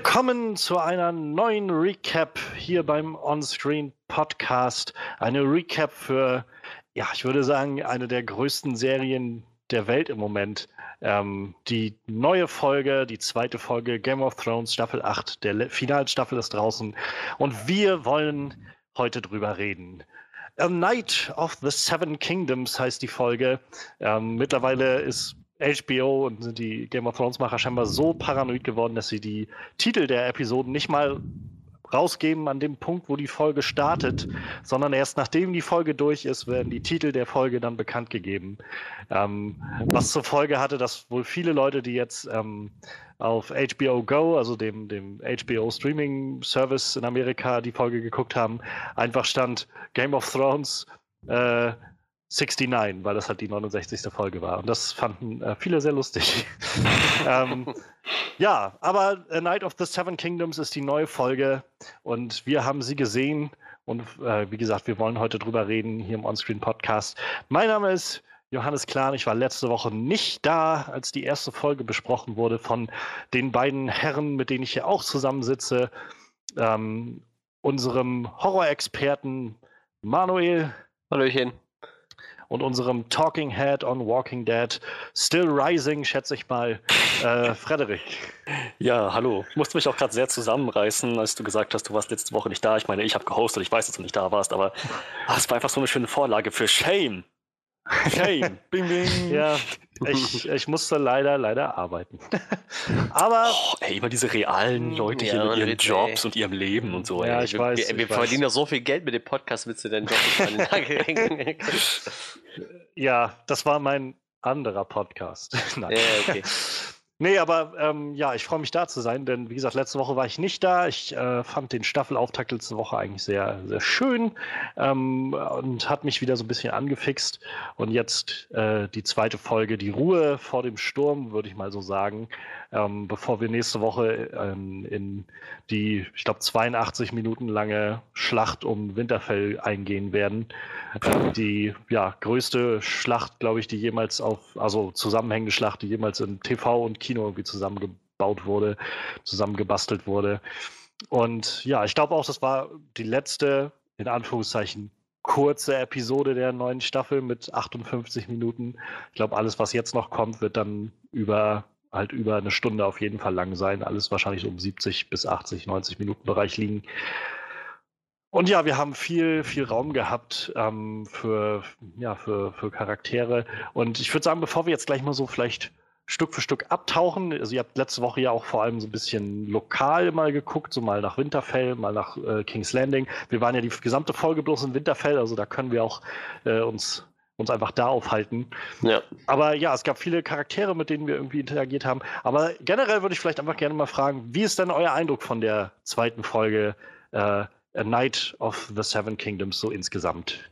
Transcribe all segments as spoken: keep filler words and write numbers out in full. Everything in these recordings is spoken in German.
Willkommen zu einer neuen Recap hier beim Onscreen Podcast. Eine Recap für, ja, ich würde sagen, eine der größten Serien der Welt im Moment. Ähm, die neue Folge, die zweite Folge Game of Thrones Staffel acht, der finalen Staffel ist draußen. Und wir wollen heute drüber reden. A Night of the Seven Kingdoms heißt die Folge. Ähm, mittlerweile ist H B O und sind die Game of Thrones-Macher scheinbar so paranoid geworden, dass sie die Titel der Episoden nicht mal rausgeben an dem Punkt, wo die Folge startet, sondern erst nachdem die Folge durch ist, werden die Titel der Folge dann bekannt gegeben. Ähm, was zur Folge hatte, dass wohl viele Leute, die jetzt ähm, auf H B O Go, also dem, dem H B O Streaming Service in Amerika, die Folge geguckt haben, einfach stand Game of Thrones äh, neunundsechzig, weil das halt die neunundsechzigste Folge war. Und das fanden äh, viele sehr lustig. ähm, ja, aber A Night of the Seven Kingdoms ist die neue Folge und wir haben sie gesehen. Und äh, wie gesagt, wir wollen heute drüber reden hier im Onscreen Podcast. Mein Name ist Johannes Klahn. Ich war letzte Woche nicht da, als die erste Folge besprochen wurde von den beiden Herren, mit denen ich hier auch zusammensitze. Ähm, unserem Horrorexperten Manuel. Hallöchen. Und unserem Talking Head on Walking Dead, Still Rising, schätze ich mal, äh, Frederik. Ja, hallo. Ich musste mich auch gerade sehr zusammenreißen, als du gesagt hast, du warst letzte Woche nicht da. Ich meine, ich habe gehostet, ich weiß, dass du nicht da warst, aber ah, es war einfach so eine schöne Vorlage für Shame. Shame. Bing, bing. Ja, ich, ich musste leider, leider arbeiten. Aber... Oh, ey, immer diese realen Leute Ja, hier mit ihren Witz, Jobs ey. und ihrem Leben und so. Ja, ey. ich weiß. Wir, wir ich weiß. verdienen doch so viel Geld mit dem Podcast, willst du deinen Job nicht an den Nagel hängen? Ja, das war mein anderer Podcast. Nein. Ja, okay. Nee, aber ähm, ja, ich freue mich da zu sein, denn wie gesagt, letzte Woche war ich nicht da. Ich äh, fand den Staffelauftakt letzte Woche eigentlich sehr, sehr schön ähm, und hat mich wieder so ein bisschen angefixt. Und jetzt äh, die zweite Folge, die Ruhe vor dem Sturm, würde ich mal so sagen, ähm, bevor wir nächste Woche ähm, in die, ich glaube, zweiundachtzig Minuten lange Schlacht um Winterfell eingehen werden. Ähm, die ja, größte Schlacht, glaube ich, die jemals auf, also zusammenhängende Schlacht, die jemals in T V und Kino irgendwie zusammengebaut wurde, zusammengebastelt wurde. Und ja, ich glaube auch, das war die letzte, in Anführungszeichen, kurze Episode der neuen Staffel mit achtundfünfzig Minuten. Ich glaube, alles, was jetzt noch kommt, wird dann über halt über eine Stunde auf jeden Fall lang sein. Alles wahrscheinlich so um siebzig bis achtzig, neunzig Minuten Bereich liegen. Und ja, wir haben viel, viel Raum gehabt ähm, für, ja, für, für Charaktere. Und ich würde sagen, bevor wir jetzt gleich mal so vielleicht Stück für Stück abtauchen, also ihr habt letzte Woche ja auch vor allem so ein bisschen lokal mal geguckt, so mal nach Winterfell, mal nach äh, King's Landing. Wir waren ja die gesamte Folge bloß in Winterfell, also da können wir auch äh, uns, uns einfach da aufhalten. Ja. Aber ja, es gab viele Charaktere, mit denen wir irgendwie interagiert haben. Aber generell würde ich vielleicht einfach gerne mal fragen, wie ist denn euer Eindruck von der zweiten Folge äh, A Night of the Seven Kingdoms so insgesamt?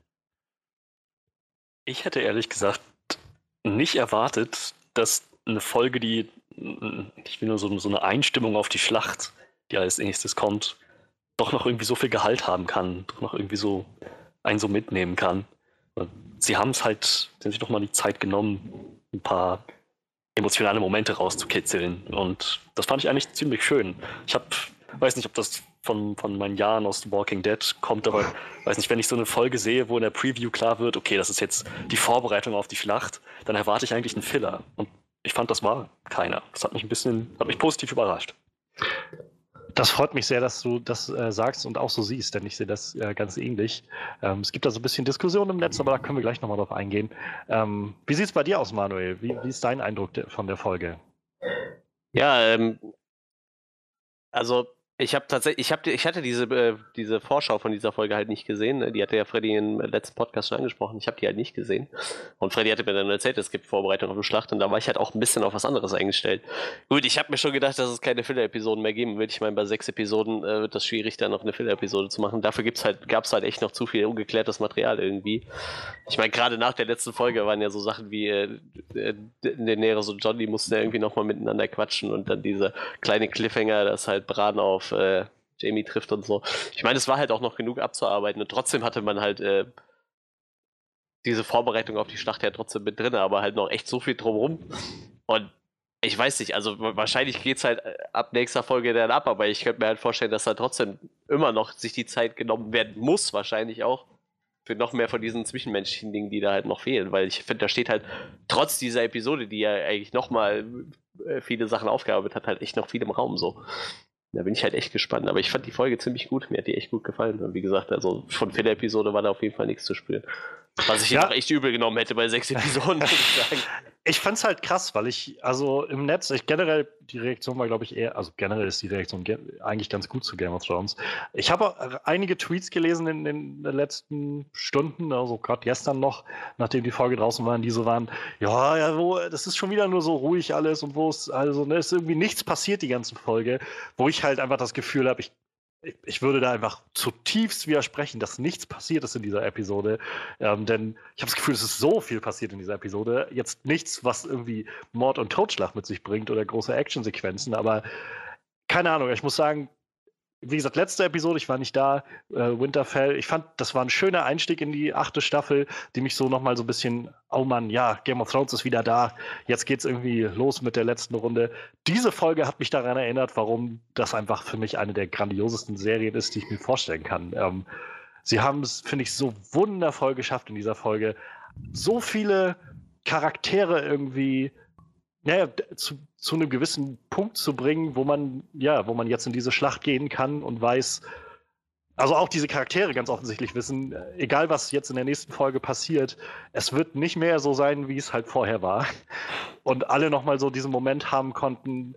Ich hätte ehrlich gesagt nicht erwartet, dass eine Folge, die, ich will nur so, so eine Einstimmung auf die Schlacht, die als nächstes kommt, doch noch irgendwie so viel Gehalt haben kann, doch noch irgendwie so einen so mitnehmen kann. Sie haben es halt, sie haben sich doch mal die Zeit genommen, ein paar emotionale Momente rauszukitzeln. Und das fand ich eigentlich ziemlich schön. Ich habe, weiß nicht, ob das von, von meinen Jahren aus The Walking Dead kommt, aber weiß nicht, wenn ich so eine Folge sehe, wo in der Preview klar wird, okay, das ist jetzt die Vorbereitung auf die Schlacht, dann erwarte ich eigentlich einen Filler. Und ich fand, das war keiner. Das hat mich ein bisschen, hat mich positiv überrascht. Das freut mich sehr, dass du das äh, sagst und auch so siehst, denn ich sehe das äh, ganz ähnlich. Ähm, es gibt da so ein bisschen Diskussion im Netz, aber da können wir gleich nochmal drauf eingehen. Ähm, wie sieht es bei dir aus, Manuel? Wie, wie ist dein Eindruck de- von der Folge? Ja, ähm, also ich habe tatsächlich, ich habe, ich hatte diese äh, diese Vorschau von dieser Folge halt nicht gesehen. Ne? Die hatte ja Freddy im letzten Podcast schon angesprochen. Ich habe die halt nicht gesehen. Und Freddy hatte mir dann erzählt, es gibt Vorbereitung auf eine Schlacht und da war ich halt auch ein bisschen auf was anderes eingestellt. Gut, ich habe mir schon gedacht, dass es keine Filler-Episoden mehr geben wird. Ich meine, bei sechs Episoden äh, wird das schwierig, da noch eine Filler-Episode zu machen. Dafür gibt's halt, gab es halt echt noch zu viel ungeklärtes Material irgendwie. Ich meine, gerade nach der letzten Folge waren ja so Sachen wie äh, äh, Daenerys und Jon, die mussten ja irgendwie nochmal miteinander quatschen und dann diese kleine Cliffhanger, dass halt Bran auf äh, Jamie trifft und so. Ich meine, es war halt auch noch genug abzuarbeiten und trotzdem hatte man halt äh, diese Vorbereitung auf die Schlacht ja trotzdem mit drin, aber halt noch echt so viel drumrum. Und Ich weiß nicht, also wahrscheinlich geht es halt ab nächster Folge dann ab, aber ich könnte mir halt vorstellen, dass da trotzdem immer noch sich die Zeit genommen werden muss, wahrscheinlich auch, für noch mehr von diesen zwischenmenschlichen Dingen, die da halt noch fehlen, weil ich finde, da steht halt trotz dieser Episode, die ja eigentlich nochmal viele Sachen aufgearbeitet hat, halt echt noch viel im Raum so. Da bin ich halt echt gespannt, aber ich fand die Folge ziemlich gut, mir hat die echt gut gefallen und wie gesagt, also von der Episode war da auf jeden Fall nichts zu spüren. Was ich ja auch echt übel genommen hätte bei sechs Episoden, würde ich sagen. Ich fand's halt krass, weil ich, also im Netz, ich generell, die Reaktion war, glaube ich, eher, also generell ist die Reaktion ge eigentlich ganz gut zu Game of Thrones. Ich habe einige Tweets gelesen in, in den letzten Stunden, also gerade gestern noch, nachdem die Folge draußen war, die so waren, ja, ja, wo, das ist schon wieder nur so ruhig alles und wo es, also, ne, ist irgendwie nichts passiert die ganze Folge, wo ich halt einfach das Gefühl habe, ich Ich würde da einfach zutiefst widersprechen, dass nichts passiert ist in dieser Episode. Ähm, denn ich habe das Gefühl, es ist so viel passiert in dieser Episode. Jetzt nichts, was irgendwie Mord und Totschlag mit sich bringt oder große Actionsequenzen, aber keine Ahnung, ich muss sagen, wie gesagt, letzte Episode, ich war nicht da, äh, Winterfell. Ich fand, das war ein schöner Einstieg in die achte Staffel, die mich so nochmal so ein bisschen, oh Mann, ja, Game of Thrones ist wieder da. Jetzt geht's irgendwie los mit der letzten Runde. Diese Folge hat mich daran erinnert, warum das einfach für mich eine der grandiosesten Serien ist, die ich mir vorstellen kann. Ähm, sie haben es, finde ich, so wundervoll geschafft in dieser Folge, so viele Charaktere irgendwie naja, zu, zu einem gewissen Punkt zu bringen, wo man, ja, wo man jetzt in diese Schlacht gehen kann und weiß, also auch diese Charaktere ganz offensichtlich wissen, egal was jetzt in der nächsten Folge passiert, es wird nicht mehr so sein, wie es halt vorher war. Und alle nochmal so diesen Moment haben konnten,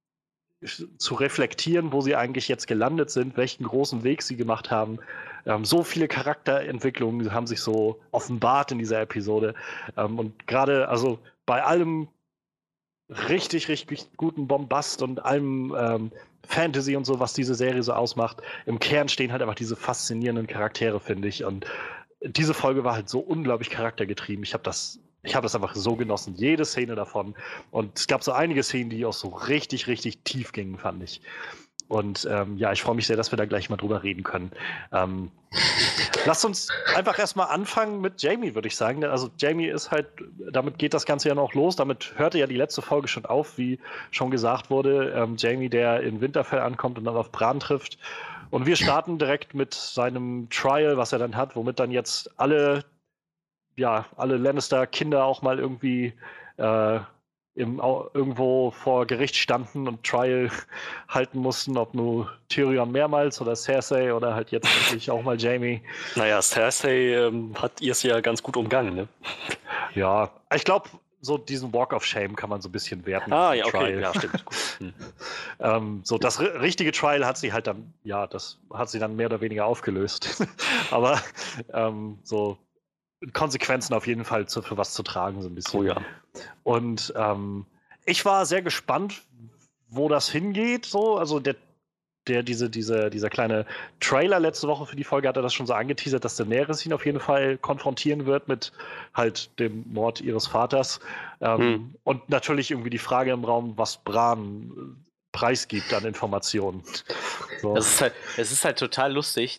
zu reflektieren, wo sie eigentlich jetzt gelandet sind, welchen großen Weg sie gemacht haben. Ähm, so viele Charakterentwicklungen haben sich so offenbart in dieser Episode. Ähm, und gerade, also bei allem richtig, richtig guten Bombast und allem ähm, Fantasy und so, was diese Serie so ausmacht. Im Kern stehen halt einfach diese faszinierenden Charaktere, finde ich. Und diese Folge war halt so unglaublich charaktergetrieben. Ich habe das, ich habe das einfach so genossen, jede Szene davon. Und es gab so einige Szenen, die auch so richtig, richtig tief gingen, fand ich. Und ähm, ja, ich freue mich sehr, dass wir da gleich mal drüber reden können. Ähm, lasst uns einfach erstmal anfangen mit Jaime, würde ich sagen. Also Jaime ist halt, damit geht das Ganze ja noch los. Damit hörte ja die letzte Folge schon auf, wie schon gesagt wurde. Ähm, Jaime, der in Winterfell ankommt und dann auf Bran trifft. Und wir starten direkt mit seinem Trial, was er dann hat, womit dann jetzt alle, ja, alle Lannister-Kinder auch mal irgendwie äh, im, irgendwo vor Gericht standen und Trial halten mussten, ob nur Tyrion mehrmals oder Cersei oder halt jetzt natürlich auch mal Jaime. Naja, Cersei ähm, hat ihr es ja ganz gut umgangen, ne? Ja, ich glaube, so diesen Walk of Shame kann man so ein bisschen werten. Ah, ja, okay, Trial. ja, stimmt. Hm. ähm, so das richtige Trial hat sie halt dann, ja, das hat sie dann mehr oder weniger aufgelöst. Aber ähm, so Konsequenzen auf jeden Fall zu, für was zu tragen, so ein bisschen. Oh ja. Und ähm, ich war sehr gespannt, wo das hingeht. So, also der, der diese, diese, dieser kleine Trailer letzte Woche für die Folge hatte das schon so angeteasert, dass Daenerys ihn auf jeden Fall konfrontieren wird mit halt dem Mord ihres Vaters. Ähm, hm. Und natürlich irgendwie die Frage im Raum, was Bran preisgibt an Informationen. So. Das ist halt, es ist halt total lustig,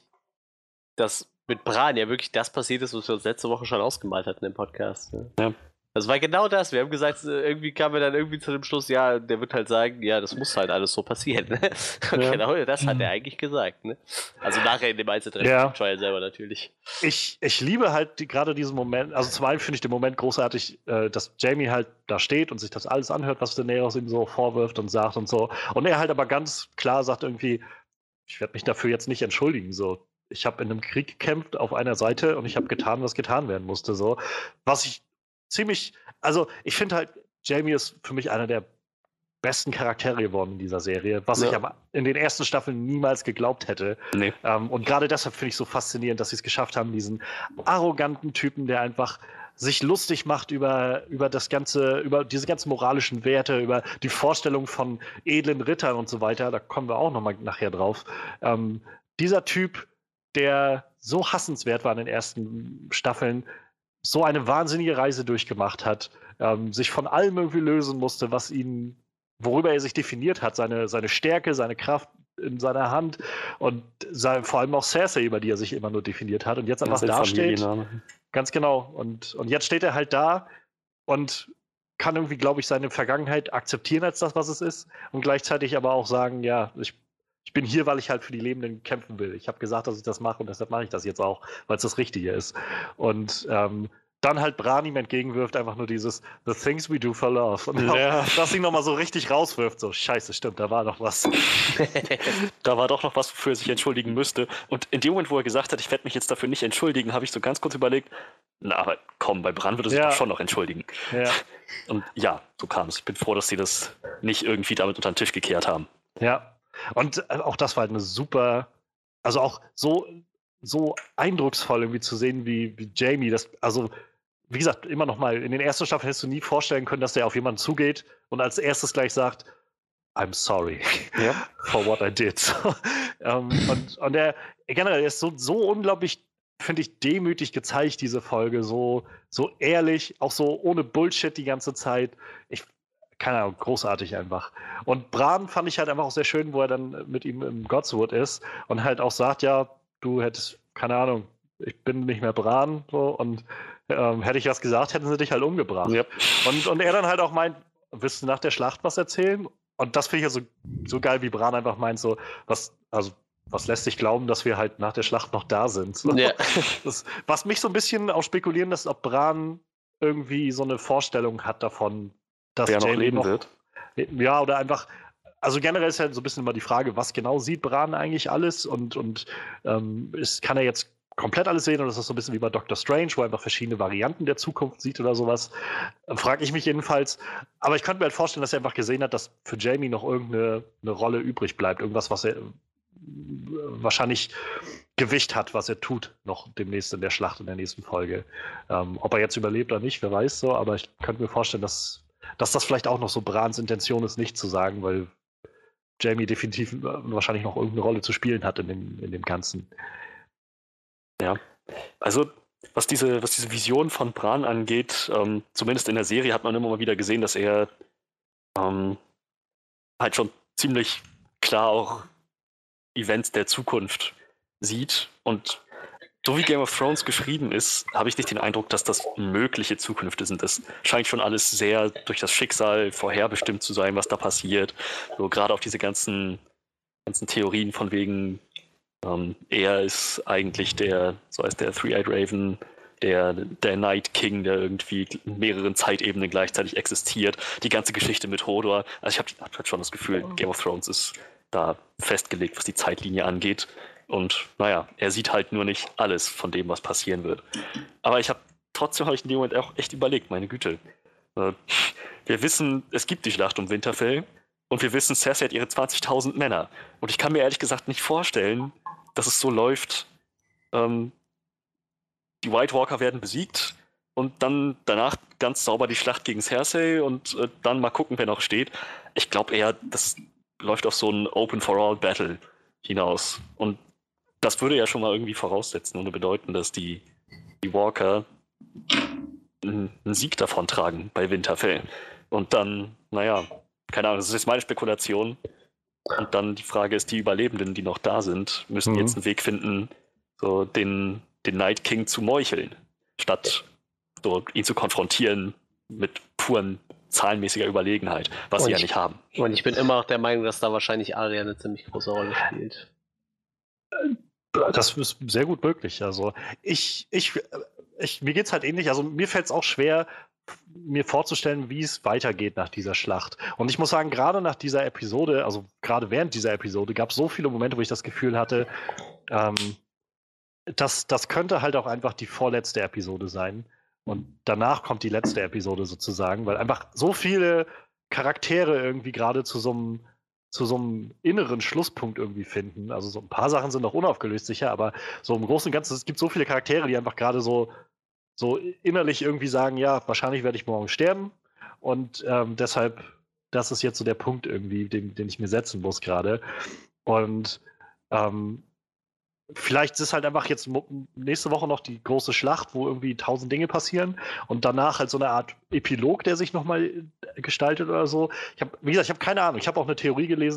dass mit Bran ja wirklich das passiert ist, was wir uns letzte Woche schon ausgemalt hatten im Podcast. Ne? Ja. Das war genau das. Wir haben gesagt, irgendwie kamen wir dann irgendwie zu dem Schluss, ja, der wird halt sagen, ja, das muss halt alles so passieren. Ne? Und ja. Genau das hat er eigentlich gesagt. Ne? Also nachher in dem Einzeltreffen ja. Trial selber natürlich. Ich, ich liebe halt die, gerade diesen Moment, also zum einen finde ich den Moment großartig, äh, dass Jaime halt da steht und sich das alles anhört, was Daenerys ihm so vorwirft und sagt und so. Und er halt aber ganz klar sagt irgendwie, ich werde mich dafür jetzt nicht entschuldigen, so. Ich habe in einem Krieg gekämpft auf einer Seite und ich habe getan, was getan werden musste. So. Was ich ziemlich, also ich finde halt, Jaime ist für mich einer der besten Charaktere geworden in dieser Serie, was ja. ich aber in den ersten Staffeln niemals geglaubt hätte. Nee. Ähm, und gerade deshalb finde ich so faszinierend, dass sie es geschafft haben, diesen arroganten Typen, der einfach sich lustig macht über, über das ganze, über diese ganzen moralischen Werte, über die Vorstellung von edlen Rittern und so weiter, da kommen wir auch nochmal nachher drauf. Ähm, dieser Typ, der so hassenswert war in den ersten Staffeln, so eine wahnsinnige Reise durchgemacht hat, ähm, sich von allem irgendwie lösen musste, was ihn, worüber er sich definiert hat, seine, seine Stärke, seine Kraft in seiner Hand und sein, vor allem auch Cersei, über die er sich immer nur definiert hat und jetzt einfach da steht. Ganz genau. Und, und jetzt steht er halt da und kann irgendwie, glaube ich, seine Vergangenheit akzeptieren als das, was es ist und gleichzeitig aber auch sagen, ja, ich, ich bin hier, weil ich halt für die Lebenden kämpfen will. Ich habe gesagt, dass ich das mache und deshalb mache ich das jetzt auch, weil es das Richtige ist. Und ähm, dann halt Bran ihm entgegenwirft, einfach nur dieses The things we do for love. Und Ja. auch, dass ihn nochmal so richtig rauswirft, so scheiße, stimmt, da war noch was. Da war doch noch was, wofür er sich entschuldigen müsste. Und in dem Moment, wo er gesagt hat, ich werde mich jetzt dafür nicht entschuldigen, habe ich so ganz kurz überlegt, na, aber komm, bei Bran würde er sich Ja. doch schon noch entschuldigen. Ja, Und ja, so kam es. Ich bin froh, dass sie das nicht irgendwie damit unter den Tisch gekehrt haben. ja. Und äh, auch das war halt eine super, also auch so, so eindrucksvoll irgendwie zu sehen, wie, wie Jamie das, also wie gesagt, immer noch mal, in den ersten Staffeln hättest du nie vorstellen können, dass der auf jemanden zugeht und als erstes gleich sagt, I'm sorry Ja. for what I did. ähm, und, und er generell er ist so, so unglaublich, finde ich, demütig gezeigt, diese Folge, so, so ehrlich, auch so ohne Bullshit die ganze Zeit. Ich, keine Ahnung, großartig einfach. Und Bran fand ich halt einfach auch sehr schön, wo er dann mit ihm im Godswood ist und halt auch sagt, ja, du hättest, keine Ahnung, ich bin nicht mehr Bran, so, und ähm, hätte ich was gesagt, hätten sie dich halt umgebracht. Ja. Und, und er dann halt auch meint, willst du nach der Schlacht was erzählen? Und das finde ich ja so, so geil, wie Bran einfach meint, so, was, also, was lässt dich glauben, dass wir halt nach der Schlacht noch da sind? So. Ja. Das, was mich so ein bisschen auch spekulieren lässt, ob Bran irgendwie so eine Vorstellung hat davon, dass Wer noch Jaime leben wird. Ja, oder einfach, also generell ist ja so ein bisschen immer die Frage, was genau sieht Bran eigentlich alles und, und ähm, ist, kann er jetzt komplett alles sehen oder ist das so ein bisschen wie bei Doctor Strange, wo er einfach verschiedene Varianten der Zukunft sieht oder sowas? Frage ich mich jedenfalls. Aber ich könnte mir halt vorstellen, dass er einfach gesehen hat, dass für Jaime noch irgendeine eine Rolle übrig bleibt. Irgendwas, was er äh, wahrscheinlich Gewicht hat, was er tut, noch demnächst in der Schlacht in der nächsten Folge. Ähm, ob er jetzt überlebt oder nicht, wer weiß so, aber ich könnte mir vorstellen, dass, dass das vielleicht auch noch so Brans Intention ist, nicht zu sagen, weil Jaime definitiv äh, wahrscheinlich noch irgendeine Rolle zu spielen hat in dem, in dem Ganzen. Ja, also was diese, was diese Vision von Bran angeht, ähm, zumindest in der Serie hat man immer mal wieder gesehen, dass er ähm, halt schon ziemlich klar auch Events der Zukunft sieht. Und so wie Game of Thrones geschrieben ist, habe ich nicht den Eindruck, dass das mögliche Zukünfte sind. Das scheint schon alles sehr durch das Schicksal vorherbestimmt zu sein, was da passiert. So gerade auch diese ganzen, ganzen Theorien von wegen, ähm, er ist eigentlich der, so heißt der Three-Eyed Raven, der, der Night King, der irgendwie in mehreren Zeitebenen gleichzeitig existiert. Die ganze Geschichte mit Hodor. Also ich habe hab halt schon das Gefühl, Game of Thrones ist da festgelegt, was die Zeitlinie angeht. Und naja, er sieht halt nur nicht alles von dem, was passieren wird. Aber ich habe trotzdem habe ich in dem Moment auch echt überlegt, meine Güte. Äh, wir wissen, es gibt die Schlacht um Winterfell und wir wissen, Cersei hat ihre zwanzigtausend Männer. Und ich kann mir ehrlich gesagt nicht vorstellen, dass es so läuft, ähm, die White Walker werden besiegt und dann danach ganz sauber die Schlacht gegen Cersei und äh, dann mal gucken, wer noch steht. Ich glaube eher, das läuft auf so ein Open-for-All-Battle hinaus. Und das würde ja schon mal irgendwie voraussetzen und bedeuten, dass die, die Walker einen Sieg davon tragen bei Winterfell. Und dann, naja, keine Ahnung, das ist jetzt meine Spekulation. Und dann die Frage ist, die Überlebenden, die noch da sind, müssen Mhm. jetzt einen Weg finden, so den, den Night King zu meucheln, statt so ihn zu konfrontieren mit puren zahlenmäßiger Überlegenheit, was Und sie ja ich- nicht haben. Und ich bin immer noch der Meinung, dass da wahrscheinlich Arya eine ziemlich große Rolle spielt. Das ist sehr gut möglich. Also ich, ich, ich mir geht's halt ähnlich. Also mir fällt es auch schwer, mir vorzustellen, wie es weitergeht nach dieser Schlacht. Und ich muss sagen, gerade nach dieser Episode, also gerade während dieser Episode, gab es so viele Momente, wo ich das Gefühl hatte, ähm, das, das könnte halt auch einfach die vorletzte Episode sein. Und danach kommt die letzte Episode sozusagen, weil einfach so viele Charaktere irgendwie gerade zu so einem zu so einem inneren Schlusspunkt irgendwie finden. Also so ein paar Sachen sind noch unaufgelöst sicher, aber so im Großen und Ganzen, es gibt so viele Charaktere, die einfach gerade so, so innerlich irgendwie sagen, ja, wahrscheinlich werde ich morgen sterben und ähm, deshalb, das ist jetzt so der Punkt irgendwie, den, den ich mir setzen muss gerade. Und ähm, vielleicht ist es halt einfach jetzt mo- nächste Woche noch die große Schlacht, wo irgendwie tausend Dinge passieren und danach halt so eine Art Epilog, der sich nochmal gestaltet oder so. Ich habe, wie gesagt, ich habe keine Ahnung. Ich habe auch eine Theorie gelesen, die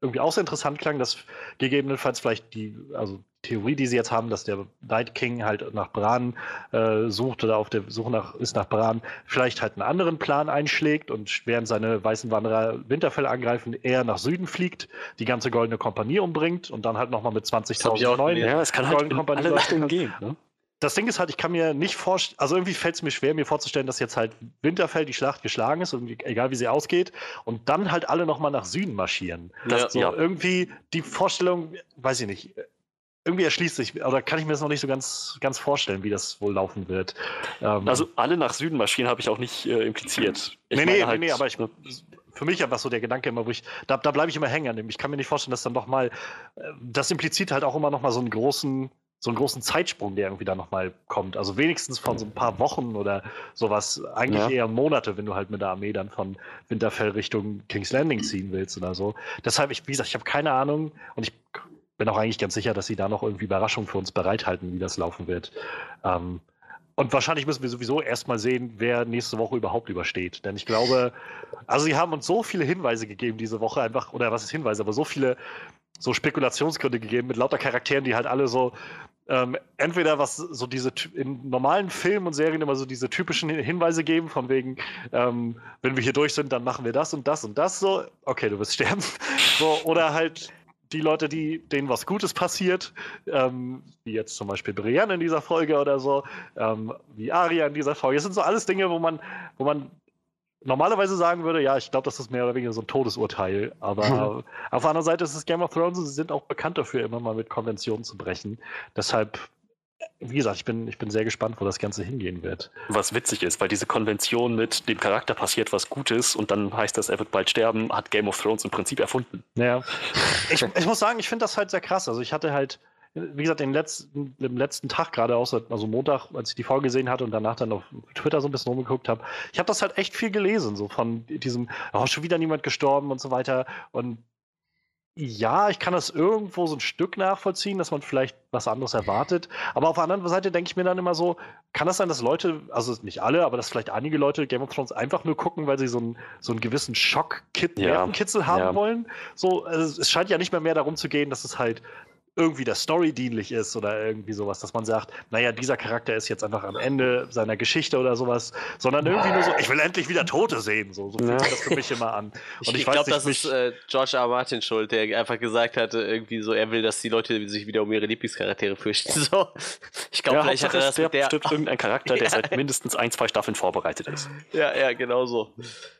irgendwie auch sehr interessant klang, dass gegebenenfalls vielleicht die, also Theorie, die sie jetzt haben, dass der Night King halt nach Bran äh, sucht oder auf der Suche nach, ist nach Bran, vielleicht halt einen anderen Plan einschlägt und während seine weißen Wanderer Winterfell angreifen, er nach Süden fliegt, die ganze Goldene Kompanie umbringt und dann halt nochmal mit zwanzigtausend neuen Ja, es kann halt Goldenen in Kompanie alle Richtungen gehen. Ne? Das Ding ist halt, ich kann mir nicht vorstellen, also irgendwie fällt es mir schwer, mir vorzustellen, dass jetzt halt Winterfell die Schlacht geschlagen ist, und egal wie sie ausgeht, und dann halt alle nochmal nach Süden marschieren. Das, Ja. so Ja. irgendwie die Vorstellung, weiß ich nicht, irgendwie erschließt sich, oder kann ich mir das noch nicht so ganz, ganz vorstellen, wie das wohl laufen wird. Ähm, Also alle nach Süden marschieren habe ich auch nicht äh, impliziert. Ich nee, meine nee, halt, nee, nee, aber ich, für mich einfach so der Gedanke immer, wo ich, da, da bleibe ich immer hängen an dem. Ich kann mir nicht vorstellen, dass dann noch mal, äh, das impliziert halt auch immer noch mal so einen großen, so einen großen Zeitsprung, der irgendwie da noch mal kommt. Also wenigstens von so ein paar Wochen oder sowas, eigentlich Ja. eher Monate, wenn du halt mit der Armee dann von Winterfell Richtung King's Landing ziehen willst oder so. Deshalb, ich, wie gesagt, ich habe keine Ahnung und ich bin auch eigentlich ganz sicher, dass sie da noch irgendwie Überraschungen für uns bereithalten, wie das laufen wird. Ähm, und wahrscheinlich müssen wir sowieso erstmal sehen, wer nächste Woche überhaupt übersteht. Denn ich glaube, also sie haben uns so viele Hinweise gegeben diese Woche einfach, oder was ist Hinweise, aber so viele so Spekulationsgründe gegeben mit lauter Charakteren, die halt alle so ähm, entweder was so diese in normalen Filmen und Serien immer so diese typischen Hinweise geben, von wegen, ähm, wenn wir hier durch sind, dann machen wir das und das und das so. Okay, du wirst sterben. So, oder halt die Leute, die, denen was Gutes passiert, ähm, wie jetzt zum Beispiel Brienne in dieser Folge oder so, ähm, wie Arya in dieser Folge. Das sind so alles Dinge, wo man, wo man normalerweise sagen würde, ja, ich glaube, das ist mehr oder weniger so ein Todesurteil. Aber auf der anderen Seite ist es Game of Thrones und sie sind auch bekannt dafür, immer mal mit Konventionen zu brechen. Deshalb, wie gesagt, ich bin, ich bin sehr gespannt, wo das Ganze hingehen wird. was witzig ist, weil diese Konvention mit dem Charakter passiert was Gutes und dann heißt das, er wird bald sterben, hat Game of Thrones im Prinzip erfunden. Ja. Ich, ich muss sagen, ich finde das halt sehr krass. Also ich hatte halt, wie gesagt, den letzten, im letzten Tag gerade, außer, also Montag, als ich die Folge gesehen hatte und danach dann auf Twitter so ein bisschen rumgeguckt habe, ich habe das halt echt viel gelesen, so von diesem, oh, schon wieder niemand gestorben und so weiter. Und ja, ich kann das irgendwo so ein Stück nachvollziehen, dass man vielleicht was anderes erwartet. Aber auf der anderen Seite denke ich mir dann immer so, kann das sein, dass Leute, also nicht alle, aber dass vielleicht einige Leute Game of Thrones einfach nur gucken, weil sie so einen, so einen gewissen Schock-Nervenkitzel Ja, haben ja. wollen? So, also es scheint ja nicht mehr mehr darum zu gehen, dass es halt irgendwie der Story dienlich ist oder irgendwie sowas, dass man sagt, naja, dieser Charakter ist jetzt einfach am Ende seiner Geschichte oder sowas, sondern irgendwie nur so, ich will endlich wieder Tote sehen, so, so fühlt sich das für mich immer an. Und Ich, ich, ich weiß glaube, nicht, das mich- ist äh, George R. R. Martin schuld, der einfach gesagt hatte, irgendwie so, er will, dass die Leute sich wieder um ihre Lieblingscharaktere fürchten. So. Ich glaube, Ja, vielleicht hat Hauptsache, er es das mit der... stirbt irgendein Charakter, der Ja. seit mindestens ein, zwei Staffeln vorbereitet ist. Ja, ja, genau so.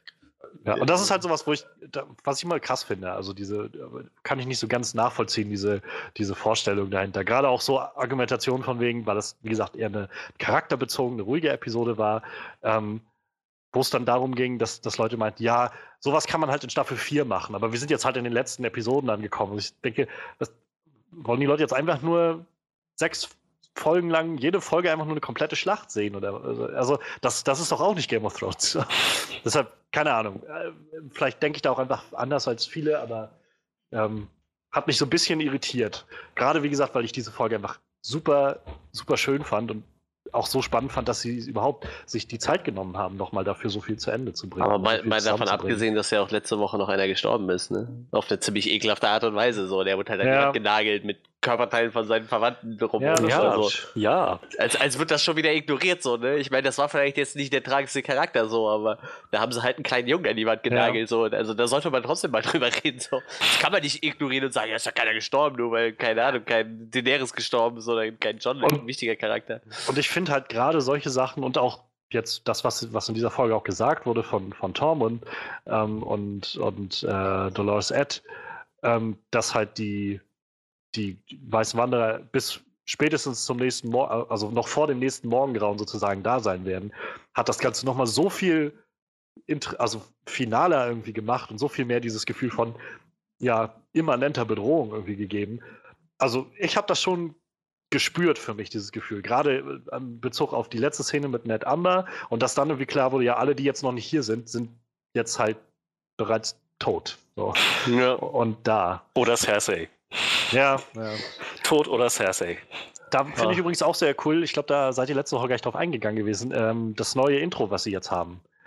Ja, und das ist halt sowas, wo ich, da, was ich immer krass finde. Also diese, kann ich nicht so ganz nachvollziehen, diese, diese Vorstellung dahinter. Gerade auch so Argumentation von wegen, weil das, wie gesagt, eher eine charakterbezogene, ruhige Episode war, ähm, wo es dann darum ging, dass, dass Leute meinten, ja, sowas kann man halt in Staffel vier machen, aber wir sind jetzt halt in den letzten Episoden angekommen. Und ich denke, das, wollen die Leute jetzt einfach nur sechs Folgen lang jede Folge einfach nur eine komplette Schlacht sehen? Oder, also, also das, das ist doch auch nicht Game of Thrones. Deshalb, keine Ahnung. Äh, Vielleicht denke ich da auch einfach anders als viele, aber ähm, hat mich so ein bisschen irritiert. Gerade, wie gesagt, weil ich diese Folge einfach super, super schön fand und auch so spannend fand, dass sie überhaupt sich die Zeit genommen haben, nochmal dafür so viel zu Ende zu bringen. Aber und so mal, viel mal davon zusammenzubringen. abgesehen, dass ja auch letzte Woche noch einer gestorben ist, ne? Auf eine ziemlich ekelhafte Art und Weise, so. Der wurde halt an die Ja. Wand genagelt mit Körperteilen von seinen Verwandten rum. Ja, und das so. Ja, Also, ja. als, als wird das schon wieder ignoriert, so, ne? Ich meine, das war vielleicht jetzt nicht der tragischste Charakter, so, aber da haben sie halt einen kleinen Jungen an die Wand genagelt, so. Und also da sollte man trotzdem mal drüber reden, so. Das kann man nicht ignorieren und sagen, ja, ist ja keiner gestorben, nur weil, keine Ahnung, kein Daenerys gestorben ist oder kein John, Und- ein wichtiger Charakter. Und ich finde halt gerade solche Sachen und auch jetzt das, was, was in dieser Folge auch gesagt wurde von, von Tormund ähm, und, und äh, Dolores Ed, ähm, dass halt die, die Weißen Wanderer bis spätestens zum nächsten Morgen, also noch vor dem nächsten Morgengrauen sozusagen da sein werden, hat das Ganze nochmal so viel, Int- also finaler irgendwie gemacht und so viel mehr dieses Gefühl von, ja, immanenter Bedrohung irgendwie gegeben. Also ich habe das schon gespürt für mich, dieses Gefühl. Gerade äh, in Bezug auf die letzte Szene mit Ned Amber und dass dann irgendwie klar wurde, ja, alle, die jetzt noch nicht hier sind, sind jetzt halt bereits tot. So. Ja. Und da. Oder Cersei. Ja, ja. Tod oder Cersei. Da finde Ja. ich übrigens auch sehr cool, ich glaube, da seid ihr letzte Woche gleich drauf eingegangen gewesen, ähm, das neue Intro, was sie jetzt haben.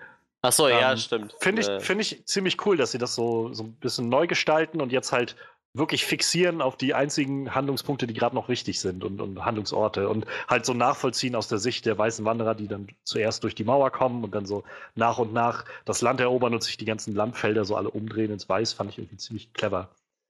Achso, ja, Ähm, stimmt. Finde ich, Äh, find ich ziemlich cool, dass sie das so, so ein bisschen neu gestalten und jetzt halt wirklich fixieren auf die einzigen Handlungspunkte, die gerade noch wichtig sind und, und Handlungsorte und halt so nachvollziehen aus der Sicht der weißen Wanderer, die dann zuerst durch die Mauer kommen und dann so nach und nach das Land erobern und sich die ganzen Landfelder so alle umdrehen ins Weiß, fand ich irgendwie ziemlich clever.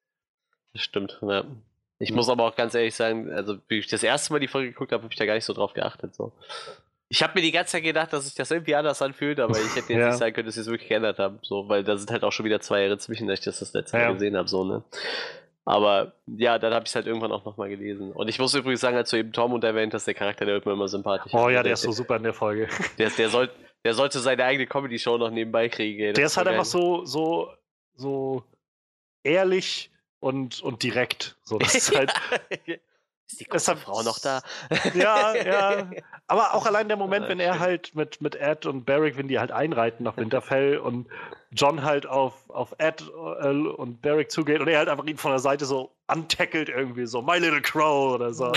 Stimmt, ja. Ich muss aber auch ganz ehrlich sagen, also wie ich das erste Mal die Folge geguckt habe, habe ich da gar nicht so drauf geachtet. So. Ich habe mir die ganze Zeit gedacht, dass sich das irgendwie anders anfühlt, aber ich hätte jetzt Ja. nicht sagen können, dass sie es wirklich geändert haben. So, weil da sind halt auch schon wieder zwei Jahre zwischen, dass ich das das letzte Mal Ja. gesehen habe. So, ne? Aber ja, dann habe ich es halt irgendwann auch nochmal gelesen. Und ich muss übrigens sagen, als du eben Tormund erwähnt hast, der Charakter, der wird mir immer sympathisch. Oh ja, der ist so super in der Folge. Der, der, soll, der sollte seine eigene Comedy-Show noch nebenbei kriegen. Ey. Das Der ist halt geil. einfach so, so, so ehrlich und, und direkt. So, das ist halt. Ist die Deshalb- Frau noch da? Ja, ja. Aber auch allein der Moment, wenn er halt mit, mit Ed und Beric, wenn die halt einreiten nach Winterfell und Jon halt auf, auf Ed äh, und Beric zugeht und er halt einfach ihn von der Seite so antackelt irgendwie, so My Little Crow oder so.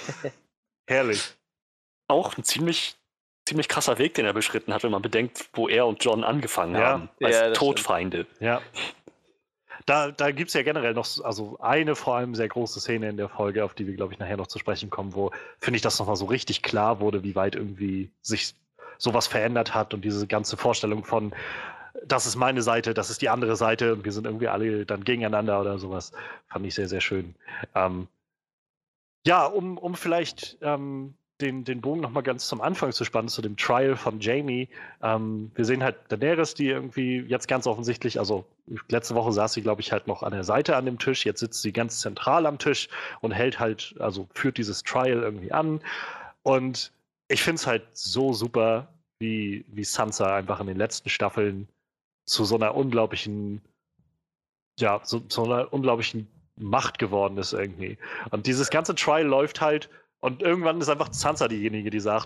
Herrlich. Auch ein ziemlich, ziemlich krasser Weg, den er beschritten hat, wenn man bedenkt, wo er und Jon angefangen Ja. haben. Als Ja, das Todfeinde. Ja. Da, da gibt es ja generell noch also eine vor allem sehr große Szene in der Folge, auf die wir, glaube ich, nachher noch zu sprechen kommen, wo, finde ich, das nochmal so richtig klar wurde, wie weit irgendwie sich sowas verändert hat und diese ganze Vorstellung von, das ist meine Seite, das ist die andere Seite und wir sind irgendwie alle dann gegeneinander oder sowas, fand ich sehr, sehr schön. Ähm, ja, um, um vielleicht ähm, den, den Bogen nochmal ganz zum Anfang zu spannen, zu dem Trial von Jaime. Ähm, wir sehen halt Daenerys, die irgendwie jetzt ganz offensichtlich, also letzte Woche saß sie, glaube ich, halt noch an der Seite an dem Tisch, jetzt sitzt sie ganz zentral am Tisch und hält halt, also führt dieses Trial irgendwie an. Und ich finde es halt so super, wie, wie Sansa einfach in den letzten Staffeln zu so einer unglaublichen, ja, so, zu einer unglaublichen Macht geworden ist irgendwie. Und dieses ganze Trial läuft halt und irgendwann ist einfach Sansa diejenige, die sagt,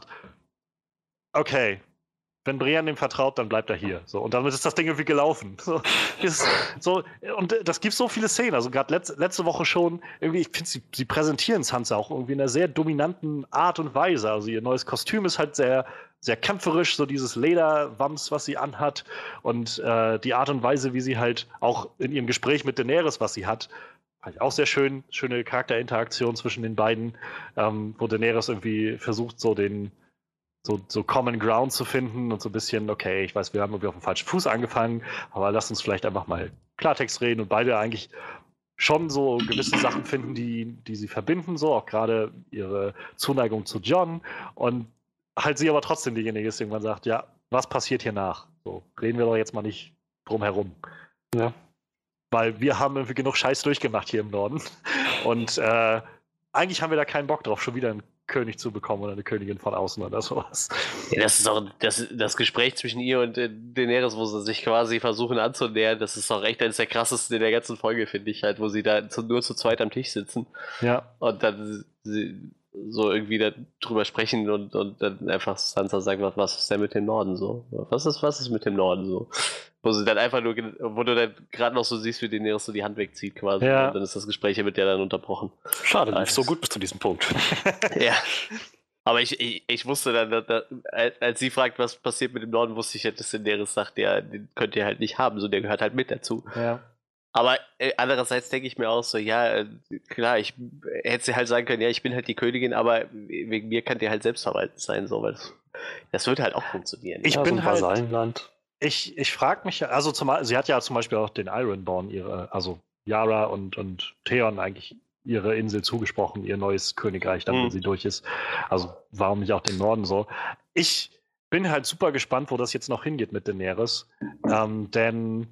okay, wenn Brienne dem vertraut, dann bleibt er hier. So, und damit ist das Ding irgendwie gelaufen. So, ist, so, und das gibt so viele Szenen. Also gerade letz, letzte Woche schon, irgendwie, ich finde, sie, sie präsentieren Sansa auch irgendwie in einer sehr dominanten Art und Weise. Also ihr neues Kostüm ist halt sehr, sehr kämpferisch, so dieses Lederwams, was sie anhat. Und äh, die Art und Weise, wie sie halt auch in ihrem Gespräch mit Daenerys, was sie hat, fand ich auch sehr schön. Schöne Charakterinteraktion zwischen den beiden, ähm, wo Daenerys irgendwie versucht, so den So, so Common Ground zu finden und so ein bisschen, okay, ich weiß, wir haben irgendwie auf dem falschen Fuß angefangen, aber lass uns vielleicht einfach mal Klartext reden und beide eigentlich schon so gewisse Sachen finden, die, die sie verbinden, so auch gerade ihre Zuneigung zu Jon und halt sie aber trotzdem diejenige ist, die irgendwann sagt, ja, was passiert hier nach? So, reden wir doch jetzt mal nicht drum herum. Ja. Weil wir haben irgendwie genug Scheiß durchgemacht hier im Norden und äh, eigentlich haben wir da keinen Bock drauf, schon wieder einen König zu bekommen oder eine Königin von außen oder sowas. Ja, das ist auch das, das Gespräch zwischen ihr und äh, Daenerys, wo sie sich quasi versuchen anzunähern, das ist auch echt eines der krassesten in der ganzen Folge, finde ich halt, wo sie da zu, nur zu zweit am Tisch sitzen Ja. und dann sie, so irgendwie da drüber sprechen und, und dann einfach Sansa sagt, was, was ist denn mit dem Norden so? Was ist, was ist mit dem Norden so? Wo sie dann einfach nur, wo du dann gerade noch so siehst, wie Daenerys so die Hand wegzieht quasi. Ja. Und dann ist das Gespräch ja mit der dann unterbrochen. Schade, lief Alles. so gut bis zu diesem Punkt. Ja. Aber ich, ich, ich wusste dann, da, da, als sie fragt, was passiert mit dem Norden, wusste ich halt, dass Daenerys sagt, ja, den könnt ihr halt nicht haben, so der gehört halt mit dazu. Ja. Aber äh, andererseits denke ich mir auch so, ja, äh, klar, ich äh, hätte sie halt sagen können, ja, ich bin halt die Königin, aber wegen mir könnt ihr halt selbstverwaltend sein, so, weil das, das wird halt auch funktionieren. Ich ja, bin so ein halt- Vasallenland. Ich, ich frage mich, ja- also zum, sie hat ja zum Beispiel auch den Ironborn, ihre, also Yara und, und Theon eigentlich ihre Insel zugesprochen, ihr neues Königreich, dann, Mhm. wenn sie durch ist. Also warum nicht auch den Norden so? Ich bin halt super gespannt, wo das jetzt noch hingeht mit Daenerys. Ähm, denn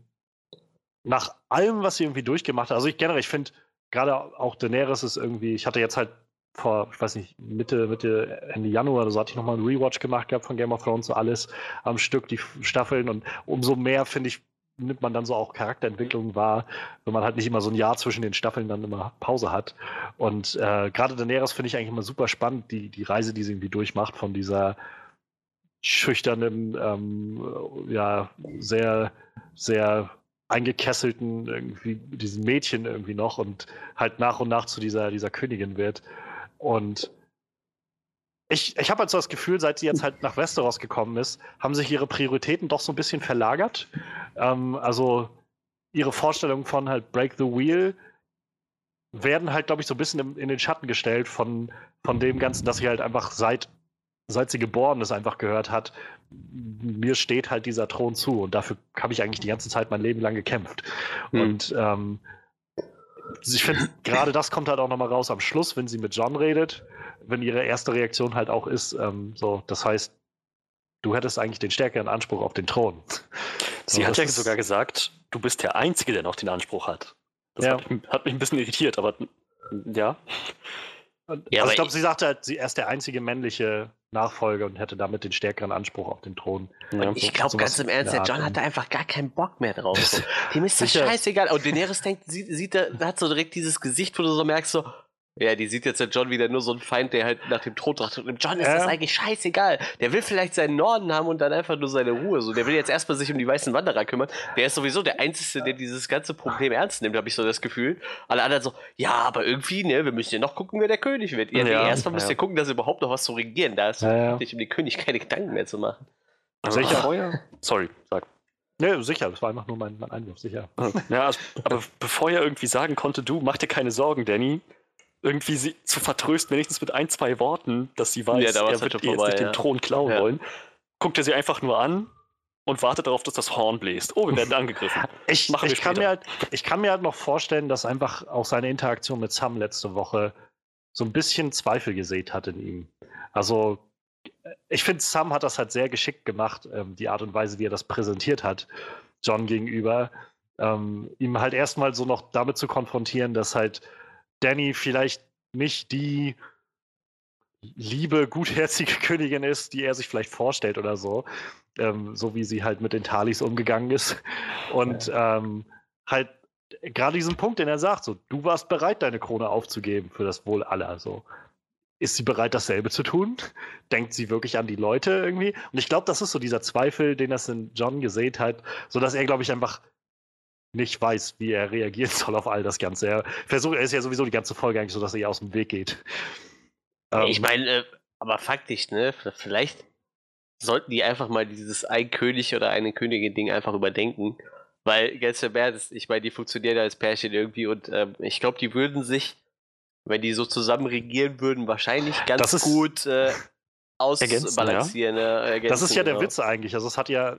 nach allem, was sie irgendwie durchgemacht hat, also ich generell, ich finde gerade auch Daenerys ist irgendwie, ich hatte jetzt halt vor, ich weiß nicht, Mitte, Mitte, Ende Januar, so hatte ich nochmal einen Rewatch gemacht gehabt von Game of Thrones, so alles am Stück, die Staffeln und umso mehr, finde ich, nimmt man dann so auch Charakterentwicklung wahr, wenn man halt nicht immer so ein Jahr zwischen den Staffeln dann immer Pause hat. Und äh, gerade Daenerys finde ich eigentlich immer super spannend, die, die Reise, die sie irgendwie durchmacht, von dieser schüchternen, ähm, ja, sehr, sehr eingekesselten irgendwie diesen Mädchen irgendwie noch und halt nach und nach zu dieser, dieser Königin wird. Und ich, ich habe halt so das Gefühl, seit sie jetzt halt nach Westeros gekommen ist, haben sich ihre Prioritäten doch so ein bisschen verlagert. Ähm, also ihre Vorstellungen von halt Break the Wheel werden halt, glaube ich, so ein bisschen in, in den Schatten gestellt von, von dem Ganzen, dass sie halt einfach seit, seit sie geboren ist, einfach gehört hat, mir steht halt dieser Thron zu und dafür habe ich eigentlich die ganze Zeit mein Leben lang gekämpft. Hm. Und ähm, ich finde, gerade das kommt halt auch nochmal raus am Schluss, wenn sie mit Jon redet, wenn ihre erste Reaktion halt auch ist, ähm, so, das heißt, du hättest eigentlich den stärkeren Anspruch auf den Thron. Sie so, hat ja sogar gesagt, du bist der Einzige, der noch den Anspruch hat. Das ja. hat, hat mich ein bisschen irritiert, aber ja. ja also ich glaube, sie sagte halt, sie ist der einzige männliche Nachfolger und hätte damit den stärkeren Anspruch auf den Thron. Ja, ich glaube so ganz im Ernst, der John hatte einfach gar keinen Bock mehr drauf. So. Dem ist das scheißegal. Und Daenerys denkt, sieht, sieht da, hat so direkt dieses Gesicht, wo du so merkst, so, ja, die sieht jetzt der John wieder nur so ein Feind, der halt nach dem Thron trachtet. Und dem John ist ja. das eigentlich scheißegal. Der will vielleicht seinen Norden haben und dann einfach nur seine Ruhe. So, der will jetzt erstmal sich um die weißen Wanderer kümmern. Der ist sowieso der Einzige, der dieses ganze Problem ernst nimmt, habe ich so das Gefühl. Alle anderen so, ja, aber irgendwie, ne, wir müssen ja noch gucken, wer der König wird. Ja, ja, nee, erstmal ja. müsst ihr gucken, dass ihr überhaupt noch was zu regieren. Da ist ja, ja. nicht um den König keine Gedanken mehr zu machen. Sicher. Vorher? Sorry, sag. Ne, sicher, das war einfach nur mein, mein Einwurf, sicher. Ja, also, aber bevor er irgendwie sagen konnte, du, mach dir keine Sorgen, Danny, irgendwie sie zu vertrösten, wenigstens mit ein, zwei Worten, dass sie weiß, ja, er wird ihr jetzt nicht ja. den Thron klauen ja. wollen, guckt er sie einfach nur an und wartet darauf, dass das Horn bläst. Oh, wir werden angegriffen. ich, ich, kann mir halt, ich kann mir halt noch vorstellen, dass einfach auch seine Interaktion mit Sam letzte Woche so ein bisschen Zweifel gesät hat in ihm. Also ich finde, Sam hat das halt sehr geschickt gemacht, ähm, die Art und Weise, wie er das präsentiert hat, Jon gegenüber, ähm, ihm halt erstmal so noch damit zu konfrontieren, dass halt Dany vielleicht nicht die liebe, gutherzige Königin ist, die er sich vielleicht vorstellt oder so. Ähm, so wie sie halt mit den Talis umgegangen ist. Und ja. ähm, halt gerade diesen Punkt, den er sagt, so, du warst bereit, deine Krone aufzugeben für das Wohl aller. So. Ist sie bereit, dasselbe zu tun? Denkt sie wirklich an die Leute irgendwie? Und ich glaube, das ist so dieser Zweifel, den das in Jon gesät hat, sodass er, glaube ich, einfach nicht weiß, wie er reagieren soll auf all das Ganze. Er versucht, er ist ja sowieso die ganze Folge eigentlich so, dass er ihr aus dem Weg geht. Ja, ich meine, äh, aber faktisch, ne, vielleicht sollten die einfach mal dieses ein König oder eine Königin-Ding einfach überdenken, weil ganz im Ernst, ich meine, die funktionieren als Pärchen irgendwie und ähm, ich glaube, die würden sich, wenn die so zusammen regieren würden, wahrscheinlich ganz ist, gut äh, ausbalancieren. Ja? Äh, das ist ja der Witz eigentlich. Also es hat ja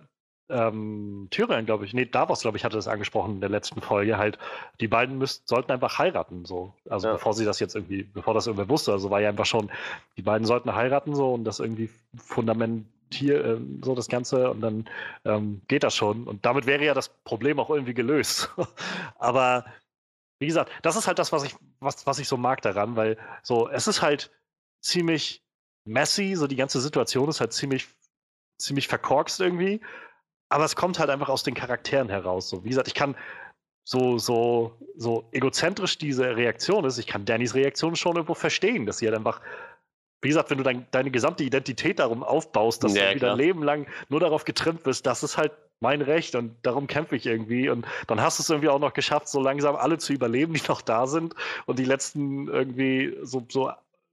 Ähm, Tyrion, glaube ich, nee, Davos, glaube ich, hatte das angesprochen in der letzten Folge, halt, die beiden müssten, sollten einfach heiraten, so. Also ja. bevor sie das jetzt irgendwie, bevor das irgendwer wusste, also war ja einfach schon, die beiden sollten heiraten, so, und das irgendwie fundamentiert, äh, so das Ganze, und dann ähm, geht das schon. Und damit wäre ja das Problem auch irgendwie gelöst. Aber, wie gesagt, das ist halt das, was ich, was, was ich so mag daran, weil so, es ist halt ziemlich messy, so die ganze Situation ist halt ziemlich, ziemlich verkorkst irgendwie. Aber es kommt halt einfach aus den Charakteren heraus. So, wie gesagt, ich kann so, so, so egozentrisch diese Reaktion ist, ich kann Dannys Reaktion schon irgendwo verstehen, dass sie halt einfach, wie gesagt, wenn du dein, deine gesamte Identität darum aufbaust, dass ja, du wieder ein Leben lang nur darauf getrimmt bist, das ist halt mein Recht und darum kämpfe ich irgendwie. Und dann hast du es irgendwie auch noch geschafft, so langsam alle zu überleben, die noch da sind und die letzten irgendwie so, so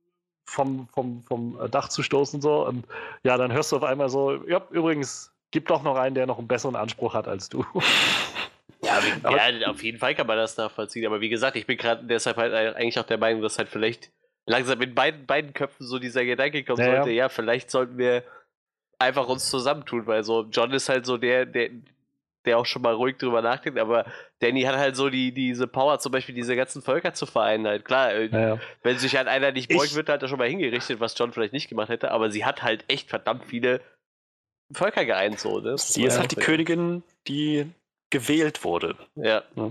vom, vom, vom Dach zu stoßen. So. Und ja, dann hörst du auf einmal so, ja, übrigens, gibt doch noch einen, der noch einen besseren Anspruch hat als du. Ja, aber, ja, auf jeden Fall kann man das nachvollziehen. Aber wie gesagt, ich bin gerade deshalb halt eigentlich auch der Meinung, dass halt vielleicht langsam in beiden, beiden Köpfen so dieser Gedanke kommen ja, sollte, ja. ja, vielleicht sollten wir einfach uns zusammentun, weil so Jon ist halt so der, der, der auch schon mal ruhig drüber nachdenkt, aber Dany hat halt so die, diese Power, zum Beispiel diese ganzen Völker zu vereinen halt. Klar, ja, ja. wenn sich halt einer nicht beugt, wird halt er schon mal hingerichtet, was Jon vielleicht nicht gemacht hätte, aber sie hat halt echt verdammt viele Völker geeint, so, ne? Sie ist halt die Königin, die gewählt wurde. Ja. ja.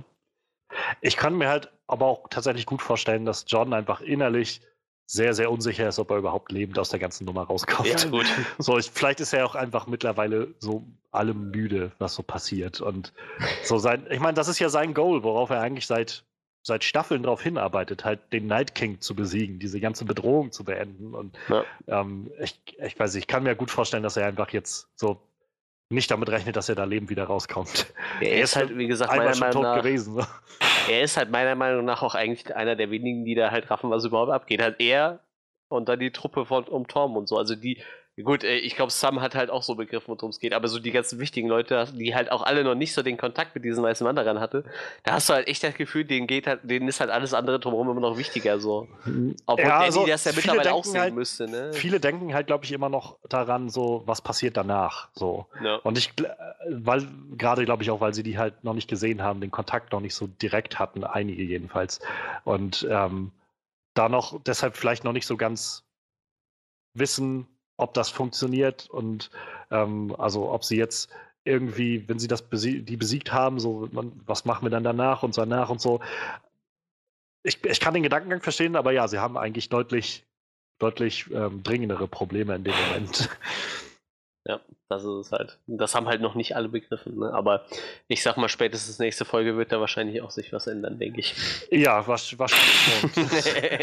Ich kann mir halt aber auch tatsächlich gut vorstellen, dass Jon einfach innerlich sehr, sehr unsicher ist, ob er überhaupt lebend aus der ganzen Nummer rauskommt. Ja, gut. So, ich, vielleicht ist er auch einfach mittlerweile so allem müde, was so passiert. Und so sein, ich meine, das ist ja sein Goal, worauf er eigentlich seit seit Staffeln darauf hinarbeitet, halt den Night King zu besiegen, diese ganze Bedrohung zu beenden. Und ja. ähm, ich, ich weiß nicht, ich kann mir gut vorstellen, dass er einfach jetzt so nicht damit rechnet, dass er da lebend wieder rauskommt. Er, er ist halt, wie gesagt, meiner Meinung nach, gewesen. So. Er ist halt meiner Meinung nach auch eigentlich einer der wenigen, die da halt raffen, was überhaupt abgeht. Halt er und dann die Truppe von um Tom und so. Also die, gut, ich glaube, Sam hat halt auch so begriffen, worum es geht, aber so die ganzen wichtigen Leute, die halt auch alle noch nicht so den Kontakt mit diesen weißen Wanderern hatte, da hast du halt echt das Gefühl, denen geht halt, denen ist halt alles andere drumherum immer noch wichtiger, so. Obwohl Ja, Danny also das ja viele mittlerweile auch denken sehen halt- müsste, ne? Viele denken halt, glaube ich, immer noch daran, so, was passiert danach, so. Ja. Und ich, gl- weil, gerade glaube ich auch, weil sie die halt noch nicht gesehen haben, den Kontakt noch nicht so direkt hatten, einige jedenfalls. Und ähm, da noch deshalb vielleicht noch nicht so ganz wissen, ob das funktioniert und ähm, also ob sie jetzt irgendwie, wenn sie das besie die besiegt haben, so, man, was machen wir dann danach und danach und so. Ich, ich kann den Gedankengang verstehen, aber ja, sie haben eigentlich deutlich, deutlich ähm, dringendere Probleme in dem Moment. Ja, das ist es halt. Das haben halt noch nicht alle begriffen, ne? Aber ich sag mal, spätestens nächste Folge wird da wahrscheinlich auch sich was ändern, denke ich. Ja, was, wahrscheinlich schon.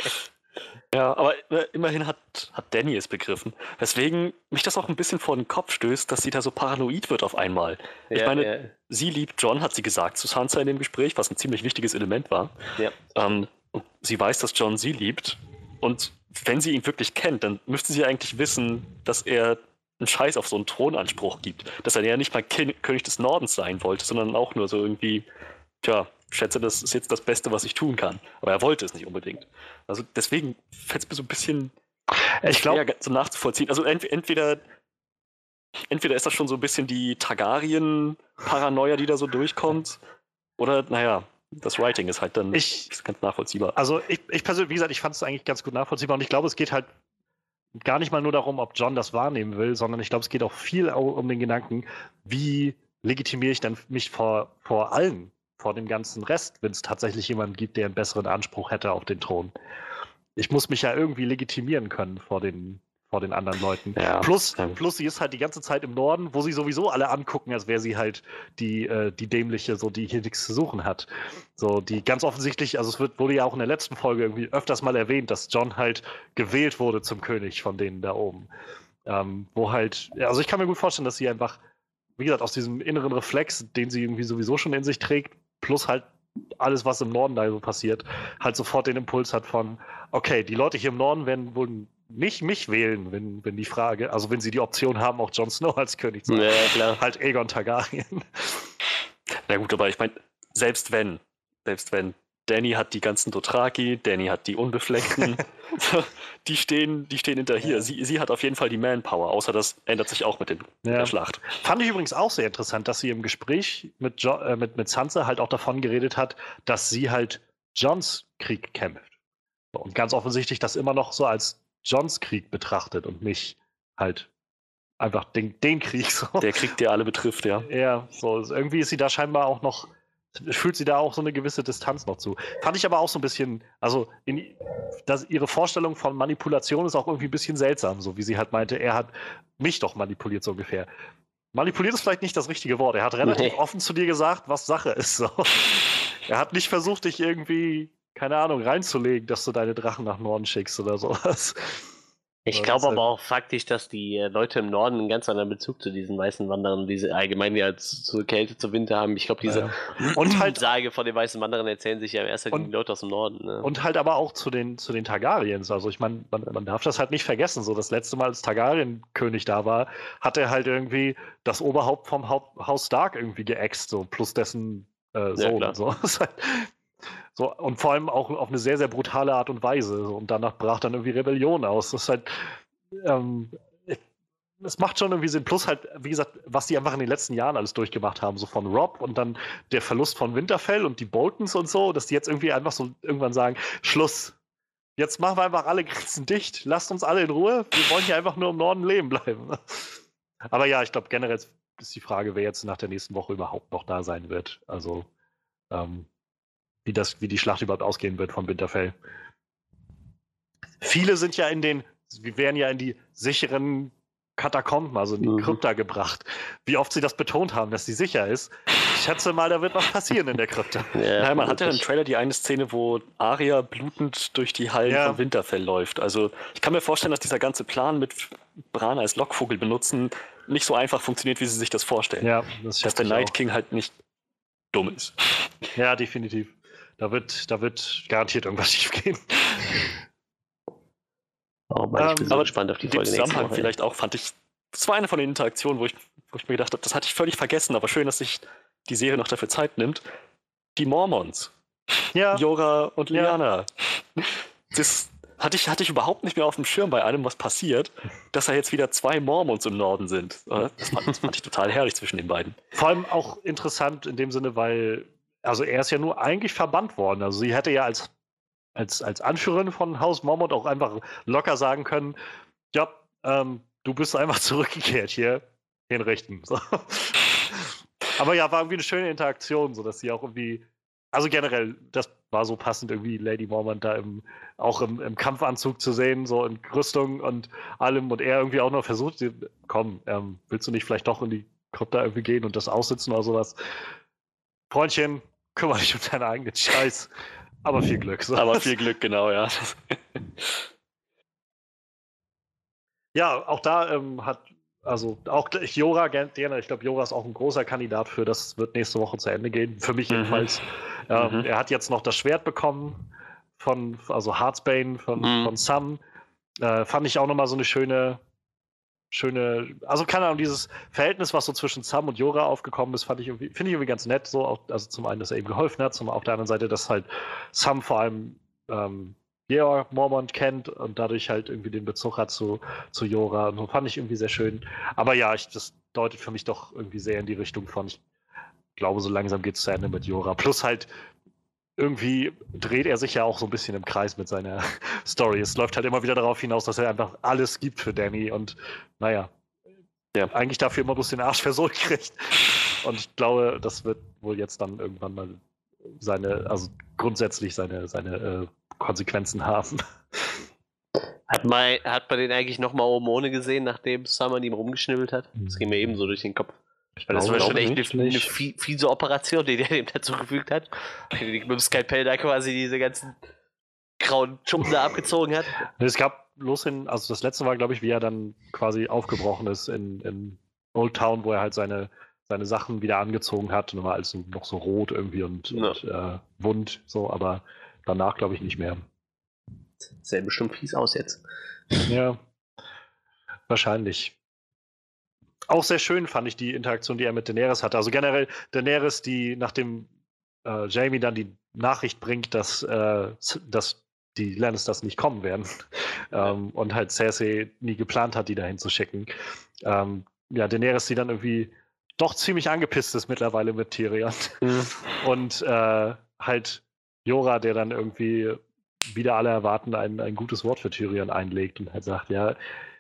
Ja, aber äh, immerhin hat, hat Danny es begriffen. Weswegen mich das auch ein bisschen vor den Kopf stößt, dass sie da so paranoid wird auf einmal. Ich Ja, meine, ja. sie liebt John, hat sie gesagt zu Sansa in dem Gespräch, was ein ziemlich wichtiges Element war. Ja. Ähm, und sie weiß, dass John sie liebt. Und wenn sie ihn wirklich kennt, dann müsste sie eigentlich wissen, dass er einen Scheiß auf so einen Thronanspruch gibt. Dass er ja nicht mal Kin- König des Nordens sein wollte, sondern auch nur so irgendwie, tja, schätze, das ist jetzt das Beste, was ich tun kann. Aber er wollte es nicht unbedingt. Also deswegen fällt es mir so ein bisschen Ich glaube, schwer so nachzuvollziehen. Also ent entweder, entweder ist das schon so ein bisschen die Targaryen-Paranoia, die da so durchkommt, oder, naja, das Writing ist halt dann Ich- ist ganz nachvollziehbar. also ich, ich persönlich, wie gesagt, ich fand es eigentlich ganz gut nachvollziehbar und ich glaube, es geht halt gar nicht mal nur darum, ob John das wahrnehmen will, sondern ich glaube, es geht auch viel au- um den Gedanken, wie legitimiere ich dann mich vor, vor allen, vor dem ganzen Rest, wenn es tatsächlich jemanden gibt, der einen besseren Anspruch hätte auf den Thron. Ich muss mich ja irgendwie legitimieren können vor den, vor den anderen Leuten. Ja, plus, ja. plus, sie ist halt die ganze Zeit im Norden, wo sie sowieso alle angucken, als wäre sie halt die, äh, die dämliche, so die hier nichts zu suchen hat. So, die ganz offensichtlich, also es wird, wurde ja auch in der letzten Folge irgendwie öfters mal erwähnt, dass John halt gewählt wurde zum König von denen da oben. Ähm, wo halt, ja, also ich kann mir gut vorstellen, dass sie einfach, wie gesagt, aus diesem inneren Reflex, den sie irgendwie sowieso schon in sich trägt, plus halt alles, was im Norden da so passiert, halt sofort den Impuls hat von, okay, die Leute hier im Norden werden wohl nicht mich wählen, wenn, wenn die Frage, also wenn sie die Option haben, auch Jon Snow als König zu haben. Ja, klar. Halt Aegon Targaryen. Na gut, aber ich meine, selbst wenn, selbst wenn, Danny hat die ganzen Dothraki, Danny hat die Unbefleckten, die stehen, die stehen hinter hier. Ja. Sie, sie hat auf jeden Fall die Manpower, außer das ändert sich auch mit, den, mit Ja. der Schlacht. Fand ich übrigens auch sehr interessant, dass sie im Gespräch mit, jo äh, mit, mit Sansa halt auch davon geredet hat, dass sie halt Jons Krieg kämpft. Und ganz offensichtlich das immer noch so als Jons Krieg betrachtet und nicht halt einfach den, den Krieg so. Der Krieg, der alle betrifft, ja. Ja, so also irgendwie ist sie da scheinbar auch noch, fühlt sie da auch so eine gewisse Distanz noch zu. Fand ich aber auch so ein bisschen, also in, das, ihre Vorstellung von Manipulation ist auch irgendwie ein bisschen seltsam, so wie sie halt meinte, er hat mich doch manipuliert so ungefähr. Manipuliert ist vielleicht nicht das richtige Wort. Er hat relativ Nee. offen zu dir gesagt, was Sache ist. So. Er hat nicht versucht, dich irgendwie, keine Ahnung, reinzulegen, dass du deine Drachen nach Norden schickst oder sowas. Ich Das glaube ist halt- aber auch faktisch, dass die äh, Leute im Norden einen ganz anderen Bezug zu diesen weißen Wanderern, die sie allgemein ja zu, zu Kälte, zu Winter haben. Ich glaube, diese Ja. Und halt- Sage von den weißen Wanderern erzählen sich ja in erster Linie Und- die Leute aus dem Norden. Ne? Und halt aber auch zu den, zu den Targaryens. Also ich meine, man, man darf das halt nicht vergessen. So das letzte Mal, als Targaryen-König da war, hat er halt irgendwie das Oberhaupt vom Haupt, Haus Stark irgendwie geäxt, so plus dessen äh, Sohn. klar. so. Ist halt- so. Und vor allem auch auf eine sehr, sehr brutale Art und Weise. So. Und danach brach dann irgendwie Rebellion aus. Das ist halt, ähm, es macht schon irgendwie Sinn. Plus halt, wie gesagt, was die einfach in den letzten Jahren alles durchgemacht haben, so von Robb und dann der Verlust von Winterfell und die Boltons und so, dass die jetzt irgendwie einfach so irgendwann sagen, Schluss. Jetzt machen wir einfach alle Grenzen dicht. Lasst uns alle in Ruhe. Wir wollen hier einfach nur im Norden leben bleiben. Aber ja, ich glaube, generell ist die Frage, wer jetzt nach der nächsten Woche überhaupt noch da sein wird. Also, ähm, wie, das, wie die Schlacht überhaupt ausgehen wird von Winterfell. Viele sind ja in den, wir werden ja in die sicheren Katakomben, also in die Mhm. Krypta gebracht. Wie oft sie das betont haben, dass sie sicher ist. Ich schätze mal, da wird was passieren in der Krypta. Ja, Nein, man hat ja im vermutlich. Trailer die eine Szene, wo Arya blutend durch die Hallen Ja. von Winterfell läuft. Also ich kann mir vorstellen, dass dieser ganze Plan mit Bran als Lockvogel benutzen nicht so einfach funktioniert, wie sie sich das vorstellen. Ja, das Dass schätze der ich Night auch. King halt nicht dumm ist. Ja, definitiv. Da wird, da wird garantiert irgendwas schief gehen. Oh Mann, ich bin Ähm, so Aber gespannt auf die in dem Folge nächste Zusammenhang Woche. ey. vielleicht auch fand ich, das war eine von den Interaktionen, wo ich, wo ich mir gedacht habe, das hatte ich völlig vergessen, aber schön, dass sich die Serie noch dafür Zeit nimmt. Die Mormons, Ja, Jorah und Ja. Lyanna. Das hatte ich, hatte ich überhaupt nicht mehr auf dem Schirm bei allem, was passiert, dass da jetzt wieder zwei Mormons im Norden sind. Das fand, das fand ich total herrlich zwischen den beiden. vor allem auch interessant in dem Sinne, weil, also er ist ja nur eigentlich verbannt worden. Also sie hätte ja als, als, als Anführerin von Haus Mormont auch einfach locker sagen können, ja, ähm, du bist einfach zurückgekehrt hier, hinrichten. So. Aber ja, war irgendwie eine schöne Interaktion, so dass sie auch irgendwie, also generell, das war so passend irgendwie Lady Mormont da im, auch im, im Kampfanzug zu sehen, so in Rüstung und allem und er irgendwie auch noch versucht, komm, ähm, willst du nicht vielleicht doch in die Krypta irgendwie gehen und das aussitzen oder sowas? Freundchen, kümmere dich um deinen eigenen Scheiß. Aber viel Glück. So. Aber viel Glück, genau, ja. Ja, auch da ähm, hat, also auch Jorah gerne, ich glaube, Jorah ist auch ein großer Kandidat für, das wird nächste Woche zu Ende gehen, für mich Mhm. jedenfalls. Ähm, Mhm. Er hat jetzt noch das Schwert bekommen von, also Heartsbane von, Mhm. von Sam. Äh, fand ich auch nochmal so eine schöne, schöne, also keine Ahnung, dieses Verhältnis, was so zwischen Sam und Jorah aufgekommen ist, fand ich irgendwie, finde ich irgendwie ganz nett. So, auch, also zum einen, dass er eben geholfen hat, zum auf der anderen Seite, dass halt Sam vor allem ähm, Jorah Mormont kennt und dadurch halt irgendwie den Bezug hat zu, zu Jorah. Und so fand ich irgendwie sehr schön. Aber ja, ich, das deutet für mich doch irgendwie sehr in die Richtung von, ich glaube, so langsam geht es zu Ende mit Jorah. Plus halt irgendwie dreht er sich ja auch so ein bisschen im Kreis mit seiner Story. Es läuft halt immer wieder darauf hinaus, dass er einfach alles gibt für Danny und naja, Ja. eigentlich dafür immer bloß den Arsch versohlt kriegt. Und ich glaube, das wird wohl jetzt dann irgendwann mal seine, also grundsätzlich seine, seine äh, Konsequenzen haben. Hat man, hat man den eigentlich nochmal oben ohne gesehen, nachdem Sam an ihm rumgeschnibbelt hat? Das ging mir ebenso durch den Kopf. Weil das war glaube schon echt nicht, eine, eine nicht. fie- fiese Operation, die der dem dazugefügt hat. Die mit dem Skalpell da quasi diese ganzen grauen Schuppen da abgezogen hat. Es gab los hin, also das letzte war, glaube ich, wie er dann quasi aufgebrochen ist in, in Old Town, wo er halt seine, seine Sachen wieder angezogen hat und war alles so, noch so rot irgendwie und, Ja. und äh, wund, so, aber danach glaube ich nicht mehr. Sähe bestimmt fies aus jetzt. Ja, wahrscheinlich. Auch sehr schön fand ich die Interaktion, die er mit Daenerys hatte. Also generell Daenerys, die nachdem äh, Jaime dann die Nachricht bringt, dass, äh, dass die Lannisters nicht kommen werden ähm, und halt Cersei nie geplant hat, die dahin zu schicken. Ähm, ja, Daenerys, die dann irgendwie doch ziemlich angepisst ist mittlerweile mit Tyrion. Mhm. Und äh, halt Jorah, der dann irgendwie wieder alle erwarten, ein, ein gutes Wort für Tyrion einlegt und halt sagt, ja,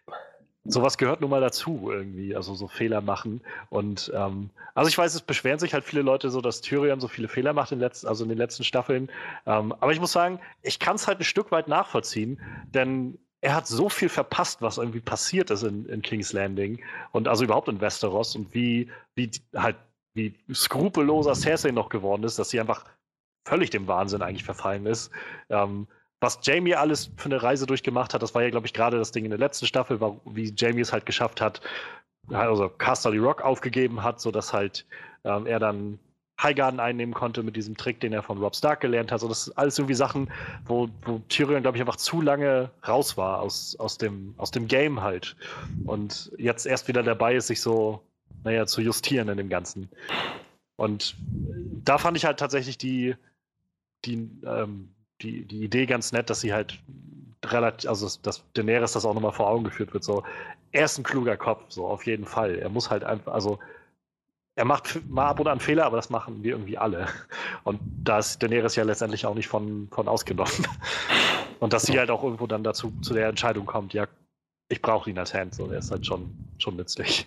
sowas gehört nun mal dazu irgendwie, also so Fehler machen. Und ähm, also ich weiß, es beschweren sich halt viele Leute so, dass Tyrion so viele Fehler macht in, letz also in den letzten Staffeln. Ähm, aber ich muss sagen, ich kann es halt ein Stück weit nachvollziehen, denn er hat so viel verpasst, was irgendwie passiert ist in, in King's Landing und also überhaupt in Westeros und wie, wie halt wie skrupelloser Cersei noch geworden ist, dass sie einfach völlig dem Wahnsinn eigentlich verfallen ist. Ähm, was Jaime alles für eine Reise durchgemacht hat, das war ja, glaube ich, gerade das Ding in der letzten Staffel, war, wie Jaime es halt geschafft hat, also Casterly Rock aufgegeben hat, sodass halt ähm, er dann Highgarden einnehmen konnte mit diesem Trick, den er von Robb Stark gelernt hat. So, das sind alles irgendwie Sachen, wo, wo Tyrion, glaube ich, einfach zu lange raus war aus, aus, dem, aus dem Game halt. Und jetzt erst wieder dabei ist, sich so, naja, zu justieren in dem Ganzen. Und da fand ich halt tatsächlich die, die, ähm, die, die Idee ganz nett, dass sie halt relativ, also dass Daenerys das auch nochmal vor Augen geführt wird. So, er ist ein kluger Kopf, so auf jeden Fall. Er muss halt einfach, also er macht mal ab und an Fehler, aber das machen wir irgendwie alle. Und da ist Daenerys ja letztendlich auch nicht von, von ausgenommen. Und dass sie halt auch irgendwo dann dazu zu der Entscheidung kommt, ja, ich brauche ihn als Hand, so, der ist halt schon, schon nützlich.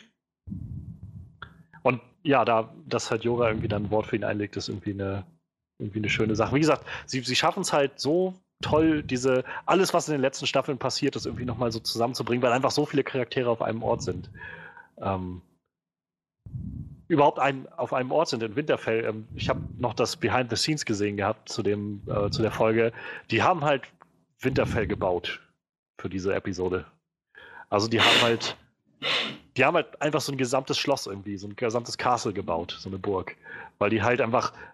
Und ja, da, dass halt Jorah irgendwie dann ein Wort für ihn einlegt, ist irgendwie eine, irgendwie eine schöne Sache. Wie gesagt, sie, sie schaffen es halt so toll, diese, alles, was in den letzten Staffeln passiert ist, irgendwie nochmal so zusammenzubringen, weil einfach so viele Charaktere auf einem Ort sind. Ähm, überhaupt ein, auf einem Ort sind in Winterfell. Ähm, ich habe noch das Behind the Scenes gesehen gehabt zu, dem, äh, zu der Folge. Die haben halt Winterfell gebaut für diese Episode. Also die haben halt die haben halt einfach so ein gesamtes Schloss irgendwie, so ein gesamtes Castle gebaut, so eine Burg. Weil die halt einfach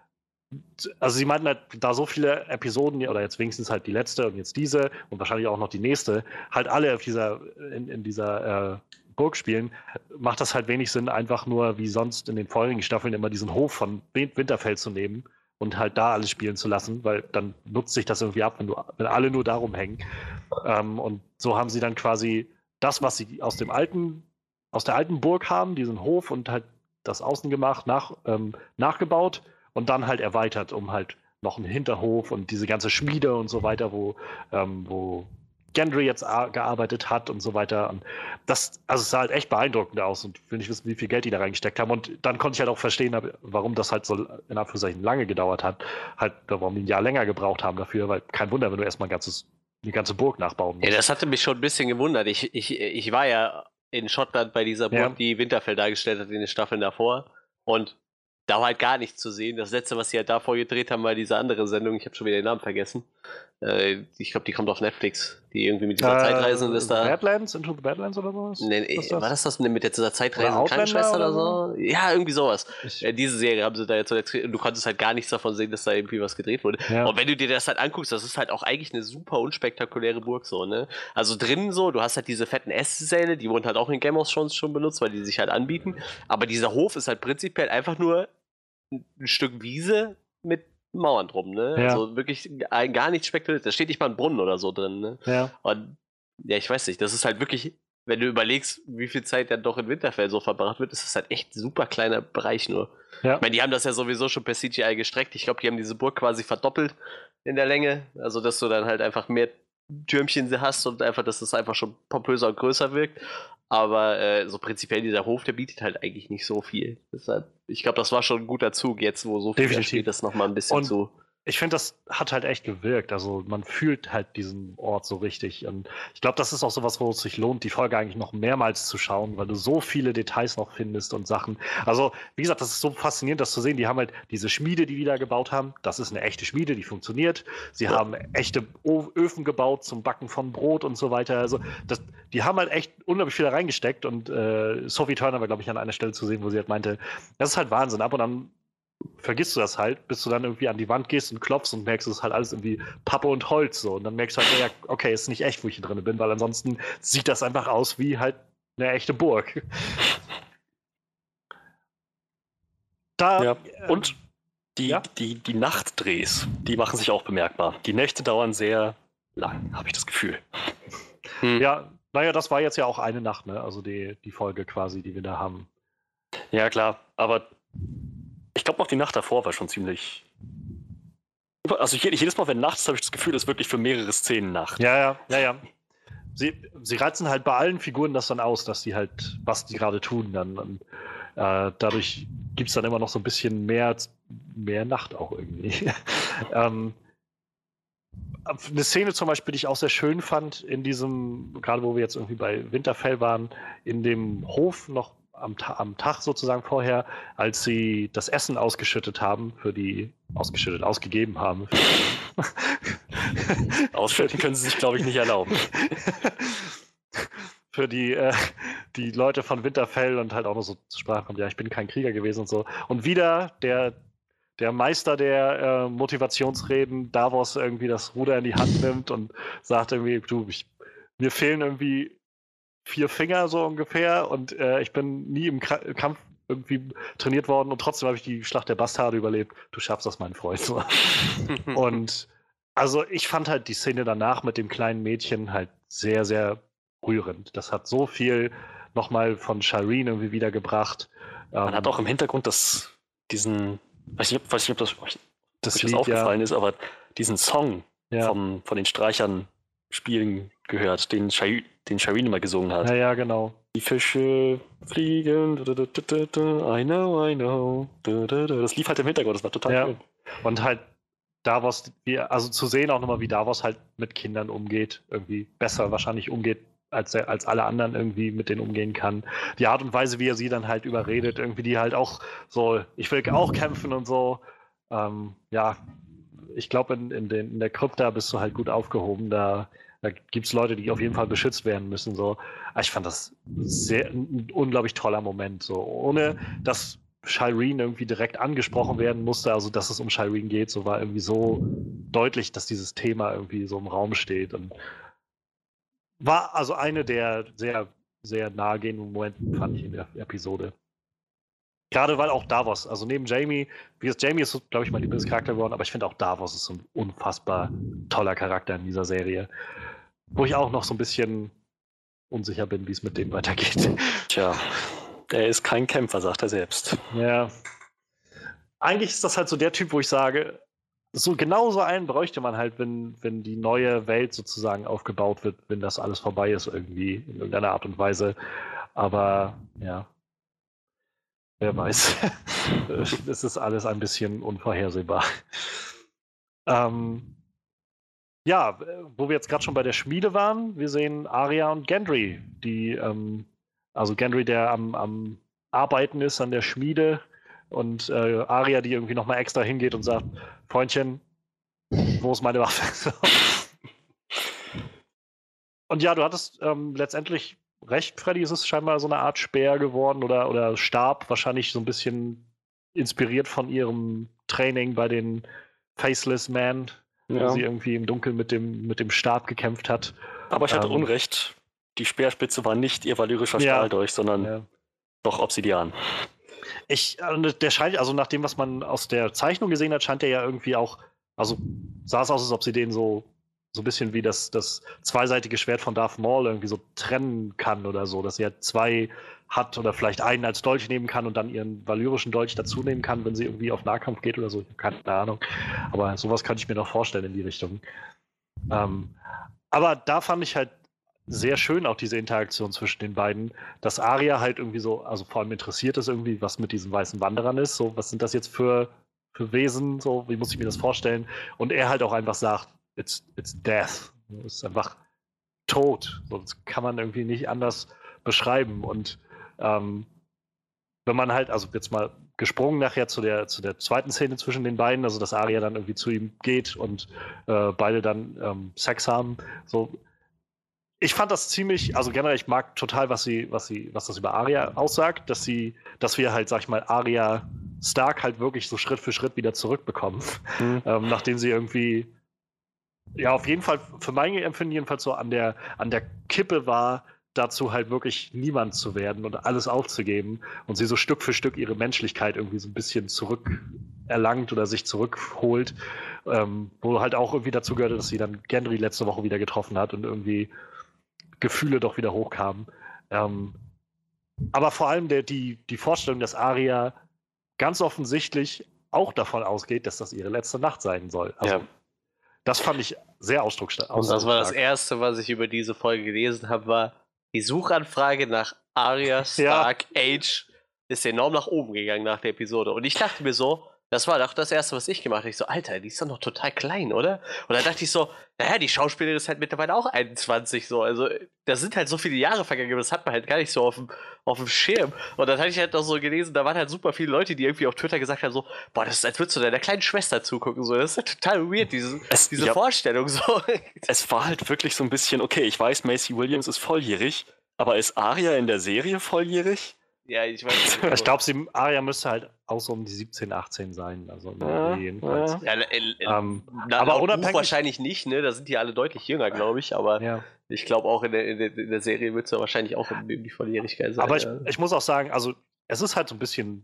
also sie meinten halt, da so viele Episoden, oder jetzt wenigstens halt die letzte und jetzt diese und wahrscheinlich auch noch die nächste, halt alle auf dieser, in, in dieser äh, Burg spielen, macht das halt wenig Sinn, einfach nur wie sonst in den vorherigen Staffeln immer diesen Hof von Winterfell zu nehmen und halt da alles spielen zu lassen, weil dann nutzt sich das irgendwie ab, wenn, du, wenn alle nur darum hängen. Ähm, und so haben sie dann quasi das, was sie aus dem alten, aus der alten Burg haben, diesen Hof und halt das Außengemach nach, ähm, nachgebaut und dann halt erweitert, um halt noch einen Hinterhof und diese ganze Schmiede und so weiter, wo, ähm, wo Gendry jetzt gearbeitet hat und so weiter. Und das, also es sah halt echt beeindruckend aus und will nicht wissen, wie viel Geld die da reingesteckt haben. Und dann konnte ich halt auch verstehen, warum das halt so in Anführungszeichen lange gedauert hat, halt, warum die ein Jahr länger gebraucht haben dafür, weil kein Wunder, wenn du erstmal ein ganzes, eine ganze Burg nachbauen musst. Ja, das hatte mich schon ein bisschen gewundert. Ich, ich, ich war ja in Schottland bei dieser Burg, ja, die Winterfell dargestellt hat in den Staffeln davor. Und da war halt gar nichts zu sehen. Das letzte, was sie halt davor gedreht haben, war diese andere Sendung. Ich habe schon wieder den Namen vergessen. Äh, ich glaube, die kommt auf Netflix. Die irgendwie mit dieser äh, Zeitreisen ist da. Badlands? Into the Badlands oder was? Nee, was das? War das das mit dieser Zeitreisen Krankenschwester oder so? Ja, irgendwie sowas. Äh, diese Serie haben sie da jetzt so. Du konntest halt gar nichts davon sehen, dass da irgendwie was gedreht wurde. Ja. Und wenn du dir das halt anguckst, das ist halt auch eigentlich eine super unspektakuläre Burg so, ne? Also drinnen so, du hast halt diese fetten Esssäle, die wurden halt auch in Game of Thrones schon benutzt, weil die sich halt anbieten. Aber dieser Hof ist halt prinzipiell einfach nur ein Stück Wiese mit Mauern drum, ne? Ja. Also wirklich gar nichts spektakulär. Da steht nicht mal ein Brunnen oder so drin, ne? Ja. Und ja, ich weiß nicht, das ist halt wirklich, wenn du überlegst, wie viel Zeit dann doch in Winterfell so verbracht wird, ist das halt echt ein super kleiner Bereich nur. Ja. Ich meine, die haben das ja sowieso schon per C G I gestreckt. Ich glaube, die haben diese Burg quasi verdoppelt in der Länge. Also, dass du dann halt einfach mehr Türmchen hast und einfach, dass das einfach schon pompöser und größer wirkt. Aber äh, so prinzipiell dieser Hof, der bietet halt eigentlich nicht so viel. Deshalb, ich glaube, das war schon ein guter Zug jetzt, wo so viel steht, das nochmal ein bisschen und zu. Ich finde, das hat halt echt gewirkt. Also man fühlt halt diesen Ort so richtig. Und ich glaube, das ist auch sowas, wo es sich lohnt, die Folge eigentlich noch mehrmals zu schauen, weil du so viele Details noch findest und Sachen. Also, wie gesagt, das ist so faszinierend, das zu sehen. Die haben halt diese Schmiede, die die da gebaut haben. Das ist eine echte Schmiede, die funktioniert. Sie ja. haben echte Öfen gebaut zum Backen von Brot und so weiter. Also, das, die haben halt echt unglaublich viel da reingesteckt. Und äh, Sophie Turner war, glaube ich, an einer Stelle zu sehen, wo sie halt meinte, das ist halt Wahnsinn. Ab und an vergisst du das halt, bis du dann irgendwie an die Wand gehst und klopfst und merkst, es ist halt alles irgendwie Pappe und Holz so. Und dann merkst du halt, ja, okay, ist nicht echt, wo ich hier drin bin, weil ansonsten sieht das einfach aus wie halt eine echte Burg. Da, ja. Und die, ja? die, die Nachtdrehs, die machen sich auch bemerkbar. Die Nächte dauern sehr lang, habe ich das Gefühl. Hm. Ja, naja, das war jetzt ja auch eine Nacht, ne? Also die, die Folge quasi, die wir da haben. Ja, klar, aber ich glaube auch die Nacht davor war schon ziemlich. Also jedes Mal, wenn nachts, habe ich das Gefühl, das ist wirklich für mehrere Szenen Nacht. Ja, ja, ja, ja. Sie, sie reizen halt bei allen Figuren das dann aus, dass die halt, was die gerade tun dann. Und, äh, dadurch gibt es dann immer noch so ein bisschen mehr, mehr Nacht auch irgendwie. ähm, eine Szene zum Beispiel, die ich auch sehr schön fand, in diesem, gerade wo wir jetzt irgendwie bei Winterfell waren, in dem Hof noch Am, am Tag sozusagen vorher, als sie das Essen ausgeschüttet haben, für die, ausgeschüttet, ausgegeben haben. Ausschütten können sie sich, glaube ich, nicht erlauben. Für die, äh, die Leute von Winterfell und halt auch noch so zur Sprache kommt, ja, ich bin kein Krieger gewesen und so. Und wieder der, der Meister der äh, Motivationsreden, Davos irgendwie das Ruder in die Hand nimmt und sagt irgendwie, du, ich, mir fehlen irgendwie vier Finger so ungefähr und äh, ich bin nie im K- Kampf irgendwie trainiert worden und trotzdem habe ich die Schlacht der Bastarde überlebt. Du schaffst das, mein Freund. Und also ich fand halt die Szene danach mit dem kleinen Mädchen halt sehr, sehr rührend. Das hat so viel nochmal von Shireen irgendwie wiedergebracht. Man ähm, hat auch im Hintergrund das, diesen, weiß nicht, weiß nicht ob das, das, das Lied, aufgefallen ja. ist, aber diesen Song ja. vom, von den Streichern spielen gehört, den Shireen, den Shireen immer gesungen hat. Ja, ja, genau. Die Fische fliegen, I know, I know. Das lief halt im Hintergrund, das war total ja. schön. Und halt Davos, also zu sehen auch nochmal, wie Davos halt mit Kindern umgeht, irgendwie besser wahrscheinlich umgeht, als, er, als alle anderen irgendwie mit denen umgehen kann. Die Art und Weise, wie er sie dann halt überredet, irgendwie die halt auch so, ich will auch kämpfen und so. Ähm, ja, ich glaube, in, in, in der Krypta bist du halt gut aufgehoben, da Da gibt es Leute, die auf jeden Fall beschützt werden müssen. So. Ich fand das sehr, ein unglaublich toller Moment. So. Ohne dass Shireen irgendwie direkt angesprochen werden musste, also dass es um Shireen geht, so war irgendwie so deutlich, dass dieses Thema irgendwie so im Raum steht und war also eine der sehr, sehr nahegehenden Momente, fand ich in der Episode. Gerade weil auch Davos, also neben Jamie, wie gesagt, Jamie ist, glaube ich, mein Lieblingscharakter geworden, aber ich finde auch Davos ist so ein unfassbar toller Charakter in dieser Serie, wo ich auch noch so ein bisschen unsicher bin, wie es mit dem weitergeht. Tja, er ist kein Kämpfer, sagt er selbst. Ja. Eigentlich ist das halt so der Typ, wo ich sage, so genau so einen bräuchte man halt, wenn, wenn die neue Welt sozusagen aufgebaut wird, wenn das alles vorbei ist irgendwie, in irgendeiner Art und Weise. Aber ja, wer weiß. Es ist alles ein bisschen unvorhersehbar. Ähm, ja, wo wir jetzt gerade schon bei der Schmiede waren, wir sehen Arya und Gendry, die, ähm, also Gendry, der am, am Arbeiten ist an der Schmiede und äh, Arya, die irgendwie nochmal extra hingeht und sagt, Freundchen, wo ist meine Waffe? Und ja, du hattest ähm, letztendlich recht, Freddy, es ist scheinbar so eine Art Speer geworden oder, oder Stab, wahrscheinlich so ein bisschen inspiriert von ihrem Training bei den Faceless Men, Ja. wo sie irgendwie im Dunkeln mit dem, mit dem Stab gekämpft hat. Aber ich hatte Ähm, Unrecht. Die Speerspitze war nicht ihr valyrischer Ja. Stahldolch, sondern Ja. doch Obsidian. Ich, äh, der scheint, also nach dem, was man aus der Zeichnung gesehen hat, scheint der ja irgendwie auch, also sah es aus, als ob sie den so, so ein bisschen wie das, das zweiseitige Schwert von Darth Maul irgendwie so trennen kann oder so, dass sie halt zwei hat oder vielleicht einen als Dolch nehmen kann und dann ihren valyrischen Dolch dazu nehmen kann, wenn sie irgendwie auf Nahkampf geht oder so. Ich habe keine Ahnung. Aber sowas kann ich mir noch vorstellen in die Richtung. Ähm, aber da fand ich halt sehr schön auch diese Interaktion zwischen den beiden, dass Arya halt irgendwie so, also vor allem interessiert ist irgendwie, was mit diesen weißen Wanderern ist, so, was sind das jetzt für, für Wesen, so, wie muss ich mir das vorstellen? Und er halt auch einfach sagt, it's, it's death. Es ist einfach Tod. So, das kann man irgendwie nicht anders beschreiben. Und ähm, wenn man halt, also jetzt mal gesprungen nachher zu der, zu der zweiten Szene zwischen den beiden, also dass Arya dann irgendwie zu ihm geht und äh, beide dann ähm, Sex haben, so. Ich fand das ziemlich, also generell, ich mag total, was sie, was sie, was das über Arya aussagt, dass sie, dass wir halt, sag ich mal, Arya Stark halt wirklich so Schritt für Schritt wieder zurückbekommen. Mhm. ähm, nachdem sie irgendwie, ja, auf jeden Fall, für mein Empfinden jedenfalls so an der, an der Kippe war, dazu halt wirklich niemand zu werden und alles aufzugeben und sie so Stück für Stück ihre Menschlichkeit irgendwie so ein bisschen zurückerlangt oder sich zurückholt, ähm, wo halt auch irgendwie dazu gehörte, dass sie dann Gendry letzte Woche wieder getroffen hat und irgendwie Gefühle doch wieder hochkamen. Ähm, aber vor allem der, die, die Vorstellung, dass Arya ganz offensichtlich auch davon ausgeht, dass das ihre letzte Nacht sein soll. Also, Ja. das fand ich sehr ausdrucksstark. Und das war das Erste, was ich über diese Folge gelesen habe, war die Suchanfrage nach Arya Stark Age ist enorm nach oben gegangen nach der Episode. Und ich dachte mir so, das war doch das Erste, was ich gemacht habe. Ich so, Alter, die ist doch noch total klein, oder? Und dann dachte ich so, naja, die Schauspielerin ist halt mittlerweile auch einundzwanzig so. Also, da sind halt so viele Jahre vergangen, das hat man halt gar nicht so auf dem, auf dem Schirm. Und dann hatte ich halt noch so gelesen, da waren halt super viele Leute, die irgendwie auf Twitter gesagt haben, so, boah, das ist, als würdest du deiner kleinen Schwester zugucken. So. Das ist halt total weird, diese, Es- diese ja. Vorstellung. So. Es war halt wirklich so ein bisschen, okay, ich weiß, Maisie Williams ist volljährig, aber ist Arya in der Serie volljährig? Ja, ich weiß nicht. Ich glaube, sie Arya müsste halt auch so um die siebzehn, achtzehn sein. Also Ja, jedenfalls. Ja, äh, äh, Ähm, na, aber laut unabhängig- Buch wahrscheinlich nicht, ne? Da sind die alle deutlich jünger, glaube ich. Aber Ja. ich glaube auch in der, in der, in der Serie wird es ja wahrscheinlich auch um die Volljährigkeit sein. Aber ich, ja. ich muss auch sagen, also es ist halt so ein bisschen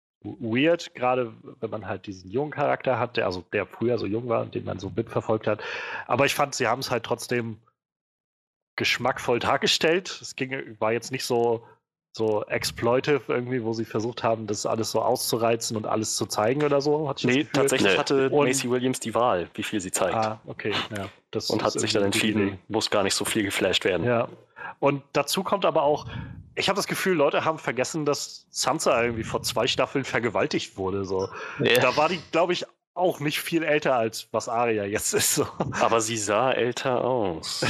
weird, gerade wenn man halt diesen jungen Charakter hat, der also der früher so jung war und den man so mitverfolgt hat. Aber ich fand, sie haben es halt trotzdem geschmackvoll dargestellt. Es ging, war jetzt nicht so, so exploitive irgendwie, wo sie versucht haben, das alles so auszureizen und alles zu zeigen oder so. Hatte ich das Nee, Gefühl. tatsächlich Nee. hatte Und- Maisie Williams die Wahl, wie viel sie zeigt. Ah, okay, ja. Das und hat ist sich dann irgendwie eine gute entschieden, muss gar nicht so viel geflasht werden. Ja. Und dazu kommt aber auch, ich habe das Gefühl, Leute haben vergessen, dass Sansa irgendwie vor zwei Staffeln vergewaltigt wurde. So. Ja. Da war die, glaube ich, auch nicht viel älter, als was Arya jetzt ist. So. Aber sie sah älter aus.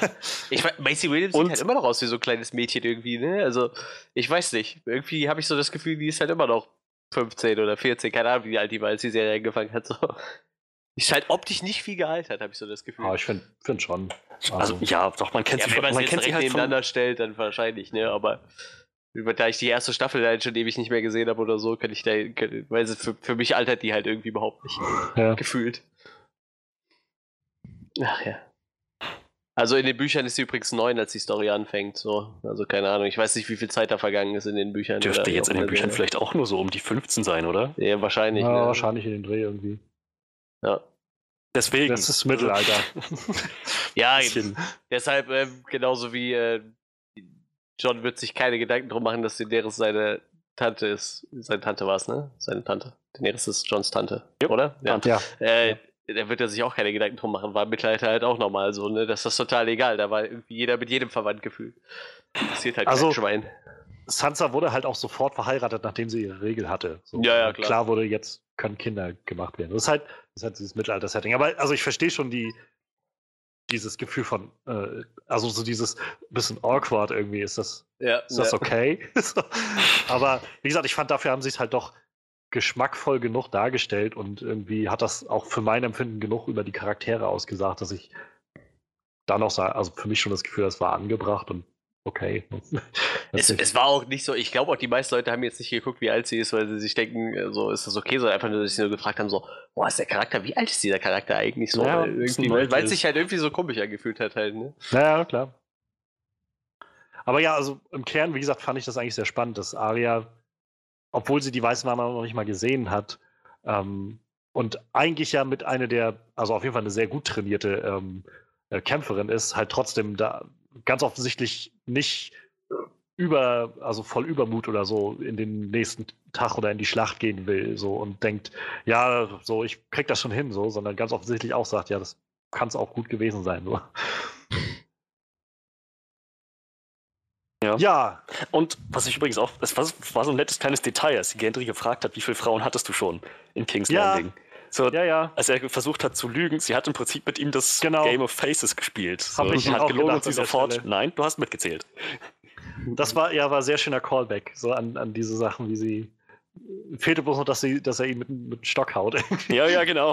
Ich weiß, Maisie Williams Und- sieht halt immer noch aus wie so ein kleines Mädchen irgendwie, ne? Also, ich weiß nicht. Irgendwie habe ich so das Gefühl, die ist halt immer noch fünfzehn oder vierzehn, keine Ahnung, wie alt die war, als die Serie angefangen hat. So. Die ist halt optisch nicht viel gealtert, habe ich so das Gefühl. Aber ich finde find schon. Also ja, doch, man kennt ja, sie, wenn von- man man sie kennt jetzt sie direkt halt von, nebeneinander stellt, dann wahrscheinlich, ne? Aber da ich die erste Staffel halt schon ewig nicht mehr gesehen habe oder so, kann ich da, kann, weil sie für, für mich altert die halt irgendwie überhaupt nicht Ja. gefühlt. Ach ja. Also in den Büchern ist sie übrigens neun, als die Story anfängt. So. Also keine Ahnung, ich weiß nicht, wie viel Zeit da vergangen ist in den Büchern. Dürfte oder jetzt auch in den der Büchern Serie. vielleicht auch nur so um die fünfzehn sein, oder? Ja, wahrscheinlich. Ja, ne? wahrscheinlich in den Dreh irgendwie. Ja, Deswegen. Das ist Mittelalter. ja Bisschen. deshalb ähm, genauso wie äh, John wird sich keine Gedanken drum machen, dass Daenerys seine Tante ist. Seine Tante war es, ne? Seine Tante. Daenerys ist Johns Tante, Jupp, oder? Ja. Tante. Ja. Äh, Ja. Da wird er sich auch keine Gedanken drum machen. War im Mittelalter halt auch normal so, ne? Das ist total egal. Da war irgendwie jeder mit jedem verwandt gefühlt. Passiert halt Also- kein Schwein. Sansa wurde halt auch sofort verheiratet, nachdem sie ihre Regel hatte. So, Ja, ja, weil klar. Klar wurde, jetzt können Kinder gemacht werden. Das ist halt, das ist halt dieses Mittelalter-Setting. Aber also ich verstehe schon die, dieses Gefühl von, äh, also so dieses bisschen awkward irgendwie. Ist das, Ja, ist das ja. okay? So. Aber wie gesagt, ich fand, dafür haben sie es halt doch geschmackvoll genug dargestellt und irgendwie hat das auch für mein Empfinden genug über die Charaktere ausgesagt, dass ich da noch sage, also für mich schon das Gefühl, das war angebracht und okay. Es, es war auch nicht so, ich glaube auch, die meisten Leute haben jetzt nicht geguckt, wie alt sie ist, weil sie sich denken, so ist das okay, sondern einfach nur, dass sie nur gefragt haben, so, boah, ist der Charakter, wie alt ist dieser Charakter eigentlich so? Ja, weil ist ein irgendwie, weil es Neues. sich halt irgendwie so komisch angefühlt hat halt, ne? Naja, klar. Aber ja, also im Kern, wie gesagt, fand ich das eigentlich sehr spannend, dass Arya, obwohl sie die Weißen Männer noch nicht mal gesehen hat, ähm, und eigentlich ja mit einer der, also auf jeden Fall eine sehr gut trainierte ähm, äh, Kämpferin ist, halt trotzdem da ganz offensichtlich nicht über, also voll Übermut oder so in den nächsten Tag oder in die Schlacht gehen will, so und denkt, ja, so, ich krieg das schon hin, so, sondern ganz offensichtlich auch sagt, ja, das kann es auch gut gewesen sein, so. Ja. Ja, Und was ich übrigens auch, es war, war so ein nettes kleines Detail, als die Gendry gefragt hat, wie viele Frauen hattest du schon in King's Ja. Landing? So, ja, ja. als er versucht hat zu lügen, sie hat im Prinzip mit ihm das Genau. Game of Faces gespielt. So, Hab ich sie hat auch gelogen gedacht und sie an der sofort, Stelle. nein, du hast mitgezählt. Das war ja war sehr schöner Callback, so an, an diese Sachen, wie sie. Fehlte bloß noch, dass, sie, dass er ihn mit, mit dem Stock haut. Ja, ja, genau.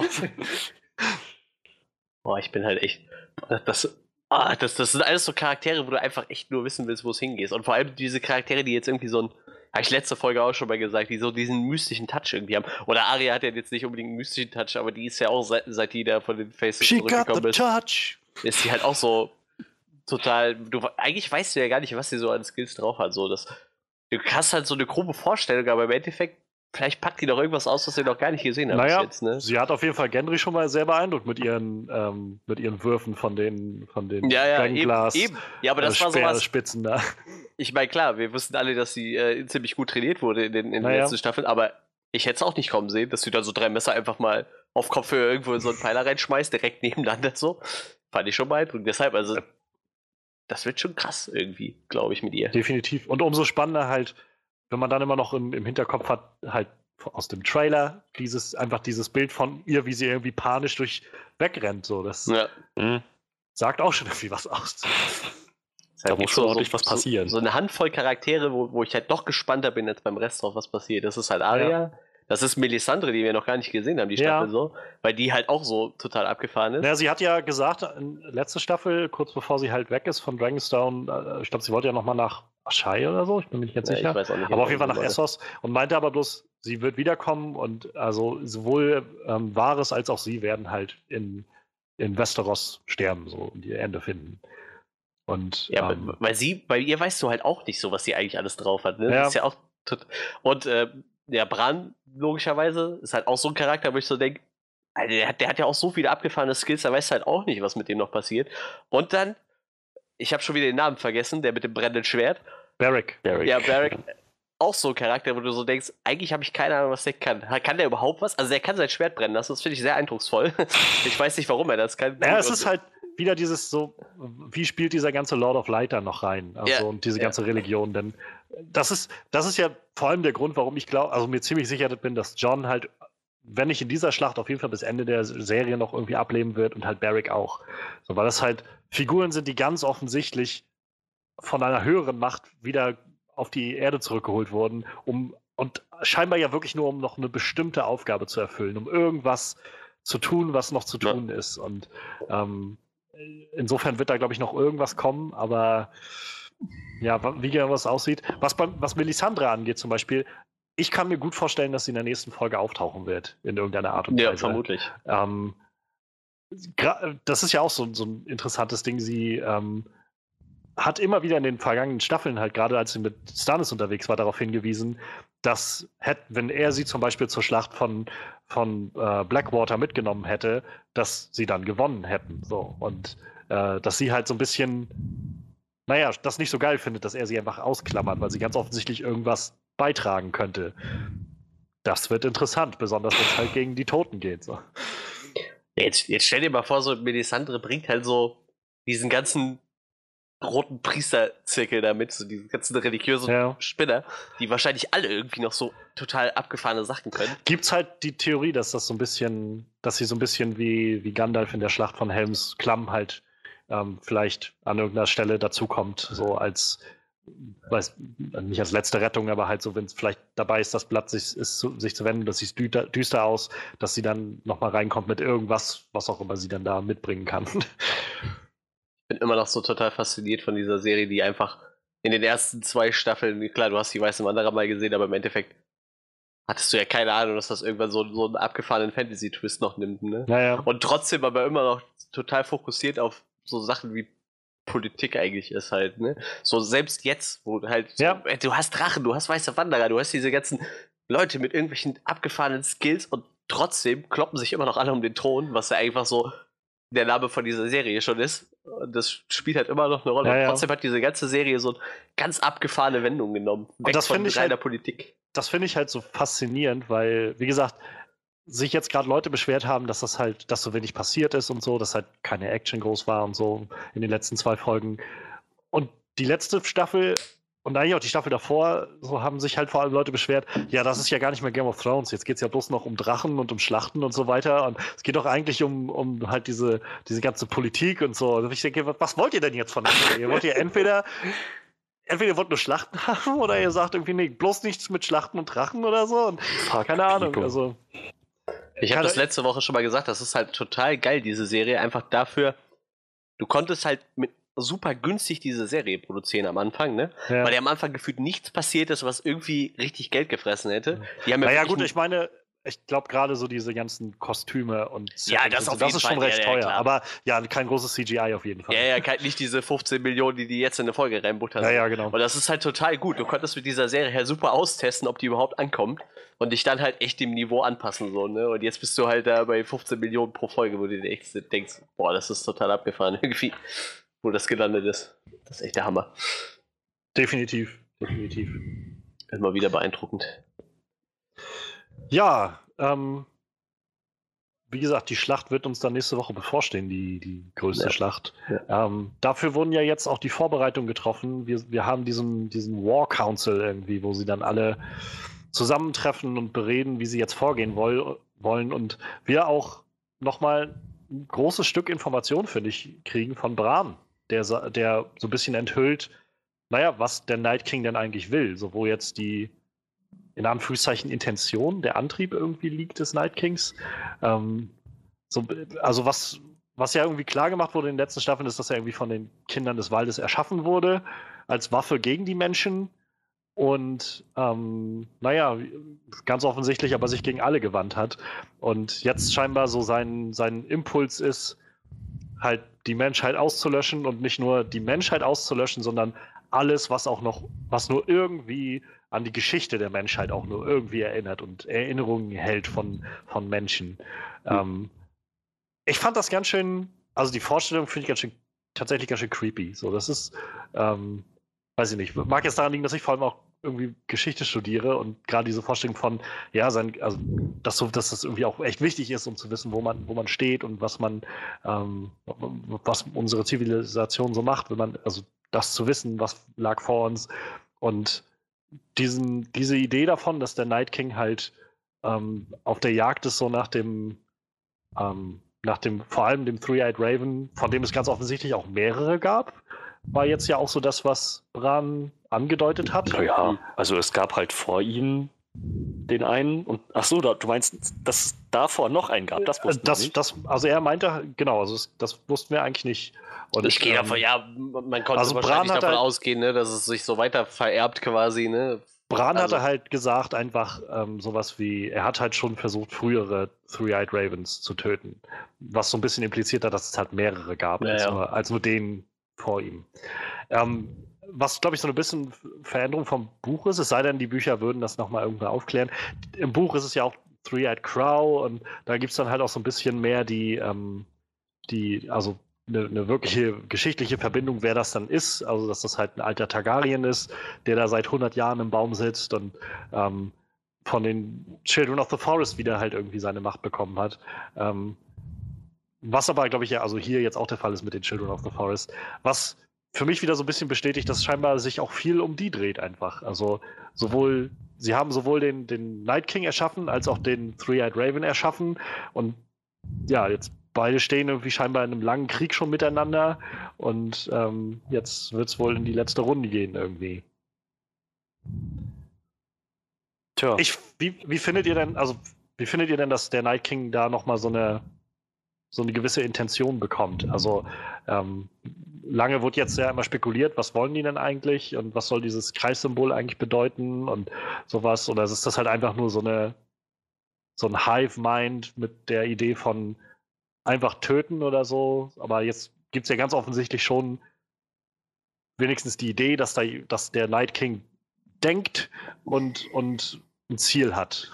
Boah, ich bin halt echt, das, ah, das, das sind alles so Charaktere, wo du einfach echt nur wissen willst, wo es hingeht. Und vor allem diese Charaktere, die jetzt irgendwie so ein, habe ich letzte Folge auch schon mal gesagt, die so diesen mystischen Touch irgendwie haben. Oder Arya hat ja jetzt nicht unbedingt einen mystischen Touch, aber die ist ja auch seit, seit die da von den Faces She got zurückgekommen the ist, touch. ist sie halt auch so total, du, eigentlich weißt du ja gar nicht, was sie so an Skills drauf hat. So, das, du hast halt so eine grobe Vorstellung, aber im Endeffekt, vielleicht packt die doch irgendwas aus, was wir noch gar nicht gesehen haben Naja, bis jetzt, ne? sie hat auf jeden Fall Gendry schon mal sehr beeindruckt mit ihren, ähm, mit ihren Würfen von den, von den Ja, ja, eben, Dragonglass, eben. Ja, aber das äh, war sowas. Speerspitzen da. Ich meine, klar, wir wussten alle, dass sie äh, ziemlich gut trainiert wurde in den, in den Naja. letzten Staffeln, aber ich hätte es auch nicht kommen sehen, dass sie da so drei Messer einfach mal auf Kopfhöhe irgendwo in so einen Pfeiler reinschmeißt, direkt nebeneinander so. Fand ich schon beeindruckend. Deshalb, also, das wird schon krass irgendwie, glaube ich, mit ihr. Definitiv. Und umso spannender halt, wenn man dann immer noch im, im Hinterkopf hat, halt aus dem Trailer, dieses, einfach dieses Bild von ihr, wie sie irgendwie panisch durch wegrennt. So, das Ja. Mhm. sagt auch schon irgendwie was aus. Da Deshalb muss gibt's schon ordentlich was passieren. So, so eine Handvoll Charaktere, wo, wo ich halt noch gespannter bin jetzt beim Rest drauf, was passiert. Das ist halt Arya, das ist Melisandre, die wir noch gar nicht gesehen haben, die Ja. Staffel so, weil die halt auch so total abgefahren ist. Naja, sie hat ja gesagt, in letzte Staffel, kurz bevor sie halt weg ist von Dragonstone, äh, ich glaube, sie wollte ja nochmal nach Ashai oder so, ich bin mir nicht ganz Ja, sicher. ich weiß auch nicht, Aber auf jeden Fall nach Leute. Essos und meinte aber bloß, sie wird wiederkommen und also sowohl ähm, Varys als auch sie werden halt in, in Westeros sterben so und ihr Ende finden. Und Ja, ähm, weil sie, bei ihr weißt du halt auch nicht so, was sie eigentlich alles drauf hat. Ne? Ja. Das ist ja auch tot- und äh, der Bran, logischerweise, ist halt auch so ein Charakter, wo ich so denke, der hat, der hat ja auch so viele abgefahrene Skills, da weißt du halt auch nicht, was mit dem noch passiert. Und dann, ich habe schon wieder den Namen vergessen, der mit dem brennenden Schwert. Beric. Beric. Ja, Beric, auch so ein Charakter, wo du so denkst, eigentlich habe ich keine Ahnung, was der kann. Kann der überhaupt was? Also der kann sein Schwert brennen lassen, das finde ich sehr eindrucksvoll. Ich weiß nicht, warum er das kann. Ja, es Und- ist halt wieder dieses so, wie spielt dieser ganze Lord of Light da noch rein? Also Ja, und diese ja. ganze Religion, denn das ist, das ist ja vor allem der Grund, warum ich glaube, also mir ziemlich sicher bin, dass Jon halt, wenn nicht in dieser Schlacht, auf jeden Fall bis Ende der Serie noch irgendwie ableben wird und halt Beric auch. So, weil das halt Figuren sind, die ganz offensichtlich von einer höheren Macht wieder auf die Erde zurückgeholt wurden, um und scheinbar ja wirklich nur, um noch eine bestimmte Aufgabe zu erfüllen, um irgendwas zu tun, was noch zu Ja. tun ist. Und ähm, insofern wird da, glaube ich, noch irgendwas kommen, aber ja, wie genau das aussieht. Was, bei, was Melisandre angeht zum Beispiel, ich kann mir gut vorstellen, dass sie in der nächsten Folge auftauchen wird, in irgendeiner Art und Weise. Ja, vermutlich. Ähm, das ist ja auch so, so ein interessantes Ding. Sie ähm, hat immer wieder in den vergangenen Staffeln, halt gerade als sie mit Stannis unterwegs war, darauf hingewiesen, dass, hätte, wenn er sie zum Beispiel zur Schlacht von, von äh, Blackwater mitgenommen hätte, dass sie dann gewonnen hätten. So. Und äh, dass sie halt so ein bisschen, naja, das nicht so geil findet, dass er sie einfach ausklammert, weil sie ganz offensichtlich irgendwas beitragen könnte. Das wird interessant, besonders wenn es halt gegen die Toten geht. So. Jetzt, jetzt stell dir mal vor, so Melisandre bringt halt so diesen ganzen roten Priesterzirkel damit, so diese ganzen religiösen ja. Spinner, die wahrscheinlich alle irgendwie noch so total abgefahrene Sachen können. Gibt's halt die Theorie, dass das so ein bisschen, dass sie so ein bisschen wie, wie Gandalf in der Schlacht von Helms Klamm halt ähm, vielleicht an irgendeiner Stelle dazukommt, so als, weiß, nicht als letzte Rettung, aber halt so, wenn es vielleicht dabei ist, das Blatt sich, ist, sich zu wenden, das sieht düster, düster aus, dass sie dann nochmal reinkommt mit irgendwas, was auch immer sie dann da mitbringen kann. Ich bin immer noch so total fasziniert von dieser Serie, die einfach in den ersten zwei Staffeln, klar, du hast die Weiße Wanderer mal gesehen, aber im Endeffekt hattest du ja keine Ahnung, dass das irgendwann so, so einen abgefahrenen Fantasy-Twist noch nimmt, ne? Naja. Und trotzdem aber immer noch total fokussiert auf so Sachen wie Politik eigentlich ist halt, ne? So selbst jetzt, wo halt, ja. so, du hast Drachen, du hast Weiße Wanderer, du hast diese ganzen Leute mit irgendwelchen abgefahrenen Skills und trotzdem kloppen sich immer noch alle um den Thron, was ja einfach so der Name von dieser Serie schon ist. Und das spielt halt immer noch eine Rolle. Ja, und ja. trotzdem hat diese ganze Serie so eine ganz abgefahrene Wendung genommen. Weg und das von ich reiner halt, Politik. Das finde ich halt so faszinierend, weil, wie gesagt, sich jetzt gerade Leute beschwert haben, dass das halt, dass so wenig passiert ist und so, dass halt keine Action groß war und so in den letzten zwei Folgen. Und die letzte Staffel und eigentlich auch die Staffel davor, so haben sich halt vor allem Leute beschwert, ja, das ist ja gar nicht mehr Game of Thrones, jetzt geht es ja bloß noch um Drachen und um Schlachten und so weiter und es geht doch eigentlich um, um halt diese, diese ganze Politik und so. Und ich denke, was wollt ihr denn jetzt von mir? Ihr wollt ihr entweder entweder ihr wollt nur Schlachten haben oder ihr sagt irgendwie, nee, bloß nichts mit Schlachten und Drachen oder so und Fuck keine Ahnung, people. also ich habe das letzte Woche schon mal gesagt, das ist halt total geil, diese Serie, einfach dafür, du konntest halt mit super günstig diese Serie produzieren am Anfang, ne? Ja. Weil ja am Anfang gefühlt nichts passiert ist, was irgendwie richtig Geld gefressen hätte. Die haben ja naja gut, ich meine, ich glaube gerade so diese ganzen Kostüme und ja, das, so, auf das jeden ist schon Fall. recht ja, ja, teuer, klar. aber ja, kein großes C G I auf jeden Fall. Ja, ja, kein, nicht diese fünfzehn Millionen, die die jetzt in eine Folge reinbuttern. Ja, ja, genau. Und das ist halt total gut. Du konntest mit dieser Serie halt super austesten, ob die überhaupt ankommt und dich dann halt echt dem Niveau anpassen, so, ne? Und jetzt bist du halt da bei fünfzehn Millionen pro Folge, wo du dir echt denkst, boah, das ist total abgefahren irgendwie, wo das gelandet ist. Das ist echt der Hammer. Definitiv, definitiv. Immer wieder beeindruckend. Ja, ähm, wie gesagt, die Schlacht wird uns dann nächste Woche bevorstehen, die, die größte Ja. Schlacht. Ja. Ähm, dafür wurden ja jetzt auch die Vorbereitungen getroffen. Wir, wir haben diesen, diesen War Council irgendwie, wo sie dann alle zusammentreffen und bereden, wie sie jetzt vorgehen woll, wollen. Und wir auch nochmal ein großes Stück Information, finde ich, kriegen von Bran, der, der so ein bisschen enthüllt, naja, was der Night King denn eigentlich will. So, wo jetzt die in Anführungszeichen Intention, der Antrieb irgendwie liegt des Night Kings. Ähm, so, also was, was ja irgendwie klar gemacht wurde in den letzten Staffeln, ist, dass er irgendwie von den Kindern des Waldes erschaffen wurde, als Waffe gegen die Menschen und ähm, naja, ganz offensichtlich aber sich gegen alle gewandt hat. Und jetzt scheinbar so sein, sein Impuls ist, halt die Menschheit auszulöschen und nicht nur die Menschheit auszulöschen, sondern alles, was auch noch, was nur irgendwie an die Geschichte der Menschheit auch nur irgendwie erinnert und Erinnerungen hält von, von Menschen. Mhm. Ähm, ich fand das ganz schön, also die Vorstellung finde ich ganz schön, tatsächlich ganz schön creepy. So, das ist, ähm, weiß ich nicht, mag jetzt daran liegen, dass ich vor allem auch irgendwie Geschichte studiere und gerade diese Vorstellung von, ja, sein, also dass, so, dass das irgendwie auch echt wichtig ist, um zu wissen, wo man, wo man steht und was man, ähm, was unsere Zivilisation so macht, wenn man, also das zu wissen, was lag vor uns und diesen, diese Idee davon, dass der Night King halt ähm, auf der Jagd ist, so nach dem, ähm, nach dem, vor allem dem Three-Eyed Raven, von dem es ganz offensichtlich auch mehrere gab, war jetzt ja auch so das, was Bran angedeutet hat. Naja, also es gab halt vor ihm den einen und ach so, da, du meinst, dass es davor noch einen gab, das wussten wir das, nicht. das, also er meinte, genau, also das, das wussten wir eigentlich nicht. Und, Ich gehe ähm, davon, ja, man konnte also wahrscheinlich Bran hat davon halt- ausgehen, ne, dass es sich so weiter vererbt quasi, ne? Bran Also- hatte halt gesagt, einfach ähm, sowas wie, er hat halt schon versucht, frühere Three-Eyed Ravens zu töten. Was so ein bisschen impliziert hat, dass es halt mehrere gab, Ja, als, ja. Nur, als nur den vor ihm. Ähm, was, glaube ich, so ein bisschen Veränderung vom Buch ist, es sei denn, die Bücher würden das nochmal irgendwann aufklären. Im Buch ist es ja auch Three-Eyed Crow und da gibt es dann halt auch so ein bisschen mehr die, ähm, die also eine, eine wirkliche geschichtliche Verbindung, wer das dann ist. Also, dass das halt ein alter Targaryen ist, der da seit hundert Jahren im Baum sitzt und ähm, von den Children of the Forest wieder halt irgendwie seine Macht bekommen hat. Ähm, was aber, glaube ich, ja, also hier jetzt auch der Fall ist mit den Children of the Forest. Was für mich wieder so ein bisschen bestätigt, dass scheinbar sich auch viel um die dreht einfach. Also sowohl, sie haben sowohl den, den Night King erschaffen, als auch den Three-Eyed Raven erschaffen. Und ja, jetzt beide stehen irgendwie scheinbar in einem langen Krieg schon miteinander. Und ähm, jetzt wird es wohl in die letzte Runde gehen irgendwie. Tja. Ich, wie, wie findet ihr denn, also wie findet ihr denn, dass der Night King da nochmal so eine so eine gewisse Intention bekommt. Also ähm, lange wurde jetzt ja immer spekuliert, was wollen die denn eigentlich und was soll dieses Kreissymbol eigentlich bedeuten und sowas. Oder ist das halt einfach nur so eine so ein Hive-Mind mit der Idee von einfach töten oder so. Aber jetzt gibt es ja ganz offensichtlich schon wenigstens die Idee, dass, da, dass der Night King denkt und, und ein Ziel hat.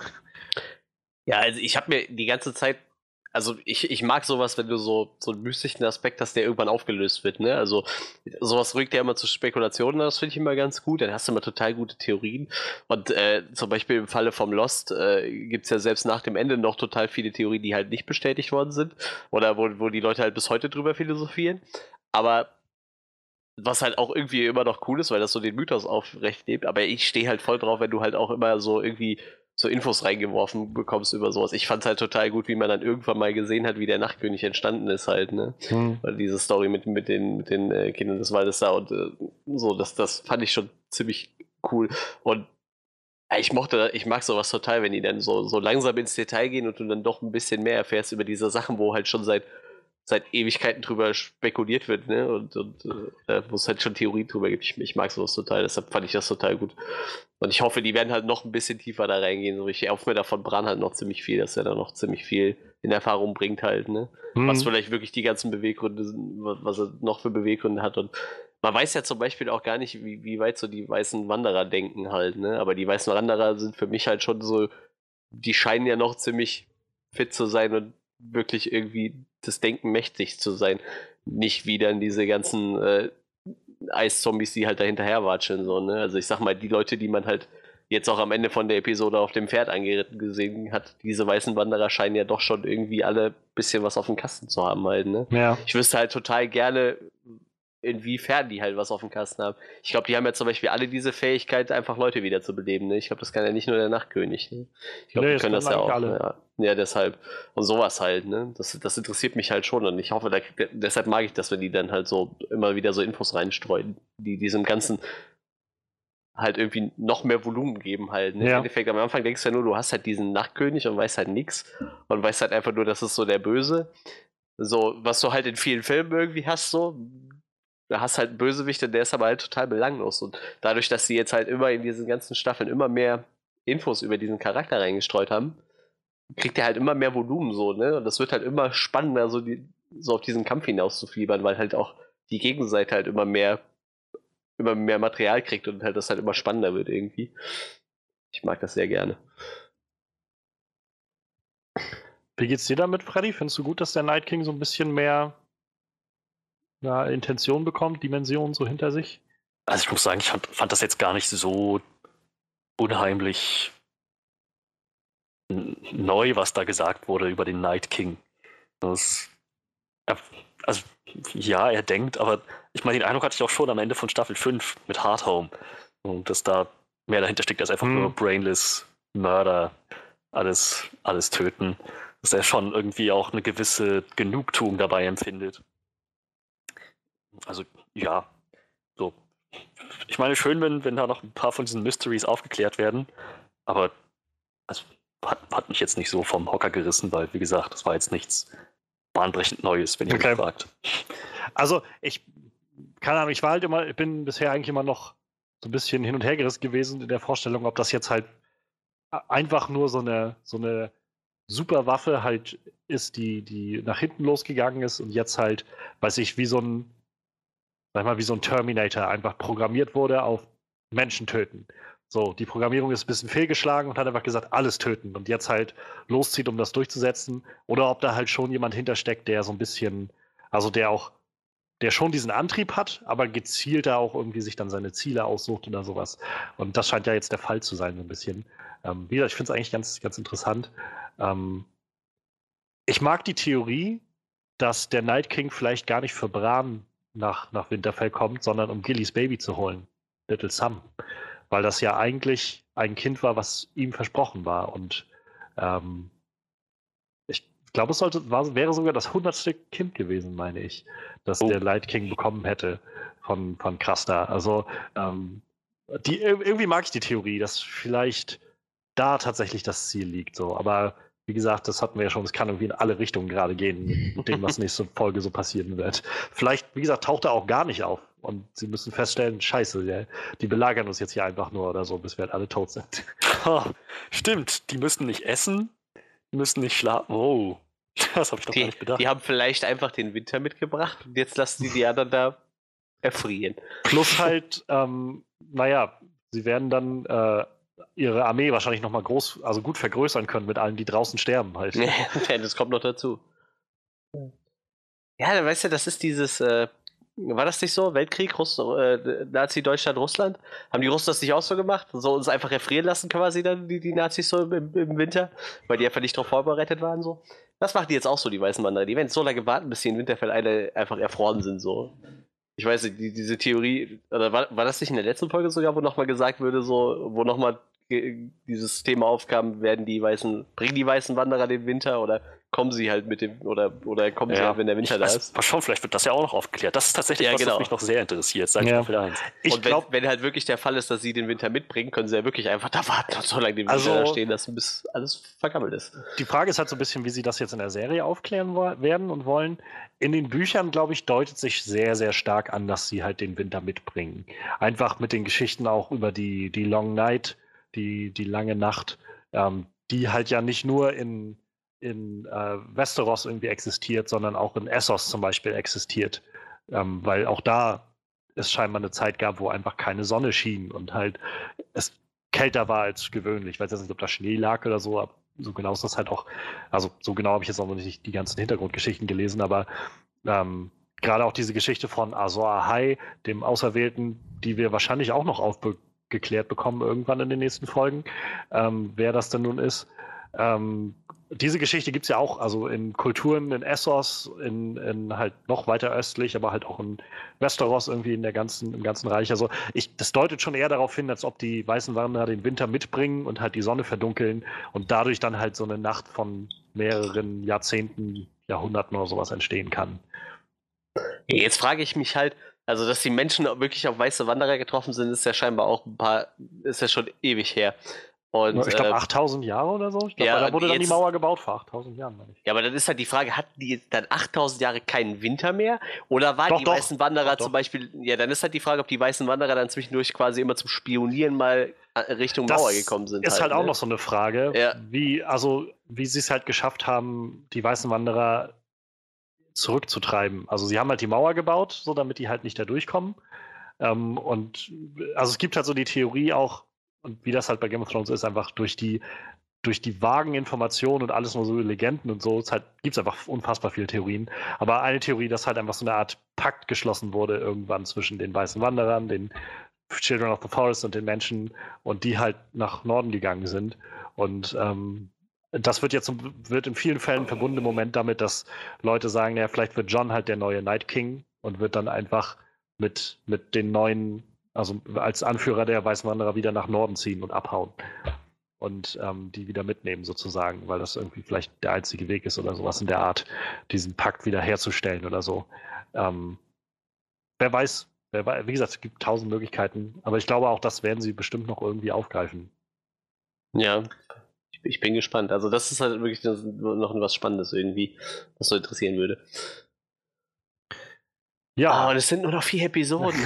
Ja, also ich habe mir die ganze Zeit, also ich, ich mag sowas, wenn du so, so einen mystischen Aspekt hast, der irgendwann aufgelöst wird, ne? Also sowas rückt ja immer zu Spekulationen, das finde ich immer ganz gut, dann hast du immer total gute Theorien. Und äh, zum Beispiel im Falle vom Lost äh, gibt es ja selbst nach dem Ende noch total viele Theorien, die halt nicht bestätigt worden sind. Oder wo, wo die Leute halt bis heute drüber philosophieren. Aber was halt auch irgendwie immer noch cool ist, weil das so den Mythos aufrecht lebt, aber ich stehe halt voll drauf, wenn du halt auch immer so irgendwie so Infos reingeworfen bekommst über sowas. Ich fand's halt total gut, wie man dann irgendwann mal gesehen hat, wie der Nachtkönig entstanden ist halt, ne? Hm. Weil diese Story mit, mit den, mit den äh, Kindern des Waldes da und äh, so, das, das fand ich schon ziemlich cool. Und ja, ich mochte, ich mag sowas total, wenn die dann so, so langsam ins Detail gehen und du dann doch ein bisschen mehr erfährst über diese Sachen, wo halt schon seit seit Ewigkeiten drüber spekuliert wird, ne? Und, und äh, wo es halt schon Theorien drüber gibt. Ich, ich mag sowas total, deshalb fand ich das total gut. Und ich hoffe, die werden halt noch ein bisschen tiefer da reingehen. So, ich hoffe mir davon Bran halt noch ziemlich viel, dass er da noch ziemlich viel in Erfahrung bringt halt, ne? Hm. Was vielleicht wirklich die ganzen Beweggründe sind, was er noch für Beweggründe hat. Und man weiß ja zum Beispiel auch gar nicht, wie, wie weit so die weißen Wanderer denken halt, ne? Aber die weißen Wanderer sind für mich halt schon so, die scheinen ja noch ziemlich fit zu sein und wirklich irgendwie das Denken mächtig zu sein. Nicht wie dann diese ganzen äh, Eiszombies, die halt da hinterher watscheln. So, ne? Also ich sag mal, die Leute, die man halt jetzt auch am Ende von der Episode auf dem Pferd angeritten gesehen hat, diese weißen Wanderer scheinen ja doch schon irgendwie alle ein bisschen was auf dem Kasten zu haben halt. Ne? Ja. Ich wüsste halt total gerne, inwiefern die halt was auf dem Kasten haben. Ich glaube, die haben ja zum Beispiel alle diese Fähigkeit, einfach Leute wieder zu beleben. Ne? Ich glaube, das kann ja nicht nur der Nachtkönig. Ne? Ich glaube, Nee, die das können das ja können auch. eigentlich Ja. ja, deshalb. Und sowas halt. Ne? Das, das interessiert mich halt schon. Und ich hoffe, da, deshalb mag ich das, wenn die dann halt so immer wieder so Infos reinstreuen, die diesem Ganzen halt irgendwie noch mehr Volumen geben halt. Ne? Ja. Im Endeffekt, am Anfang denkst du ja nur, du hast halt diesen Nachtkönig und weißt halt nichts. Und weißt halt einfach nur, das ist so der Böse. So, was du halt in vielen Filmen irgendwie hast, so. Da hast halt einen Bösewicht, der ist aber halt total belanglos. Und dadurch, dass sie jetzt halt immer in diesen ganzen Staffeln immer mehr Infos über diesen Charakter reingestreut haben, kriegt er halt immer mehr Volumen so, ne? Und das wird halt immer spannender, so, die, so auf diesen Kampf hinauszufiebern, weil halt auch die Gegenseite halt immer mehr, immer mehr Material kriegt und halt das halt immer spannender wird irgendwie. Ich mag das sehr gerne. Wie geht's dir damit, Freddy? Findest du gut, dass der Night King so ein bisschen mehr ja, Intention bekommt, Dimensionen so hinter sich? Also ich muss sagen, ich fand, fand das jetzt gar nicht so unheimlich n- neu, was da gesagt wurde über den Night King. Das, er, also ja, er denkt, aber ich meine, den Eindruck hatte ich auch schon am Ende von Staffel fünf mit Hard Home. Und dass da mehr dahinter steckt als einfach Hm. nur brainless Mörder, alles, alles töten. Dass er schon irgendwie auch eine gewisse Genugtuung dabei empfindet. Also ja, so. Ich meine, schön, wenn, wenn da noch ein paar von diesen Mysteries aufgeklärt werden, aber also hat, hat mich jetzt nicht so vom Hocker gerissen, weil, wie gesagt, das war jetzt nichts bahnbrechend Neues, wenn ihr Okay. mich fragt. Also ich, keine Ahnung, ich war halt immer, ich bin bisher eigentlich immer noch so ein bisschen hin und her gerissen gewesen in der Vorstellung, ob das jetzt halt einfach nur so eine, so eine Superwaffe halt ist, die, die nach hinten losgegangen ist und jetzt halt, weiß ich, wie so ein, sag ich mal, wie so ein Terminator einfach programmiert wurde auf Menschen töten. So, die Programmierung ist ein bisschen fehlgeschlagen und hat einfach gesagt, alles töten und jetzt halt loszieht, um das durchzusetzen. Oder ob da halt schon jemand hintersteckt, der so ein bisschen, also der auch, der schon diesen Antrieb hat, aber gezielter auch irgendwie sich dann seine Ziele aussucht oder sowas. Und das scheint ja jetzt der Fall zu sein, so ein bisschen. Ähm, wie gesagt, ich finde es eigentlich ganz, ganz interessant. Ähm, ich mag die Theorie, dass der Night King vielleicht gar nicht für Bran nach, nach Winterfell kommt, sondern um Gillys Baby zu holen, Little Sam. Weil das ja eigentlich ein Kind war, was ihm versprochen war. Und ähm, ich glaube, es sollte, war, wäre sogar das hundertste Kind gewesen, meine ich, das Oh. der Night King bekommen hätte von, von Krasta. Also ähm, die, irgendwie mag ich die Theorie, dass vielleicht da tatsächlich das Ziel liegt. So. Aber wie gesagt, das hatten wir ja schon, es kann irgendwie in alle Richtungen gerade gehen, mit dem, was nächste Folge so passieren wird. Vielleicht, wie gesagt, taucht er auch gar nicht auf. Und sie müssen feststellen, scheiße, ja, die belagern uns jetzt hier einfach nur oder so, bis wir halt alle tot sind. Oh, stimmt, die müssen nicht essen, die müssen nicht schlafen. Oh, das habe ich doch gar Die, nicht bedacht. die haben vielleicht einfach den Winter mitgebracht und jetzt lassen sie die anderen da erfrieren. Plus halt, ähm, naja, sie werden dann äh, ihre Armee wahrscheinlich nochmal groß, also gut vergrößern können mit allen, die draußen sterben halt. Ja, das kommt noch dazu. Ja, dann weißt du, das ist dieses, äh, war das nicht so? Weltkrieg, Russ äh, Nazi-Deutschland, Russland? Haben die Russen das nicht auch so gemacht? So uns einfach erfrieren lassen quasi dann, die, die Nazis so im, im Winter? Weil die einfach nicht darauf vorbereitet waren so? Das machen die jetzt auch so, die weißen Wanderer. Die werden so lange warten, bis sie in Winterfell alle einfach erfroren sind so. Ich weiß nicht, die, diese Theorie, oder war, war das nicht in der letzten Folge sogar, wo nochmal gesagt wurde, so, wo nochmal dieses Thema aufkam, werden die weißen, bringen die weißen Wanderer den Winter oder kommen sie halt mit dem, oder, oder kommen sie halt, wenn der Winter ich da weiß, ist? Mal schauen, vielleicht wird das ja auch noch aufgeklärt. Das ist tatsächlich Ja, was, genau. was mich noch sehr interessiert, seit Ja. Staffel eins. Ich Und wenn, glaube, wenn halt wirklich der Fall ist, dass sie den Winter mitbringen, können sie ja wirklich einfach da warten und so lange den Winter Also- da stehen lassen, bis alles vergammelt ist. die Frage ist halt so ein bisschen, wie sie das jetzt in der Serie aufklären wo- werden und wollen. In den Büchern, glaube ich, deutet sich sehr, sehr stark an, dass sie halt den Winter mitbringen. Einfach mit den Geschichten auch über die, die Long Night, die, die lange Nacht, ähm, die halt ja nicht nur in, in äh, Westeros irgendwie existiert, sondern auch in Essos zum Beispiel existiert. Ähm, weil auch da es scheinbar eine Zeit gab, wo einfach keine Sonne schien und halt es kälter war als gewöhnlich. Ich weiß jetzt nicht, ob da Schnee lag oder so, aber so genau ist das halt auch, also so genau habe ich jetzt auch noch nicht die ganzen Hintergrundgeschichten gelesen, aber ähm, gerade auch diese Geschichte von Azor Ahai, dem Auserwählten, die wir wahrscheinlich auch noch aufgeklärt bekommen irgendwann in den nächsten Folgen, ähm, wer das denn nun ist. Ähm, diese Geschichte gibt es ja auch, also in Kulturen in Essos, in, in halt noch weiter östlich, aber halt auch in Westeros irgendwie in der ganzen, im ganzen Reich. Also ich, das deutet schon eher darauf hin, als ob die weißen Wanderer den Winter mitbringen und halt die Sonne verdunkeln und dadurch dann halt so eine Nacht von mehreren Jahrzehnten, Jahrhunderten oder sowas entstehen kann. Jetzt frage ich mich halt, also dass die Menschen wirklich auf weiße Wanderer getroffen sind, ist ja scheinbar auch ein paar, ist ja schon ewig her. Und, ich glaube äh, achttausend Jahre oder so. Ich glaube, ja, da wurde dann die jetzt- Mauer gebaut vor achttausend Jahren, meine ich. ja, aber dann ist halt die Frage, hatten die jetzt dann achttausend Jahre keinen Winter mehr? Oder waren Doch, die doch. weißen Wanderer Doch, doch. zum Beispiel, ja, dann ist halt die Frage, ob die weißen Wanderer dann zwischendurch quasi immer zum Spionieren mal äh, Richtung Das Mauer gekommen sind. ist halt auch ne? noch so eine Frage, Ja. wie, also, wie sie es halt geschafft haben, die weißen Wanderer zurückzutreiben. Also sie haben halt die Mauer gebaut, so damit die halt nicht da durchkommen. Ähm, und also es gibt halt so die Theorie auch, und wie das halt bei Game of Thrones ist, einfach durch die, durch die vagen Informationen und alles nur so Legenden und so, es halt, gibt es einfach unfassbar viele Theorien. Aber eine Theorie, dass halt einfach so eine Art Pakt geschlossen wurde irgendwann zwischen den weißen Wanderern, den Children of the Forest und den Menschen und die halt nach Norden gegangen sind. Und ähm, das wird jetzt wird in vielen Fällen verbunden im Moment damit, dass Leute sagen, ja, vielleicht wird Jon halt der neue Night King und wird dann einfach mit, mit den neuen, also als Anführer der Weißen Wanderer wieder nach Norden ziehen und abhauen. Und ähm, die wieder mitnehmen sozusagen, weil das irgendwie vielleicht der einzige Weg ist oder sowas in der Art, diesen Pakt wieder herzustellen oder so. Ähm, wer weiß, wer weiß, wie gesagt, es gibt tausend Möglichkeiten, aber ich glaube auch, das werden sie bestimmt noch irgendwie aufgreifen. Ja. ich bin gespannt. Also das ist halt wirklich noch was Spannendes irgendwie, was so interessieren würde. Ja. Oh, und es sind nur noch vier Episoden.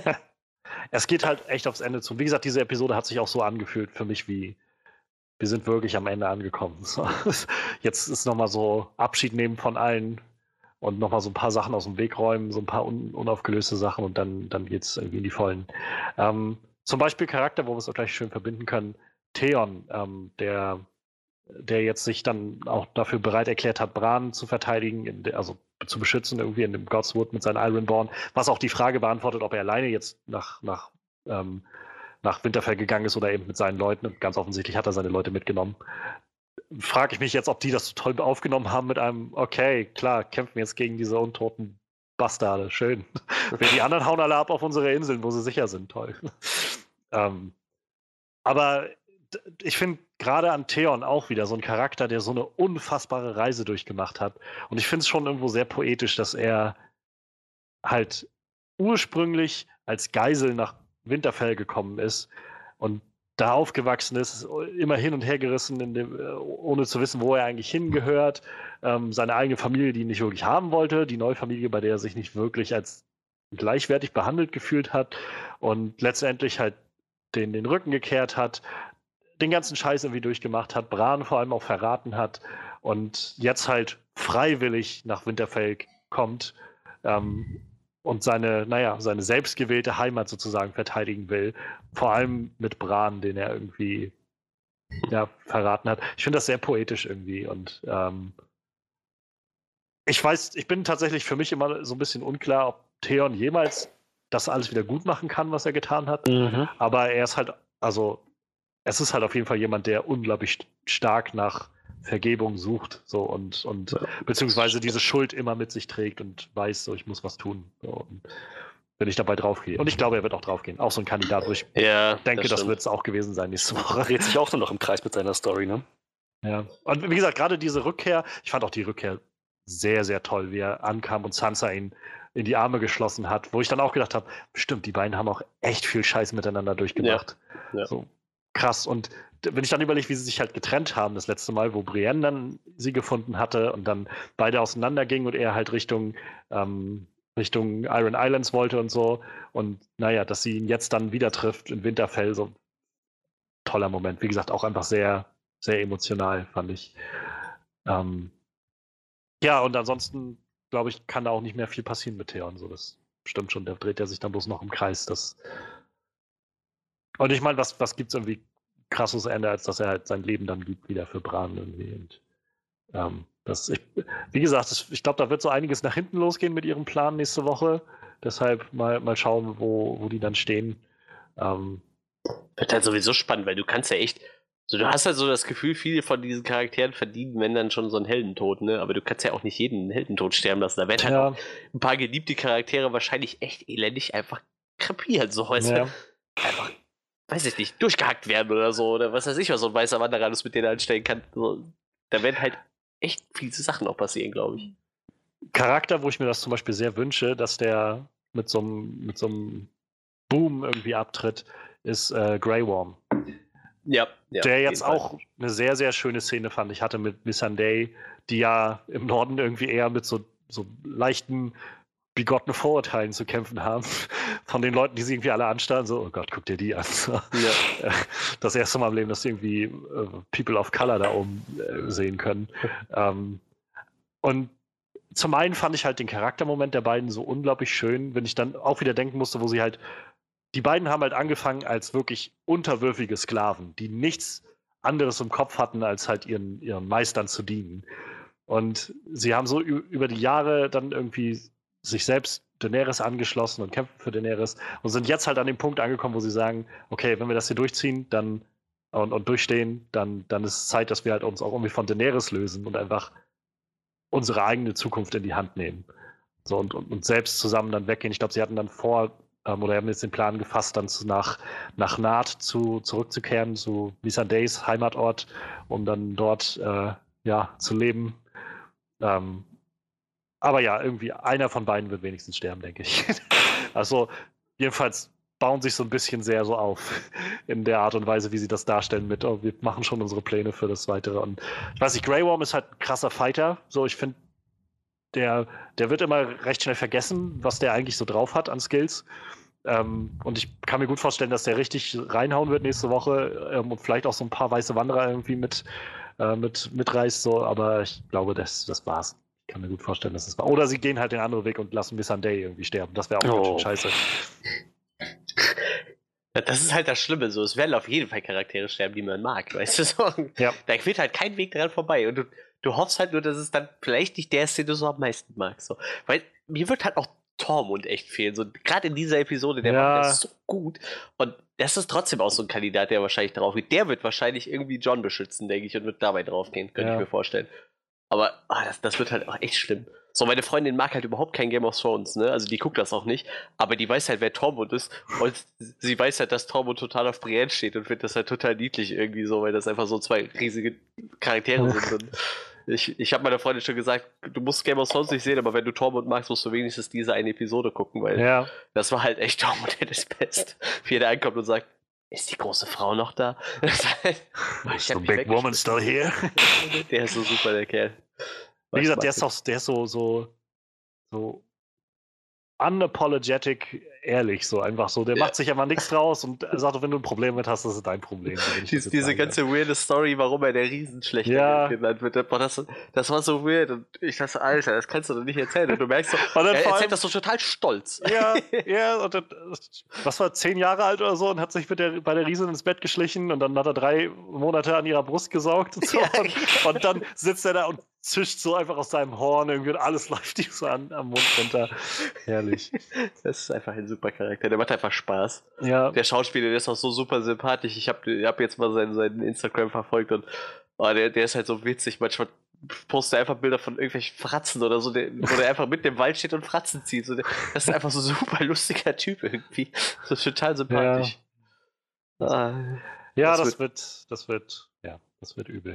Es geht halt echt aufs Ende zu. Wie gesagt, diese Episode hat sich auch so angefühlt für mich wie, wir sind wirklich am Ende angekommen. So, jetzt ist nochmal so Abschied nehmen von allen und nochmal so ein paar Sachen aus dem Weg räumen, so ein paar un unaufgelöste Sachen und dann, dann geht es irgendwie in die Vollen. Ähm, zum Beispiel Charakter, wo wir es auch gleich schön verbinden können, Theon, ähm, der, der jetzt sich dann auch dafür bereit erklärt hat, Bran zu verteidigen, in de, also zu beschützen irgendwie in dem Godswood mit seinen Ironborn, was auch die Frage beantwortet, ob er alleine jetzt nach, nach, ähm, nach Winterfell gegangen ist oder eben mit seinen Leuten. Und ganz offensichtlich hat er seine Leute mitgenommen. Frage ich mich jetzt, ob die das so toll aufgenommen haben mit einem, okay, klar, kämpfen wir jetzt gegen diese untoten Bastarde, schön. Die anderen hauen alle ab auf unsere Inseln, wo sie sicher sind, toll. ähm, aber ich finde gerade an Theon auch wieder so ein Charakter, der so eine unfassbare Reise durchgemacht hat. Und ich finde es schon irgendwo sehr poetisch, dass er halt ursprünglich als Geisel nach Winterfell gekommen ist und da aufgewachsen ist, immer hin und her gerissen, in dem, ohne zu wissen, wo er eigentlich hingehört. Ähm, seine eigene Familie, die ihn nicht wirklich haben wollte, die neue Familie, bei der er sich nicht wirklich als gleichwertig behandelt gefühlt hat und letztendlich halt den, den Rücken gekehrt hat, den ganzen Scheiß irgendwie durchgemacht hat, Bran vor allem auch verraten hat und jetzt halt freiwillig nach Winterfell kommt ähm, und seine, naja, seine selbstgewählte Heimat sozusagen verteidigen will. Vor allem mit Bran, den er irgendwie ja, verraten hat. Ich finde das sehr poetisch irgendwie und ähm, ich weiß, ich bin tatsächlich für mich immer so ein bisschen unklar, ob Theon jemals das alles wieder gut machen kann, was er getan hat. Mhm. Aber er ist halt, also es ist halt auf jeden Fall jemand, der unglaublich stark nach Vergebung sucht, so und, und Ja. beziehungsweise diese Schuld immer mit sich trägt und weiß, so ich muss was tun. So, und wenn ich dabei draufgehe. Und ich glaube, er wird auch draufgehen. Auch so ein Kandidat, wo ich Ja, denke, das, das wird es auch gewesen sein nächste Woche. Dreht sich auch nur noch im Kreis mit seiner Story, ne? Ja. Und wie gesagt, gerade diese Rückkehr, ich fand auch die Rückkehr sehr, sehr toll, wie er ankam und Sansa ihn in die Arme geschlossen hat, wo ich dann auch gedacht habe, stimmt, die beiden haben auch echt viel Scheiß miteinander durchgemacht. Ja, ja. So krass. Und wenn ich dann überlege, wie sie sich halt getrennt haben das letzte Mal, wo Brienne dann sie gefunden hatte und dann beide auseinandergingen und er halt Richtung, ähm, Richtung Iron Islands wollte und so. Und naja, dass sie ihn jetzt dann wieder trifft in Winterfell, so toller Moment. Wie gesagt, auch einfach sehr, sehr emotional, fand ich. Ähm, ja, und ansonsten, glaube ich, kann da auch nicht mehr viel passieren mit Theon. So, das stimmt schon, der dreht ja sich dann bloß noch im Kreis. Das und ich meine, was, was gibt es irgendwie krasses Ende, als dass er halt sein Leben dann gibt, wieder für Bran irgendwie. Und, ähm, das, ich, wie gesagt, das, ich glaube, da wird so einiges nach hinten losgehen mit ihrem Plan nächste Woche. Deshalb mal, mal schauen, wo, wo die dann stehen. Ähm, Wird halt sowieso spannend, weil du kannst ja echt, so, du hast halt so das Gefühl, viele von diesen Charakteren verdienen, wenn dann schon so einen Heldentod, ne? Aber du kannst ja auch nicht jeden einen Heldentod sterben lassen. Da werden halt ja, auch ein paar geliebte Charaktere wahrscheinlich echt elendig einfach krepieren, so weißt du? ja. Einfach, weiß ich nicht, durchgehackt werden oder so, oder was weiß ich, was so ein weißer Wanderer alles mit denen anstellen kann. So, da werden halt echt viele Sachen auch passieren, glaube ich. Charakter, wo ich mir das zum Beispiel sehr wünsche, dass der mit so einem mit so einem Boom irgendwie abtritt, ist äh, Grey Worm. Ja, ja. Der auf jetzt jeden Fall. auch eine sehr, sehr schöne Szene fand. Ich hatte mit Missandei, die ja im Norden irgendwie eher mit so, so leichten, bigotten Vorurteilen zu kämpfen haben. Von den Leuten, die sie irgendwie alle anstarren, so, oh Gott, guck dir die an. So. Ja. Das erste Mal im Leben, dass sie irgendwie äh, People of Color da oben äh, sehen können. ähm, und zum einen fand ich halt den Charaktermoment der beiden so unglaublich schön, wenn ich dann auch wieder denken musste, wo sie halt die beiden haben halt angefangen als wirklich unterwürfige Sklaven, die nichts anderes im Kopf hatten, als halt ihren, ihren Meistern zu dienen. Und sie haben so über die Jahre dann irgendwie sich selbst Daenerys angeschlossen und kämpfen für Daenerys und sind jetzt halt an dem Punkt angekommen, wo sie sagen, okay, wenn wir das hier durchziehen dann und, und durchstehen, dann, dann ist es Zeit, dass wir halt uns auch irgendwie von Daenerys lösen und einfach unsere eigene Zukunft in die Hand nehmen. So, und, und, und selbst zusammen dann weggehen. Ich glaube, sie hatten dann vor, ähm, oder haben jetzt den Plan gefasst, dann zu, nach, nach Naht zu, zurückzukehren, zu Missandei's Heimatort, um dann dort äh, ja, zu leben. Ähm, aber ja, irgendwie einer von beiden wird wenigstens sterben, denke ich. Also, jedenfalls, bauen sich so ein bisschen sehr so auf in der Art und Weise, wie sie das darstellen mit, oh, wir machen schon unsere Pläne für das Weitere. Und ich weiß nicht, Grey Worm ist halt ein krasser Fighter. So, ich finde, der, der wird immer recht schnell vergessen, was der eigentlich so drauf hat an Skills. Ähm, und ich kann mir gut vorstellen, dass der richtig reinhauen wird nächste Woche ähm, und vielleicht auch so ein paar weiße Wanderer irgendwie mit, äh, mit mitreißt. So, aber ich glaube, das, das war's. Ich kann mir gut vorstellen, dass es war. Oder sie gehen halt den anderen Weg und lassen Missandei irgendwie sterben. Das wäre auch Oh. ganz schön scheiße. Das ist halt das Schlimme, so. Es werden auf jeden Fall Charaktere sterben, die man mag, weißt du so? Ja. Da führt halt kein Weg dran vorbei. Und du, du hoffst halt nur, dass es dann vielleicht nicht der ist, den du so am meisten magst. So. Weil mir wird halt auch Tormund echt fehlen. So, gerade in dieser Episode, der Ja. macht das so gut. Und das ist trotzdem auch so ein Kandidat, der wahrscheinlich drauf geht. Der wird wahrscheinlich irgendwie Jon beschützen, denke ich, und wird dabei draufgehen, könnte Ja. ich mir vorstellen. Aber ah, das, das wird halt auch echt schlimm. So, meine Freundin mag halt überhaupt kein Game of Thrones, ne? Also die guckt das auch nicht, aber die weiß halt, wer Tormund ist. Und sie weiß halt, dass Tormund total auf Brienne steht und findet das halt total niedlich irgendwie so, weil das einfach so zwei riesige Charaktere sind. Und ich ich habe meiner Freundin schon gesagt, du musst Game of Thrones nicht sehen, aber wenn du Tormund magst, musst du wenigstens diese eine Episode gucken, weil Ja. das war halt echt Tormund at his best. Wie er ankommt und sagt, ist die große Frau noch da? Is the big woman still here? Der ist so super, der Kerl. Wie Ich gesagt, mag der ist, auch, der ist so, so, so unapologetic ehrlich, so einfach so. Der Ja. macht sich einfach nichts draus und er sagt, wenn du ein Problem mit hast, das ist dein Problem. wenn ich Dies, das jetzt diese sage. ganze weirde Story, warum er der Riesenschlechter Ja. genannt wird, boah, das, das war so weird und ich dachte, Alter, das kannst du doch nicht erzählen. Und du merkst so, Und dann er vor allem- erzählt das so total stolz. Ja, ja, und dann, was war zehn Jahre alt oder so und hat sich mit der, bei der Riesin ins Bett geschlichen und dann hat er drei Monate an ihrer Brust gesaugt und so. Ja, und, und dann sitzt er da und zischt so einfach aus seinem Horn irgendwie und alles läuft ihm so an, am Mund runter. Herrlich. Das ist einfach ein super Charakter, der macht einfach Spaß. Ja, Der Schauspieler, der ist auch so super sympathisch. Ich habe hab jetzt mal seinen, seinen Instagram verfolgt und oh, der, der ist halt so witzig. Manchmal postet er einfach Bilder von irgendwelchen Fratzen oder so, der, wo der einfach mit dem Wald steht und Fratzen zieht. So, der, das ist einfach so ein super lustiger Typ irgendwie. So total sympathisch. Ah, ja, Das das, wird, das wird, ja, das wird übel.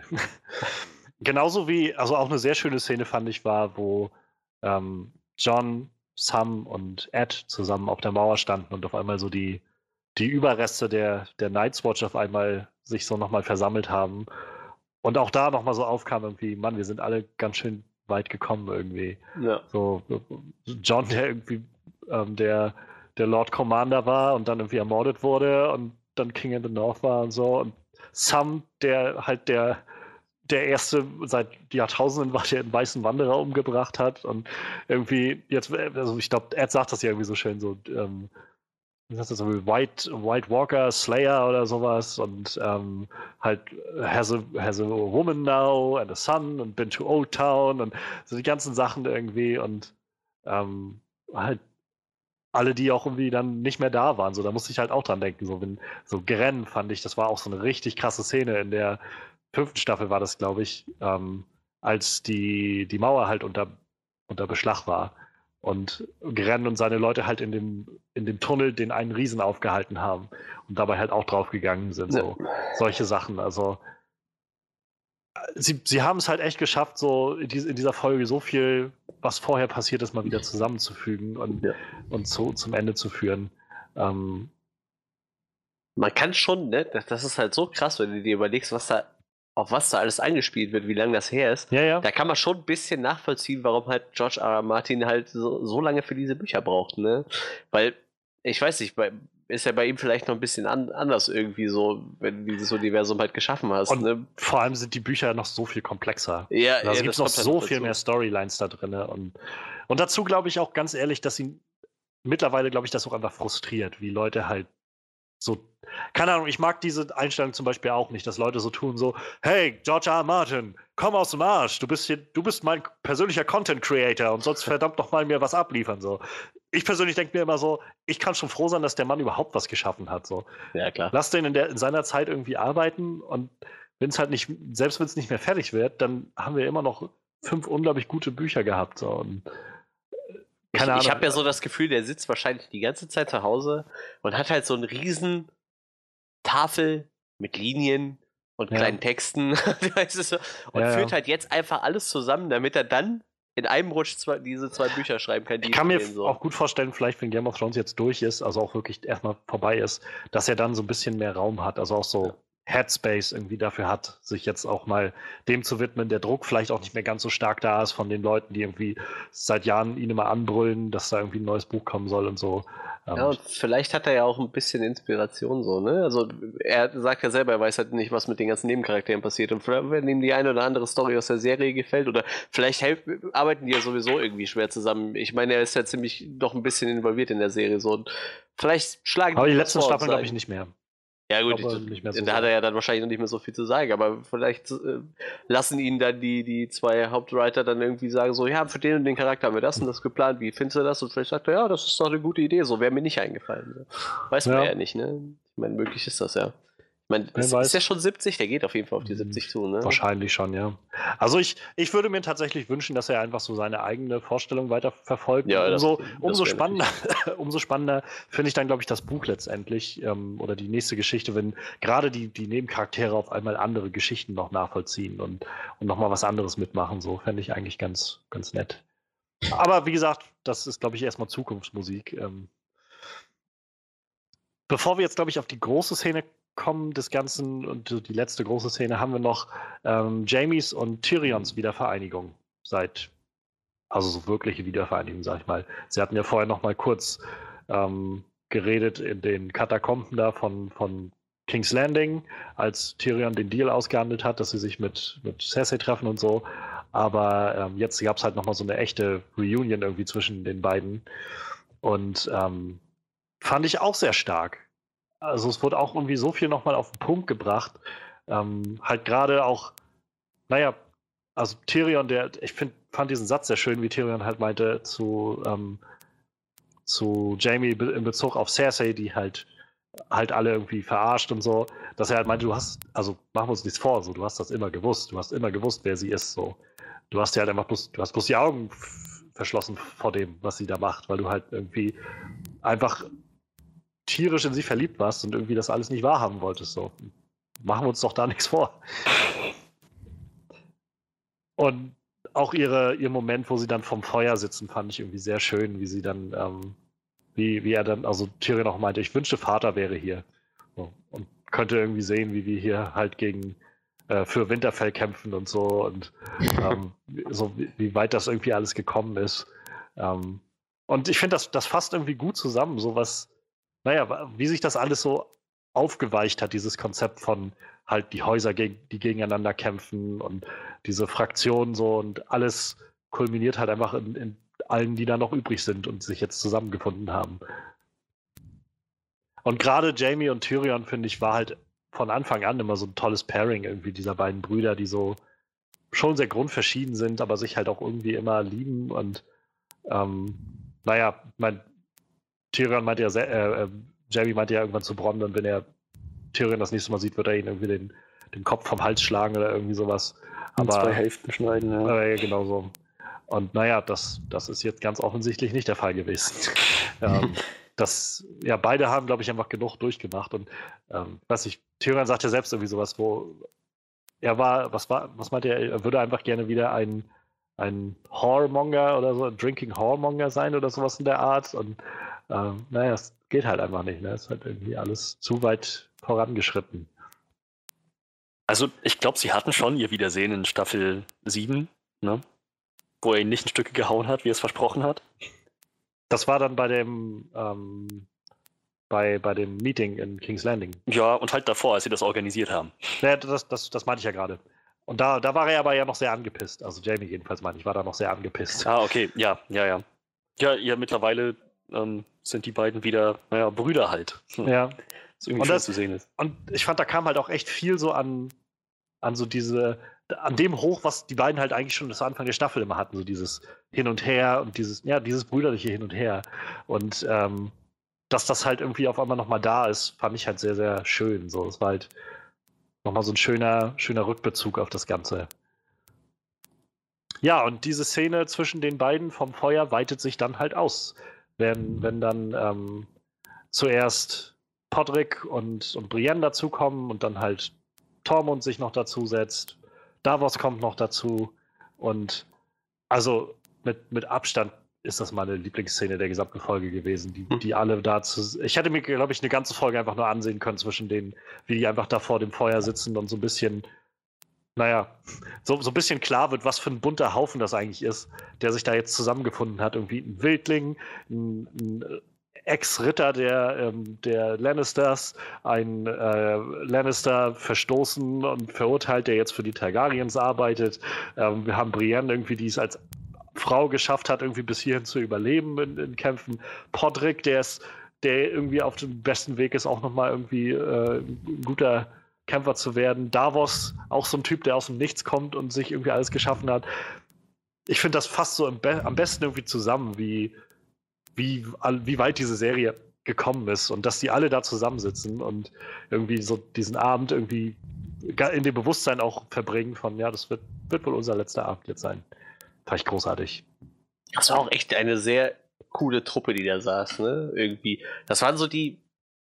Genauso wie, also auch eine sehr schöne Szene fand ich war, wo ähm, Jon, Sam und Ed zusammen auf der Mauer standen und auf einmal so die, die Überreste der, der Night's Watch auf einmal sich so nochmal versammelt haben. Und auch da nochmal so aufkam irgendwie, Mann, wir sind alle ganz schön weit gekommen irgendwie. ja. So, Jon, der irgendwie ähm, der, der Lord Commander war und dann irgendwie ermordet wurde und dann King in the North war und so. Und Sam, der halt der, der erste seit Jahrtausenden war, der einen weißen Wanderer umgebracht hat. Und irgendwie, jetzt, also ich glaube, Ed sagt das ja irgendwie so schön, so, ähm, wie heißt das, so White, White Walker, Slayer oder sowas und ähm, halt has a, has a woman now and a son and been to Old Town und so die ganzen Sachen irgendwie und ähm, halt alle, die auch irgendwie dann nicht mehr da waren. So, da musste ich halt auch dran denken. So, wenn, so Grenn fand ich, das war auch so eine richtig krasse Szene. In der fünften Staffel war das, glaube ich, ähm, als die, die Mauer halt unter, unter Beschlag war. Und Grenn und seine Leute halt in dem, in dem Tunnel den einen Riesen aufgehalten haben und dabei halt auch draufgegangen sind. So. Solche Sachen. Also sie, sie haben es halt echt geschafft, so in, dies, in dieser Folge so viel, was vorher passiert ist, mal wieder zusammenzufügen und, Ja. und zu, zum Ende zu führen. Ähm, Man kann schon, ne? Das, das ist halt so krass, wenn du dir überlegst, was da, auf was da alles eingespielt wird, wie lange das her ist. ja, ja. Da kann man schon ein bisschen nachvollziehen, warum halt George R. R. Martin halt so, so lange für diese Bücher braucht, ne? Weil, ich weiß nicht, bei, ist ja bei ihm vielleicht noch ein bisschen an, anders irgendwie so, wenn du dieses Universum halt geschaffen hast, Und ne? vor allem sind die Bücher noch so viel komplexer. Ja, Da ja, gibt es das noch kommt halt so noch viel dazu. mehr Storylines da drin. Und, und dazu glaube ich auch ganz ehrlich, dass sie mittlerweile, glaube ich, das auch einfach frustriert, wie Leute halt so, keine Ahnung, ich mag diese Einstellung zum Beispiel auch nicht, dass Leute so tun, so, hey, George R. R. Martin, komm aus dem Arsch, du bist hier, du bist mein persönlicher Content Creator und sonst verdammt noch mal mir was abliefern. So. Ich persönlich denke mir immer so, ich kann schon froh sein, dass der Mann überhaupt was geschaffen hat. So. Ja, klar. Lass den in, der, in seiner Zeit irgendwie arbeiten und wenn es halt nicht, selbst wenn es nicht mehr fertig wird, dann haben wir immer noch fünf unglaublich gute Bücher gehabt. So. Und, Ich, keine ich Ahnung. habe ja so das Gefühl, der sitzt wahrscheinlich die ganze Zeit zu Hause und hat halt so eine riesen Tafel mit Linien und Ja. kleinen Texten weißt du, so, und Ja, ja. führt halt jetzt einfach alles zusammen, damit er dann in einem Rutsch zwei, diese zwei Bücher schreiben kann. Die ich kann mir so. auch gut vorstellen, vielleicht wenn Game of Thrones jetzt durch ist, also auch wirklich erstmal vorbei ist, dass er dann so ein bisschen mehr Raum hat, also auch so Headspace irgendwie dafür hat, sich jetzt auch mal dem zu widmen, der Druck vielleicht auch nicht mehr ganz so stark da ist von den Leuten, die irgendwie seit Jahren ihn immer anbrüllen, dass da irgendwie ein neues Buch kommen soll und so. Ja, und vielleicht hat er ja auch ein bisschen Inspiration so, ne? Also er sagt ja selber, er weiß halt nicht, was mit den ganzen Nebencharakteren passiert und vielleicht, wenn ihm die eine oder andere Story aus der Serie gefällt oder vielleicht helf, arbeiten die ja sowieso irgendwie schwer zusammen. Ich meine, er ist ja ziemlich doch ein bisschen involviert in der Serie so und vielleicht schlagen aber die was letzten vor und Staffeln glaube sagen- ich nicht mehr. Ja gut, Ich glaube, ich- nicht mehr so da hat sehr. er ja dann wahrscheinlich noch nicht mehr so viel zu sagen, aber vielleicht äh, lassen ihn dann die, die zwei Hauptwriter dann irgendwie sagen so, ja, für den und den Charakter haben wir das und das geplant, wie findest du das? Und vielleicht sagt er, ja, das ist doch eine gute Idee, so wäre mir nicht eingefallen. So. Weiß man Ja. ja nicht, ne? Ich meine, möglich ist das ja. Ich meine, Wer ist, weiß. ist ja schon siebzig, der geht auf jeden Fall auf die Mhm. siebzig zu, ne? Wahrscheinlich schon, ja. Also ich, ich würde mir tatsächlich wünschen, dass er einfach so seine eigene Vorstellung weiter verfolgt. Ja, Und das- umso, das umso wäre spannender, umso spannender finde ich dann, glaube ich, das Buch letztendlich ähm, oder die nächste Geschichte, wenn gerade die, die Nebencharaktere auf einmal andere Geschichten noch nachvollziehen und, und nochmal was anderes mitmachen. So fände ich eigentlich ganz, ganz nett. Aber wie gesagt, das ist, glaube ich, erstmal Zukunftsmusik. Ähm, Bevor wir jetzt, glaube ich, auf die große Szene kommen des Ganzen und so die letzte große Szene, haben wir noch ähm, Jamies und Tyrions Wiedervereinigung seit, also so wirkliche Wiedervereinigung, sag ich mal. Sie hatten ja vorher noch mal kurz ähm, geredet in den Katakomben da von, von King's Landing, als Tyrion den Deal ausgehandelt hat, dass sie sich mit, mit Cersei treffen und so. Aber ähm, jetzt gab es halt noch mal so eine echte Reunion irgendwie zwischen den beiden. Und ähm, fand ich auch sehr stark. Also es wurde auch irgendwie so viel nochmal auf den Punkt gebracht. Ähm, halt gerade auch, naja, also Tyrion, der, ich find, fand diesen Satz sehr schön, wie Tyrion halt meinte zu, ähm, zu Jaime be- in Bezug auf Cersei, die halt halt alle irgendwie verarscht und so, dass er halt meinte, du hast, also machen wir uns nichts vor, so, du hast das immer gewusst, du hast immer gewusst, wer sie ist, so. Du hast ja halt einfach bloß, du hast bloß die Augen f- verschlossen vor dem, was sie da macht, weil du halt irgendwie einfach tierisch in sie verliebt warst und irgendwie das alles nicht wahrhaben wolltest. So. Machen wir uns doch da nichts vor. Und auch ihre, ihr Moment, wo sie dann vom Feuer sitzen, fand ich irgendwie sehr schön, wie sie dann, ähm, wie, wie er dann, also Tyrion auch meinte, ich wünschte, Vater wäre hier. So. Und könnte irgendwie sehen, wie wir hier halt gegen äh, für Winterfell kämpfen und so und ähm, so wie, wie weit das irgendwie alles gekommen ist. Ähm, und ich finde, das, das fasst irgendwie gut zusammen, so was, naja, wie sich das alles so aufgeweicht hat, dieses Konzept von halt die Häuser, geg die gegeneinander kämpfen und diese Fraktionen so und alles kulminiert halt einfach in, in allen, die da noch übrig sind und sich jetzt zusammengefunden haben. Und gerade Jaime und Tyrion, finde ich, war halt von Anfang an immer so ein tolles Pairing irgendwie dieser beiden Brüder, die so schon sehr grundverschieden sind, aber sich halt auch irgendwie immer lieben und ähm, naja, mein Tyrion meinte ja, sehr, äh, äh, Jaime meinte ja irgendwann zu Bronn, und wenn er Tyrion das nächste Mal sieht, wird er ihn irgendwie den, den Kopf vom Hals schlagen oder irgendwie sowas. In Aber, zwei Hälften schneiden, ja. Äh, genau so. Und naja, das, das ist jetzt ganz offensichtlich nicht der Fall gewesen. ähm, das, ja, beide haben, glaube ich, einfach genug durchgemacht. Und ähm, weiß ich, Tyrion sagt ja selbst irgendwie sowas, wo er war, was war, was meinte er, er würde einfach gerne wieder ein, ein Whoremonger oder so, ein Drinking Whoremonger sein oder sowas in der Art. Und ähm, naja, es geht halt einfach nicht, ne? Es ist halt irgendwie alles zu weit vorangeschritten. Also ich glaube, sie hatten schon ihr Wiedersehen in Staffel sieben, ne? Wo er ihn nicht in Stücke gehauen hat, wie er es versprochen hat. Das war dann bei dem ähm, bei, bei dem Meeting in King's Landing. Ja, und halt davor, als sie das organisiert haben. Ja, das, das, das meinte ich ja gerade. Und da, da war er aber ja noch sehr angepisst. Also Jaime jedenfalls meine ich, war da noch sehr angepisst. Ah, okay, ja, ja, ja. Ja, ja, mittlerweile ähm, sind die beiden wieder, naja, Brüder halt. Hm. Ja. Was irgendwie Und schön das- zu sehen ist. Und ich fand, da kam halt auch echt viel so an, an so diese, an dem hoch, was die beiden halt eigentlich schon zu Anfang der Staffel immer hatten, so dieses Hin und Her und dieses, ja, dieses brüderliche Hin und Her. Und ähm, dass das halt irgendwie auf einmal nochmal da ist, fand ich halt sehr, sehr schön. So, es war halt nochmal so ein schöner, schöner Rückbezug auf das Ganze. Ja, und diese Szene zwischen den beiden vom Feuer weitet sich dann halt aus. Wenn, wenn dann ähm, zuerst Podrick und, und Brienne dazukommen und dann halt Tormund sich noch dazusetzt. Davos kommt noch dazu. Und also mit, mit Abstand ist das meine Lieblingsszene der gesamten Folge gewesen, die, die alle dazu. Ich hätte mir, glaube ich, eine ganze Folge einfach nur ansehen können zwischen denen, wie die einfach da vor dem Feuer sitzen und so ein bisschen, naja, so, so ein bisschen klar wird, was für ein bunter Haufen das eigentlich ist, der sich da jetzt zusammengefunden hat. Irgendwie ein Wildling, ein, ein Ex-Ritter der, ähm, der Lannisters, ein äh, Lannister verstoßen und verurteilt, der jetzt für die Targaryens arbeitet. Ähm, wir haben Brienne irgendwie, die es als Frau geschafft hat, irgendwie bis hierhin zu überleben in, in Kämpfen. Podrick, der ist, der irgendwie auf dem besten Weg ist, auch nochmal irgendwie äh, ein guter Kämpfer zu werden. Davos, auch so ein Typ, der aus dem Nichts kommt und sich irgendwie alles geschaffen hat. Ich finde das fast so am, be- am besten irgendwie zusammen, wie, wie, wie weit diese Serie gekommen ist und dass die alle da zusammensitzen und irgendwie so diesen Abend irgendwie in dem Bewusstsein auch verbringen von, ja, das wird, wird wohl unser letzter Abend jetzt sein. Fand ich großartig. Das war auch echt eine sehr coole Truppe, die da saß, ne? Irgendwie. Das waren so die,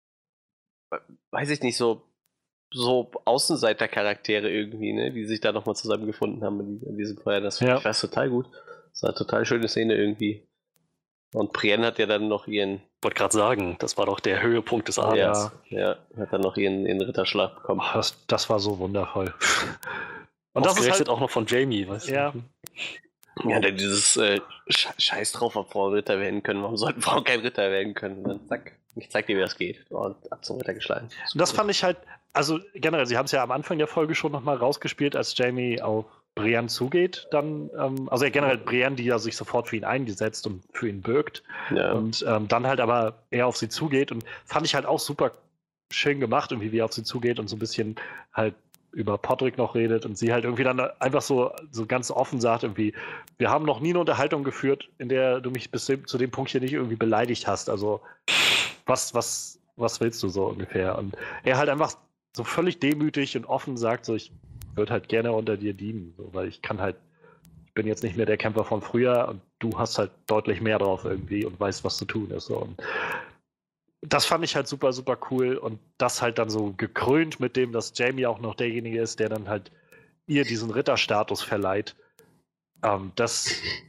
weiß ich nicht, so, so Außenseiter-Charaktere irgendwie, ne? Die sich da nochmal zusammengefunden haben in diesem Feuer. Das ja. war total gut. Das war eine total schöne Szene irgendwie. Und Brienne hat ja dann noch ihren. Ich wollte gerade sagen, das war doch der Höhepunkt des Abends. Ja, ja, hat dann noch ihren, ihren Ritterschlag bekommen. Oh, das, das war so wundervoll. Und das ist halt auch noch von Jamie, weißt ja. du? Ja, dann dieses äh, Scheiß drauf, ob Frauen Ritter werden können. Warum sollten Frauen kein Ritter werden können? Und dann zack, ich zeig dir, wie das geht. Und ab zum Ritter geschlagen. Und das fand ich halt, also generell, sie haben es ja am Anfang der Folge schon nochmal rausgespielt, als Jamie auf Brienne zugeht, dann, ähm, also ja, generell Brienne, die ja sich sofort für ihn eingesetzt und für ihn bürgt. Ja. Und ähm, dann halt aber er auf sie zugeht und fand ich halt auch super schön gemacht, irgendwie wie er auf sie zugeht und so ein bisschen halt über Podrick noch redet und sie halt irgendwie dann einfach so, so ganz offen sagt, irgendwie, wir haben noch nie eine Unterhaltung geführt, in der du mich bis dem, zu dem Punkt hier nicht irgendwie beleidigt hast. Also was, was, was willst du so ungefähr? Und er halt einfach so völlig demütig und offen sagt, so ich würde halt gerne unter dir dienen, so, weil ich kann halt, ich bin jetzt nicht mehr der Kämpfer von früher und du hast halt deutlich mehr drauf irgendwie und weißt, was zu tun ist. So. Und das fand ich halt super, super cool und das halt dann so gekrönt mit dem, dass Jamie auch noch derjenige ist, der dann halt ihr diesen Ritterstatus verleiht. Ähm, das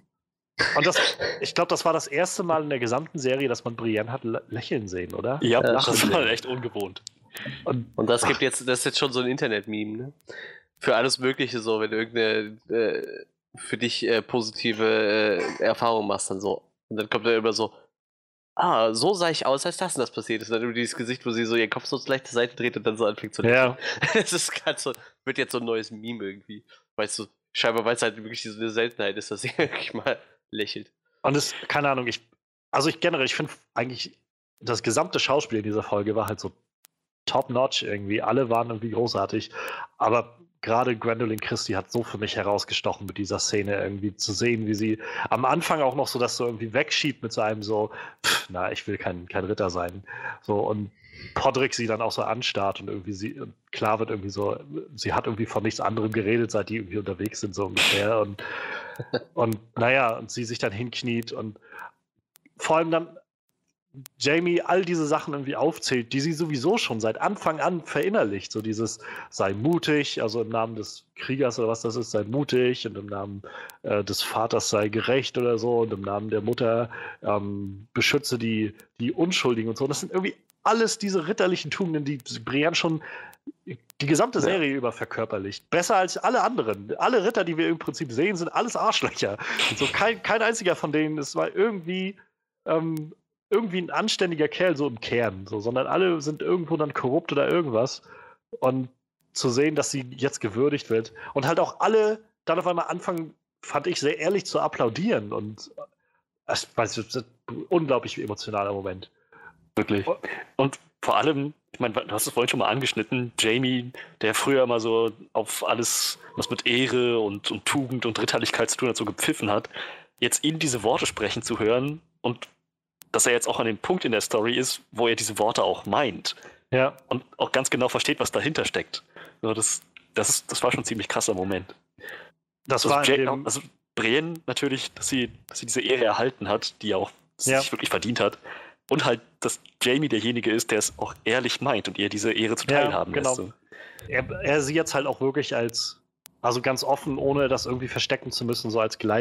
und das, ich glaube, das war das erste Mal in der gesamten Serie, dass man Brienne hat lä- lächeln sehen, oder? Ja, Ja, das stimmt. war halt echt ungewohnt. Und, Und das gibt jetzt, das ist jetzt schon so ein Internet-Meme, ne? Für alles Mögliche so, wenn du irgendeine äh, für dich äh, positive äh, Erfahrung machst, dann so. Und dann kommt er immer so, ah, so sah ich aus, als das und das passiert ist. Und dann über dieses Gesicht, wo sie so ihren Kopf so zur rechten Seite dreht und dann so anfängt zu lächeln. ja, Das ist gerade so, wird jetzt so ein neues Meme irgendwie. Weißt du, scheinbar, weil es halt wirklich so eine Seltenheit ist, dass sie wirklich mal lächelt. und es, keine Ahnung, ich, also ich generell, ich finde eigentlich, das gesamte Schauspiel in dieser Folge war halt so top-notch irgendwie. Alle waren irgendwie großartig. Aber gerade Gwendolyn Christie hat so für mich herausgestochen mit dieser Szene irgendwie zu sehen, wie sie am Anfang auch noch so das so irgendwie wegschiebt mit so einem so, pff, na, ich will kein, kein Ritter sein. So, und Podrick sie dann auch so anstarrt und irgendwie sie, und klar wird irgendwie so, sie hat irgendwie von nichts anderem geredet, seit die irgendwie unterwegs sind, so ungefähr. Und, und naja, und sie sich dann hinkniet und vor allem dann Jamie all diese Sachen irgendwie aufzählt, die sie sowieso schon seit Anfang an verinnerlicht. So dieses sei mutig, also im Namen des Kriegers oder was das ist, sei mutig und im Namen äh, des Vaters sei gerecht oder so und im Namen der Mutter ähm, beschütze die, die Unschuldigen und so. Das sind irgendwie alles diese ritterlichen Tugenden, die Brienne schon die gesamte Serie ja. über verkörperlicht. Besser als alle anderen. Alle Ritter, die wir im Prinzip sehen, sind alles Arschlöcher. Und so kein, kein einziger von denen ist mal irgendwie ähm, irgendwie ein anständiger Kerl so im Kern, so, sondern alle sind irgendwo dann korrupt oder irgendwas. Und zu sehen, dass sie jetzt gewürdigt wird und halt auch alle dann auf einmal anfangen, fand ich, sehr ehrlich zu applaudieren und das, das ist ein unglaublich emotionaler Moment. Wirklich. Und vor allem, ich meine, du hast es vorhin schon mal angeschnitten, Jamie, der früher immer so auf alles, was mit Ehre und, und Tugend und Ritterlichkeit zu tun hat, so gepfiffen hat, jetzt ihn diese Worte sprechen zu hören und dass er jetzt auch an dem Punkt in der Story ist, wo er diese Worte auch meint. Ja. Und auch ganz genau versteht, was dahinter steckt. Also das, das, ist, das war schon ein ziemlich krasser Moment. Das also war Jay, dem... also Brienne natürlich, dass sie, dass sie diese Ehre erhalten hat, die er auch ja. sich wirklich verdient hat. Und halt, dass Jamie derjenige ist, der es auch ehrlich meint und ihr diese Ehre zuteil haben ja, genau. lässt. So. Er, er sieht jetzt halt auch wirklich als, also ganz offen, ohne das irgendwie verstecken zu müssen, so als gleich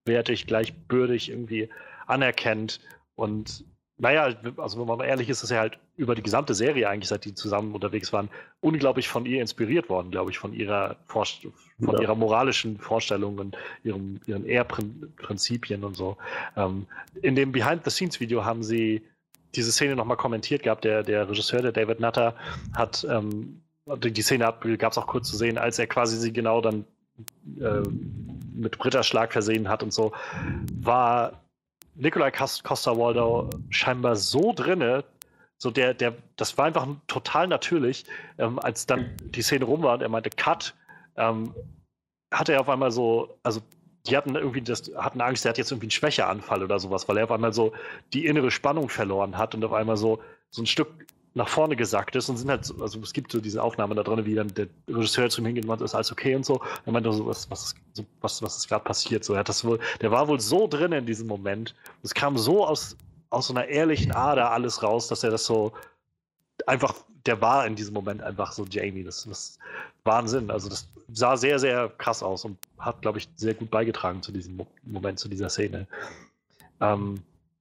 gleichwertig, gleichbürtig irgendwie anerkennt. Und naja, also wenn man mal ehrlich ist, ist er halt über die gesamte Serie eigentlich, seit die zusammen unterwegs waren, unglaublich von ihr inspiriert worden, glaube ich, von ihrer Vorst- von Ja. ihrer moralischen Vorstellung und ihrem, ihren Ehrprinzipien und so. Ähm, in dem Behind-the-Scenes-Video haben sie diese Szene nochmal kommentiert gehabt. Der, der Regisseur, der David Nutter, hat ähm, die Szene gab es auch kurz zu sehen, als er quasi sie genau dann äh, mit Ritterschlag versehen hat und so, war Nikolai Coster-Waldau scheinbar so drinne, so der, der, das war einfach total natürlich, ähm, als dann die Szene rum war und er meinte, Cut, ähm, hatte er auf einmal so, also die hatten irgendwie das, hatten Angst, er hat jetzt irgendwie einen Schwächeanfall oder sowas, weil er auf einmal so die innere Spannung verloren hat und auf einmal so, so ein Stück nach vorne gesackt ist und sind halt, so, also es gibt so diese Aufnahmen da drin, wie dann der Regisseur zu ihm hingeht und meint, ist alles okay und so. Er meinte so, was, was, so, was, was ist gerade passiert? So, er hat das wohl, der war wohl so drin in diesem Moment. Es kam so aus, aus so einer ehrlichen Ader alles raus, dass er das so einfach, der war in diesem Moment einfach so Jamie. Das ist Wahnsinn. Also das sah sehr, sehr krass aus und hat, glaube ich, sehr gut beigetragen zu diesem Moment, zu dieser Szene. Ähm,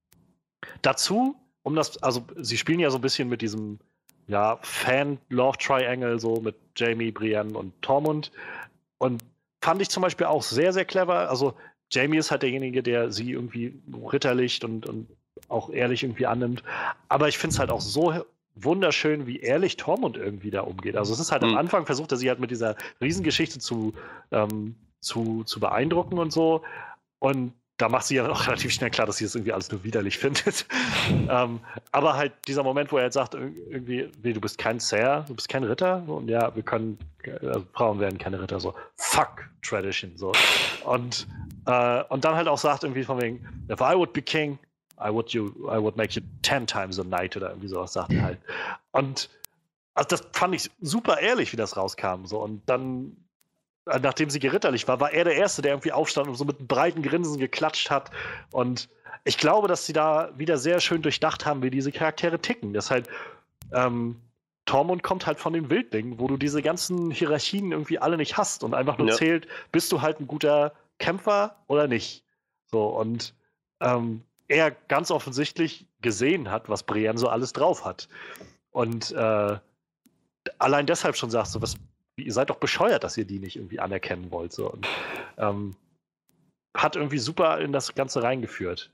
dazu Um das, also sie spielen ja so ein bisschen mit diesem ja, Fan-Love-Triangle, so mit Jamie, Brienne und Tormund. Und fand ich zum Beispiel auch sehr, sehr clever. Also Jamie ist halt derjenige, der sie irgendwie ritterlich und, und auch ehrlich irgendwie annimmt. Aber ich finde es halt auch so wunderschön, wie ehrlich Tormund irgendwie da umgeht. Also es ist halt mhm. am Anfang versucht er sie halt mit dieser Riesengeschichte zu, ähm, zu, zu beeindrucken und so. Und da macht sie ja auch relativ schnell klar, dass sie das irgendwie alles nur widerlich findet. ähm, aber halt dieser Moment, wo er jetzt sagt, irgendwie, nee, du bist kein Ser, du bist kein Ritter. Und ja, wir können, also Frauen werden keine Ritter. So, fuck Tradition. So. Und, äh, und dann halt auch sagt irgendwie von wegen, if I would be king, I would, you, I would make you ten times a knight oder irgendwie sowas, sagt er halt. Und also das fand ich super ehrlich, wie das rauskam. So. Und dann nachdem sie geritterlich war, war er der Erste, der irgendwie aufstand und so mit einem breiten Grinsen geklatscht hat. Und ich glaube, dass sie da wieder sehr schön durchdacht haben, wie diese Charaktere ticken. Das halt, ähm, Tormund kommt halt von den Wildlingen, wo du diese ganzen Hierarchien irgendwie alle nicht hast und einfach nur ja. zählt, bist du halt ein guter Kämpfer oder nicht. So, und ähm, er ganz offensichtlich gesehen hat, was Brienne so alles drauf hat. Und äh, allein deshalb schon sagst du, was ihr seid doch bescheuert, dass ihr die nicht irgendwie anerkennen wollt. So. Und, ähm, hat irgendwie super in das Ganze reingeführt.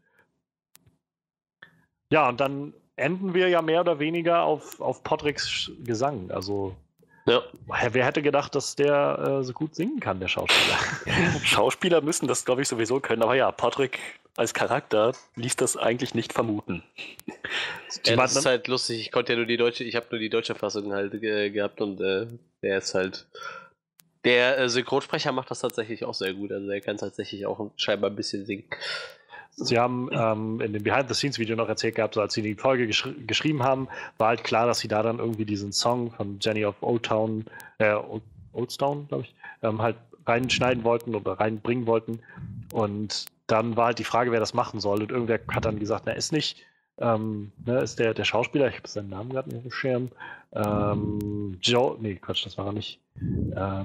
Ja, und dann enden wir ja mehr oder weniger auf, auf Podricks Gesang. Also, ja. Wer hätte gedacht, dass der äh, so gut singen kann, der Schauspieler? Schauspieler müssen das, glaube ich, sowieso können. Aber ja, Podrick als Charakter ließ das eigentlich nicht vermuten. Ja, das ist halt lustig. Ich konnte ja nur die deutsche, ich habe nur die deutsche Fassung halt äh, gehabt und äh, der ist halt, der äh, Synchronsprecher macht das tatsächlich auch sehr gut. Also er kann tatsächlich auch scheinbar ein bisschen singen. Sie haben ähm, in dem Behind-the-Scenes-Video noch erzählt gehabt, so als sie die Folge geschri- geschrieben haben, war halt klar, dass sie da dann irgendwie diesen Song von Jenny of Old Town, äh, Old, Oldstown, glaube ich, ähm, halt reinschneiden wollten oder reinbringen wollten. Und dann war halt die Frage, wer das machen soll. Und irgendwer hat dann gesagt, na, ist nicht, ähm, ne, ist der, der Schauspieler, ich habe seinen Namen gerade nicht auf dem Schirm, ähm, Joe, nee, Quatsch, das war er nicht. Äh,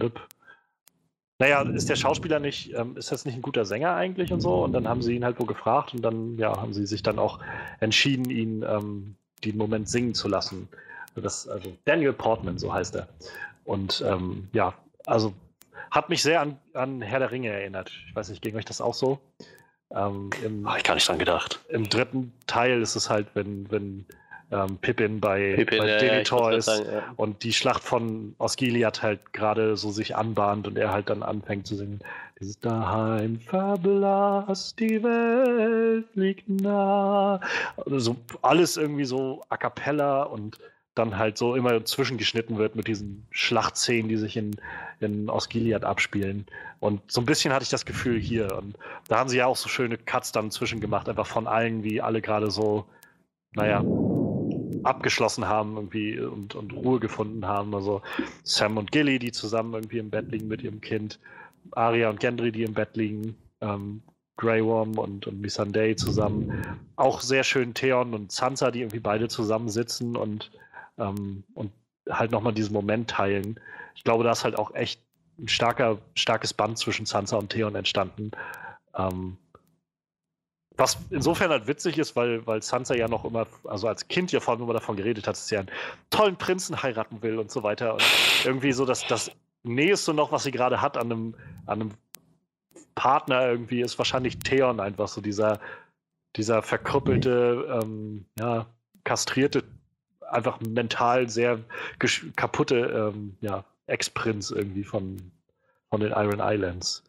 Naja, ist der Schauspieler nicht, ähm, ist das nicht ein guter Sänger eigentlich und so? Und dann haben sie ihn halt wohl gefragt und dann, ja, haben sie sich dann auch entschieden, ihn ähm, den Moment singen zu lassen. Das, also Daniel Portman, so heißt er. Und ähm, ja, also hat mich sehr an, an Herr der Ringe erinnert. Ich weiß nicht, ging euch das auch so? Ähm, im, oh, ich gar nicht dran gedacht. Im dritten Teil ist es halt, wenn, wenn ähm, Pippin bei, Pippin, bei ja, Denethor ja, ist sagen, ja. und die Schlacht von Osgiliath halt gerade so sich anbahnt und er halt dann anfängt zu singen, dieses Daheim verblasst, die Welt liegt nah. Also alles irgendwie so a cappella und dann halt so immer zwischengeschnitten wird mit diesen Schlachtszenen, die sich in, in Osgiliath abspielen. Und so ein bisschen hatte ich das Gefühl hier. Und da haben sie ja auch so schöne Cuts dann zwischen gemacht, einfach von allen, wie alle gerade so, naja, abgeschlossen haben irgendwie und, und Ruhe gefunden haben. Also Sam und Gilly, die zusammen irgendwie im Bett liegen mit ihrem Kind, Arya und Gendry, die im Bett liegen, ähm, Grey Worm und, und Missandei zusammen. Auch sehr schön Theon und Sansa, die irgendwie beide zusammensitzen und, ähm, und halt nochmal diesen Moment teilen. Ich glaube, da ist halt auch echt ein starker, starkes Band zwischen Sansa und Theon entstanden. Ähm, was insofern halt witzig ist, weil, weil Sansa ja noch immer, also als Kind ja vor allem immer davon geredet hat, dass sie einen tollen Prinzen heiraten will und so weiter. Und irgendwie so das, das Nächste noch, was sie gerade hat an einem, an einem Partner irgendwie, ist wahrscheinlich Theon einfach so dieser, dieser verkrüppelte, ähm, ja, kastrierte, einfach mental sehr kaputte ähm, ja, Ex-Prinz irgendwie von, von den Iron Islands.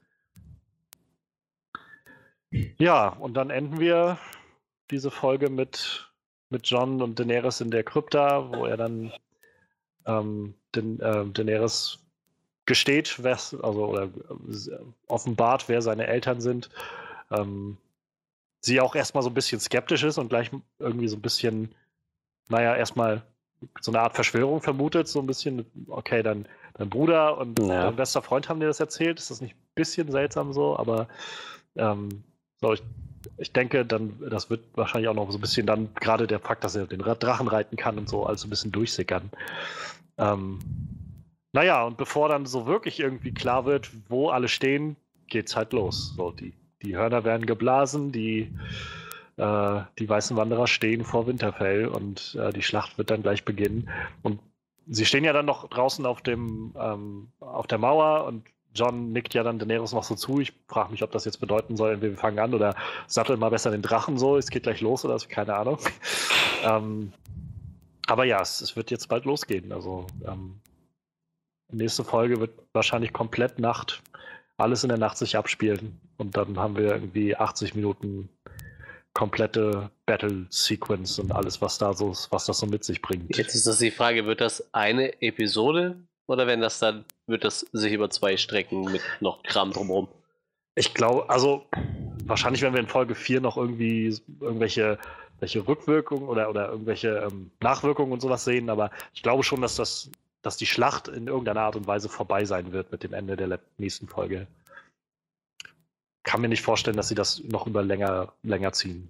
Ja, und dann enden wir diese Folge mit, mit Jon und Daenerys in der Krypta, wo er dann ähm, den, äh, Daenerys gesteht, wer, also oder äh, offenbart, wer seine Eltern sind. Ähm, sie auch erstmal so ein bisschen skeptisch ist und gleich irgendwie so ein bisschen, naja, erstmal so eine Art Verschwörung vermutet, so ein bisschen, okay, dann dein Bruder und ja. dein bester Freund haben dir das erzählt. Ist das nicht ein bisschen seltsam so, aber ähm, so, ich, ich denke, dann, das wird wahrscheinlich auch noch so ein bisschen dann, gerade der Fakt, dass er den Drachen reiten kann und so, alles ein bisschen durchsickern. Ähm, naja, und bevor dann so wirklich irgendwie klar wird, wo alle stehen, geht's halt los. So, die, die Hörner werden geblasen, die, äh, die weißen Wanderer stehen vor Winterfell und äh, die Schlacht wird dann gleich beginnen. Und sie stehen ja dann noch draußen auf dem, ähm, auf der Mauer und Jon nickt ja dann Daenerys noch so zu. Ich frage mich, ob das jetzt bedeuten soll, wir fangen an oder satteln mal besser den Drachen so, es geht gleich los oder so, keine Ahnung. ähm, aber ja, es, es wird jetzt bald losgehen. Also ähm, nächste Folge wird wahrscheinlich komplett Nacht, alles in der Nacht sich abspielen und dann haben wir irgendwie achtzig Minuten komplette Battle-Sequence und alles, was da so, was das so mit sich bringt. Jetzt ist das die Frage, wird das eine Episode oder wenn das dann, wird das sich über zwei Strecken mit noch Kram drumherum? Ich glaube, also wahrscheinlich werden wir in Folge vier noch irgendwie irgendwelche welche Rückwirkungen oder, oder irgendwelche ähm, Nachwirkungen und sowas sehen, aber ich glaube schon, dass das, dass die Schlacht in irgendeiner Art und Weise vorbei sein wird mit dem Ende der nächsten Folge. Kann mir nicht vorstellen, dass sie das noch über länger, länger ziehen.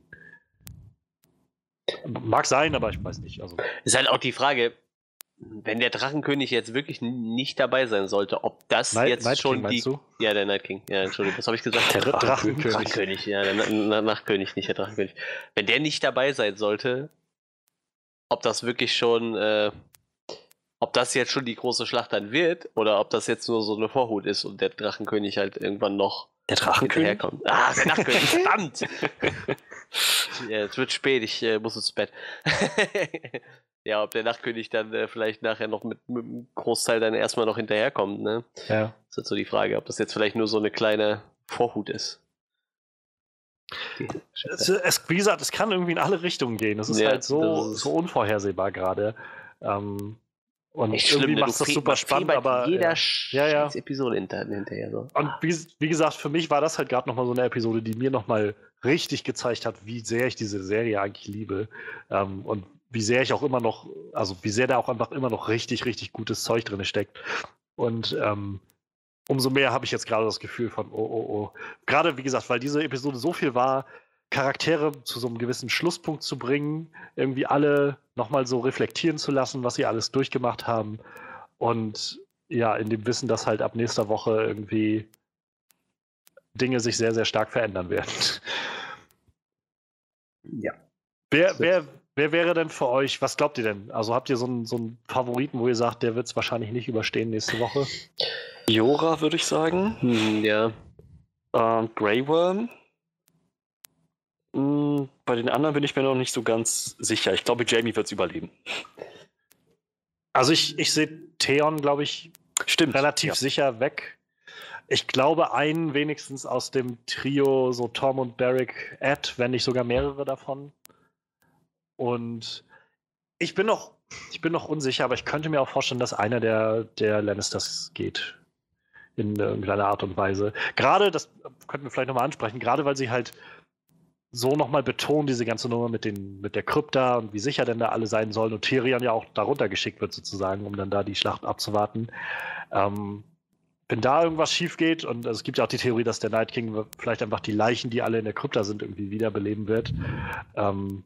Mag sein, aber ich weiß nicht. Also. Ist halt auch die Frage, wenn der Drachenkönig jetzt wirklich nicht dabei sein sollte, ob das Night, jetzt Night schon King, die... meinst du? Ja, der Night King. Ja, Entschuldigung, was habe ich gesagt? Der Drachenkönig. Drachenkönig, ja, der Na Nachtkönig, nicht der Drachenkönig. Wenn der nicht dabei sein sollte, ob das wirklich schon... Äh, ob das jetzt schon die große Schlacht dann wird oder ob das jetzt nur so eine Vorhut ist und der Drachenkönig halt irgendwann noch der Drachenkönig herkommt. Ah, der Nachtkönig, verdammt! Ja, es wird spät, ich äh, muss ins Bett. Ja, ob der Nachtkönig dann äh, vielleicht nachher noch mit, mit einem Großteil dann erstmal noch hinterherkommt, ne? Ja. Das ist halt so die Frage, ob das jetzt vielleicht nur so eine kleine Vorhut ist. Es, es, wie gesagt, es kann irgendwie in alle Richtungen gehen. Es ist ja, halt so, ist so unvorhersehbar gerade. Ähm, und echt irgendwie schlimm, macht das super spannend, aber jeder ja, ja. Episode hinter, hinterher so. Und wie, wie gesagt, für mich war das halt gerade nochmal so eine Episode, die mir nochmal richtig gezeigt hat, wie sehr ich diese Serie eigentlich liebe. Ähm, und wie sehr ich auch immer noch, also wie sehr da auch einfach immer noch richtig, richtig gutes Zeug drin steckt. Und ähm, umso mehr habe ich jetzt gerade das Gefühl von, oh, oh, oh. Gerade, wie gesagt, weil diese Episode so viel war, Charaktere zu so einem gewissen Schlusspunkt zu bringen, irgendwie alle nochmal so reflektieren zu lassen, was sie alles durchgemacht haben. Und ja, in dem Wissen, dass halt ab nächster Woche irgendwie Dinge sich sehr, sehr stark verändern werden. Ja. Wer, wer, wer wäre denn für euch, was glaubt ihr denn? Also habt ihr so einen, so einen Favoriten, wo ihr sagt, der wird es wahrscheinlich nicht überstehen nächste Woche? Jorah, würde ich sagen. Hm, ja. Ähm, Grey Worm. Hm, bei den anderen bin ich mir noch nicht so ganz sicher. Ich glaube, Jaime wird es überleben. Also ich, ich sehe Theon, glaube ich, Stimmt, relativ ja. sicher weg. Ich glaube, einen wenigstens aus dem Trio, so Tom und Beric, Ed, wenn nicht sogar mehrere davon. Und ich bin noch, ich bin noch unsicher, aber ich könnte mir auch vorstellen, dass einer der, der Lannisters geht. In irgendeiner Art und Weise. Gerade, das könnten wir vielleicht nochmal ansprechen, gerade weil sie halt so nochmal betonen, diese ganze Nummer mit, den, mit der Krypta und wie sicher denn da alle sein sollen und Tyrion ja auch darunter geschickt wird sozusagen, um dann da die Schlacht abzuwarten. Ähm, wenn da irgendwas schief geht, und also es gibt ja auch die Theorie, dass der Night King vielleicht einfach die Leichen, die alle in der Krypta sind, irgendwie wiederbeleben wird, ähm,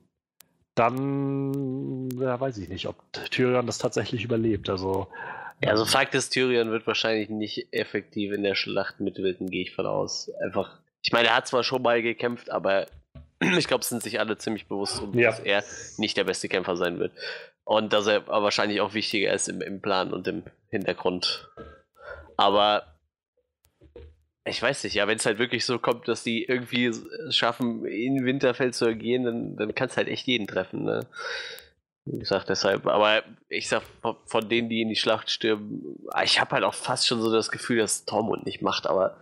dann ja, weiß ich nicht, ob Tyrion das tatsächlich überlebt. Also, ja, also Fakt ist, Tyrion wird wahrscheinlich nicht effektiv in der Schlacht mitwirken, gehe ich von aus. Einfach, Ich meine, er hat zwar schon mal gekämpft, aber ich glaube, es sind sich alle ziemlich bewusst, Ja. dass er nicht der beste Kämpfer sein wird. Und dass er aber wahrscheinlich auch wichtiger ist im, im Plan und im Hintergrund. Aber ich weiß nicht, ja, wenn es halt wirklich so kommt, dass die irgendwie es schaffen, in Winterfell zu ergehen, dann, dann kann es halt echt jeden treffen, ne? Wie gesagt, deshalb, aber ich sag, von, von denen, die in die Schlacht stürmen, ich habe halt auch fast schon so das Gefühl, dass Tormund nicht macht, aber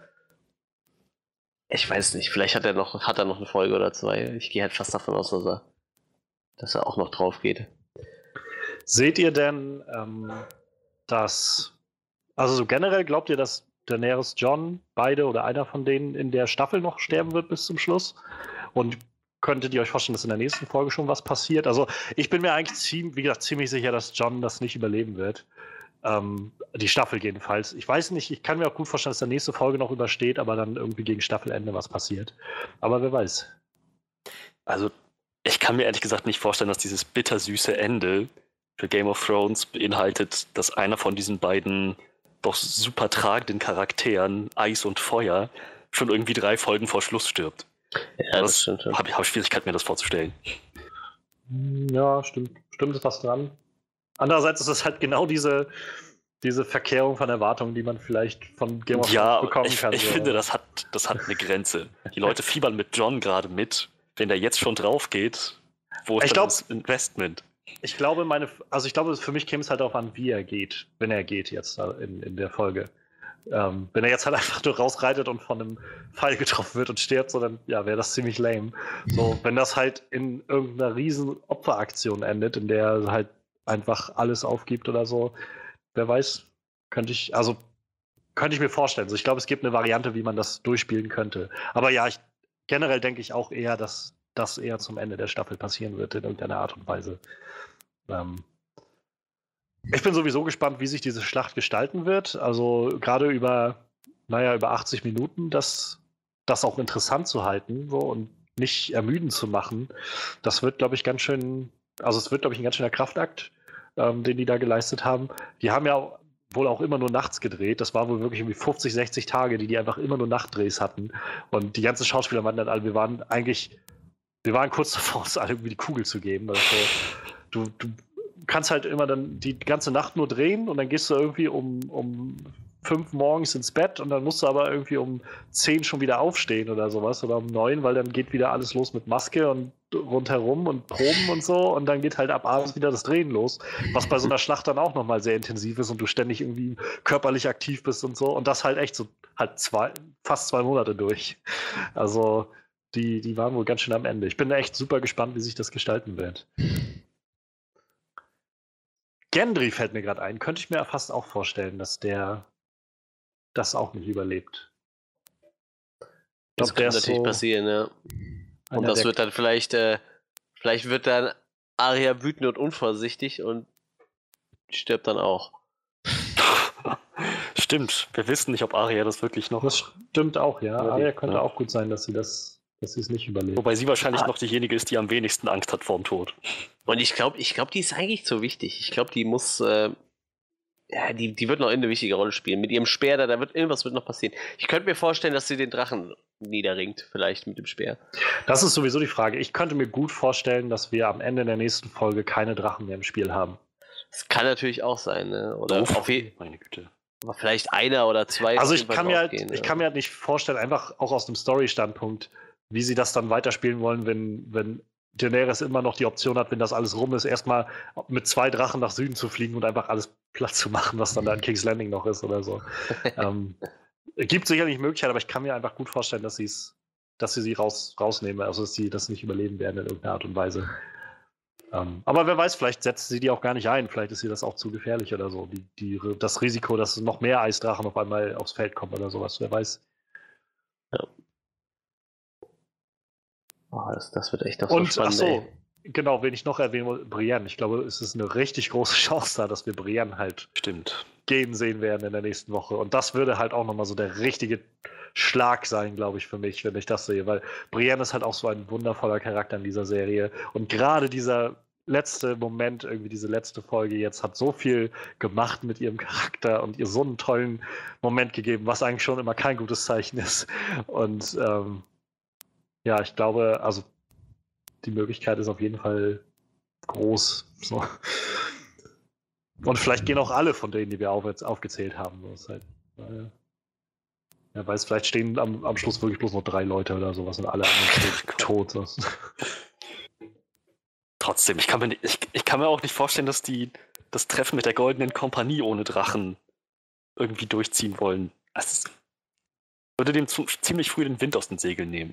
ich weiß nicht, vielleicht hat er noch, hat er noch eine Folge oder zwei. Ich gehe halt fast davon aus, dass er, dass er auch noch drauf geht. Seht ihr denn, ähm, dass, also so generell glaubt ihr, dass Daenerys, Jon, beide oder einer von denen in der Staffel noch sterben wird bis zum Schluss? Und könntet ihr euch vorstellen, dass in der nächsten Folge schon was passiert? Also ich bin mir eigentlich ziemlich, wie gesagt, ziemlich sicher, dass Jon das nicht überleben wird. Ähm, die Staffel jedenfalls. Ich weiß nicht, ich kann mir auch gut vorstellen, dass der nächste Folge noch übersteht, aber dann irgendwie gegen Staffelende was passiert. Aber wer weiß. Also, ich kann mir ehrlich gesagt nicht vorstellen, dass dieses bittersüße Ende für Game of Thrones beinhaltet, dass einer von diesen beiden doch super tragenden Charakteren, Eis und Feuer, schon irgendwie drei Folgen vor Schluss stirbt. Ja, das stimmt schon. Habe hab Schwierigkeit, mir das vorzustellen. Ja, stimmt. Stimmt, ist was dran. Andererseits ist es halt genau diese, diese Verkehrung von Erwartungen, die man vielleicht von Game of Thrones Ja, bekommen ich, kann. ich so. finde, das hat, das hat eine Grenze. Die Leute fiebern mit Jon gerade mit. Wenn der jetzt schon drauf geht, wo ist Ich dann glaub- das Investment? Ich glaube, meine, also ich glaube, für mich käme es halt darauf an, wie er geht, wenn er geht jetzt in, in der Folge. Ähm, wenn er jetzt halt einfach nur rausreitet und von einem Pfeil getroffen wird und stirbt, so dann ja, wäre das ziemlich lame. So, wenn das halt in irgendeiner riesen Opferaktion endet, in der er halt einfach alles aufgibt oder so, wer weiß, könnte ich, also könnte ich mir vorstellen. Also ich glaube, es gibt eine Variante, wie man das durchspielen könnte. Aber ja, ich, generell denke ich auch eher, dass das eher zum Ende der Staffel passieren wird in irgendeiner Art und Weise. Ähm, ich bin sowieso gespannt, wie sich diese Schlacht gestalten wird. Also gerade über, naja, über achtzig Minuten, das, das auch interessant zu halten so, und nicht ermüdend zu machen, das wird, glaube ich, ganz schön, also es wird, glaube ich, ein ganz schöner Kraftakt, ähm, den die da geleistet haben. Die haben ja wohl auch immer nur nachts gedreht. Das war wohl wirklich irgendwie fünfzig, sechzig Tage, die die einfach immer nur Nachtdrehs hatten. Und die ganzen Schauspieler waren dann alle, wir waren eigentlich, wir waren kurz davor, uns alle irgendwie die Kugel zu geben. Also, du, du kannst halt immer dann die ganze Nacht nur drehen und dann gehst du irgendwie um, um fünf morgens ins Bett und dann musst du aber irgendwie um zehn schon wieder aufstehen oder sowas oder um neun, weil dann geht wieder alles los mit Maske und rundherum und Proben und so und dann geht halt ab abends wieder das Drehen los, was bei so einer Schlacht dann auch nochmal sehr intensiv ist und du ständig irgendwie körperlich aktiv bist und so und das halt echt so halt zwei, fast zwei Monate durch. Also die, die waren wohl ganz schön am Ende. Ich bin echt super gespannt, wie sich das gestalten wird. Gendry fällt mir gerade ein. Könnte ich mir fast auch vorstellen, dass der das auch nicht überlebt. Ich Das glaub, der kann ist natürlich so passieren, ja. Und einer das der- wird dann vielleicht, äh, vielleicht wird dann Arya wütend und unvorsichtig und stirbt dann auch. Stimmt, wir wissen nicht, ob Arya das wirklich noch. Das stimmt auch, ja. Ja, Arya die- könnte ja. auch gut sein, dass sie das, dass sie es nicht überlebt. Wobei sie wahrscheinlich Ah. noch diejenige ist, die am wenigsten Angst hat vorm Tod. Und ich glaube, ich glaube, die ist eigentlich so wichtig. Ich glaube, die muss, äh, ja, die, die wird noch eine wichtige Rolle spielen. Mit ihrem Speer, da, da wird irgendwas wird noch passieren. Ich könnte mir vorstellen, dass sie den Drachen niederringt, vielleicht mit dem Speer. Das ist sowieso die Frage. Ich könnte mir gut vorstellen, dass wir am Ende der nächsten Folge keine Drachen mehr im Spiel haben. Das kann natürlich auch sein, ne? Oder Uff, auf je, meine Güte. vielleicht einer oder zwei. Also auf ich jeden Fall kann, mir halt, draufgehen, ich ja. kann mir halt nicht vorstellen, einfach auch aus dem Story-Standpunkt, wie sie das dann weiterspielen wollen, wenn, wenn Daenerys immer noch die Option hat, wenn das alles rum ist, erstmal mit zwei Drachen nach Süden zu fliegen und einfach alles platt zu machen, was dann da in King's Landing noch ist oder so. ähm, gibt sicherlich Möglichkeiten, aber ich kann mir einfach gut vorstellen, dass, sie's, dass sie sie raus, rausnehmen, also dass sie das nicht überleben werden in irgendeiner Art und Weise. Ähm, aber wer weiß, vielleicht setzt sie die auch gar nicht ein, vielleicht ist ihr das auch zu gefährlich oder so. Die, die, das Risiko, dass noch mehr Eisdrachen auf einmal aufs Feld kommen oder sowas, wer weiß. Oh, das, das wird echt noch Und so spannend. ach so, ey. genau, wen ich noch erwähnen wollte, Brienne. Ich glaube, es ist eine richtig große Chance da, dass wir Brienne halt Stimmt. gehen sehen werden in der nächsten Woche. Und das würde halt auch nochmal so der richtige Schlag sein, glaube ich, für mich, wenn ich das sehe. Weil Brienne ist halt auch so ein wundervoller Charakter in dieser Serie. Und gerade dieser letzte Moment, irgendwie diese letzte Folge jetzt hat so viel gemacht mit ihrem Charakter und ihr so einen tollen Moment gegeben, was eigentlich schon immer kein gutes Zeichen ist. Und ähm, ja, ich glaube, also die Möglichkeit ist auf jeden Fall groß. So. Und vielleicht gehen auch alle von denen, die wir auf, jetzt aufgezählt haben. So ist halt, äh, ja, weiß, vielleicht stehen am, am Schluss wirklich bloß noch drei Leute oder sowas und alle anderen tot. So. Trotzdem, ich kann, mir nicht, ich, ich kann mir auch nicht vorstellen, dass die das Treffen mit der Goldenen Kompanie ohne Drachen irgendwie durchziehen wollen. Das würde dem zu, ziemlich früh den Wind aus den Segeln nehmen.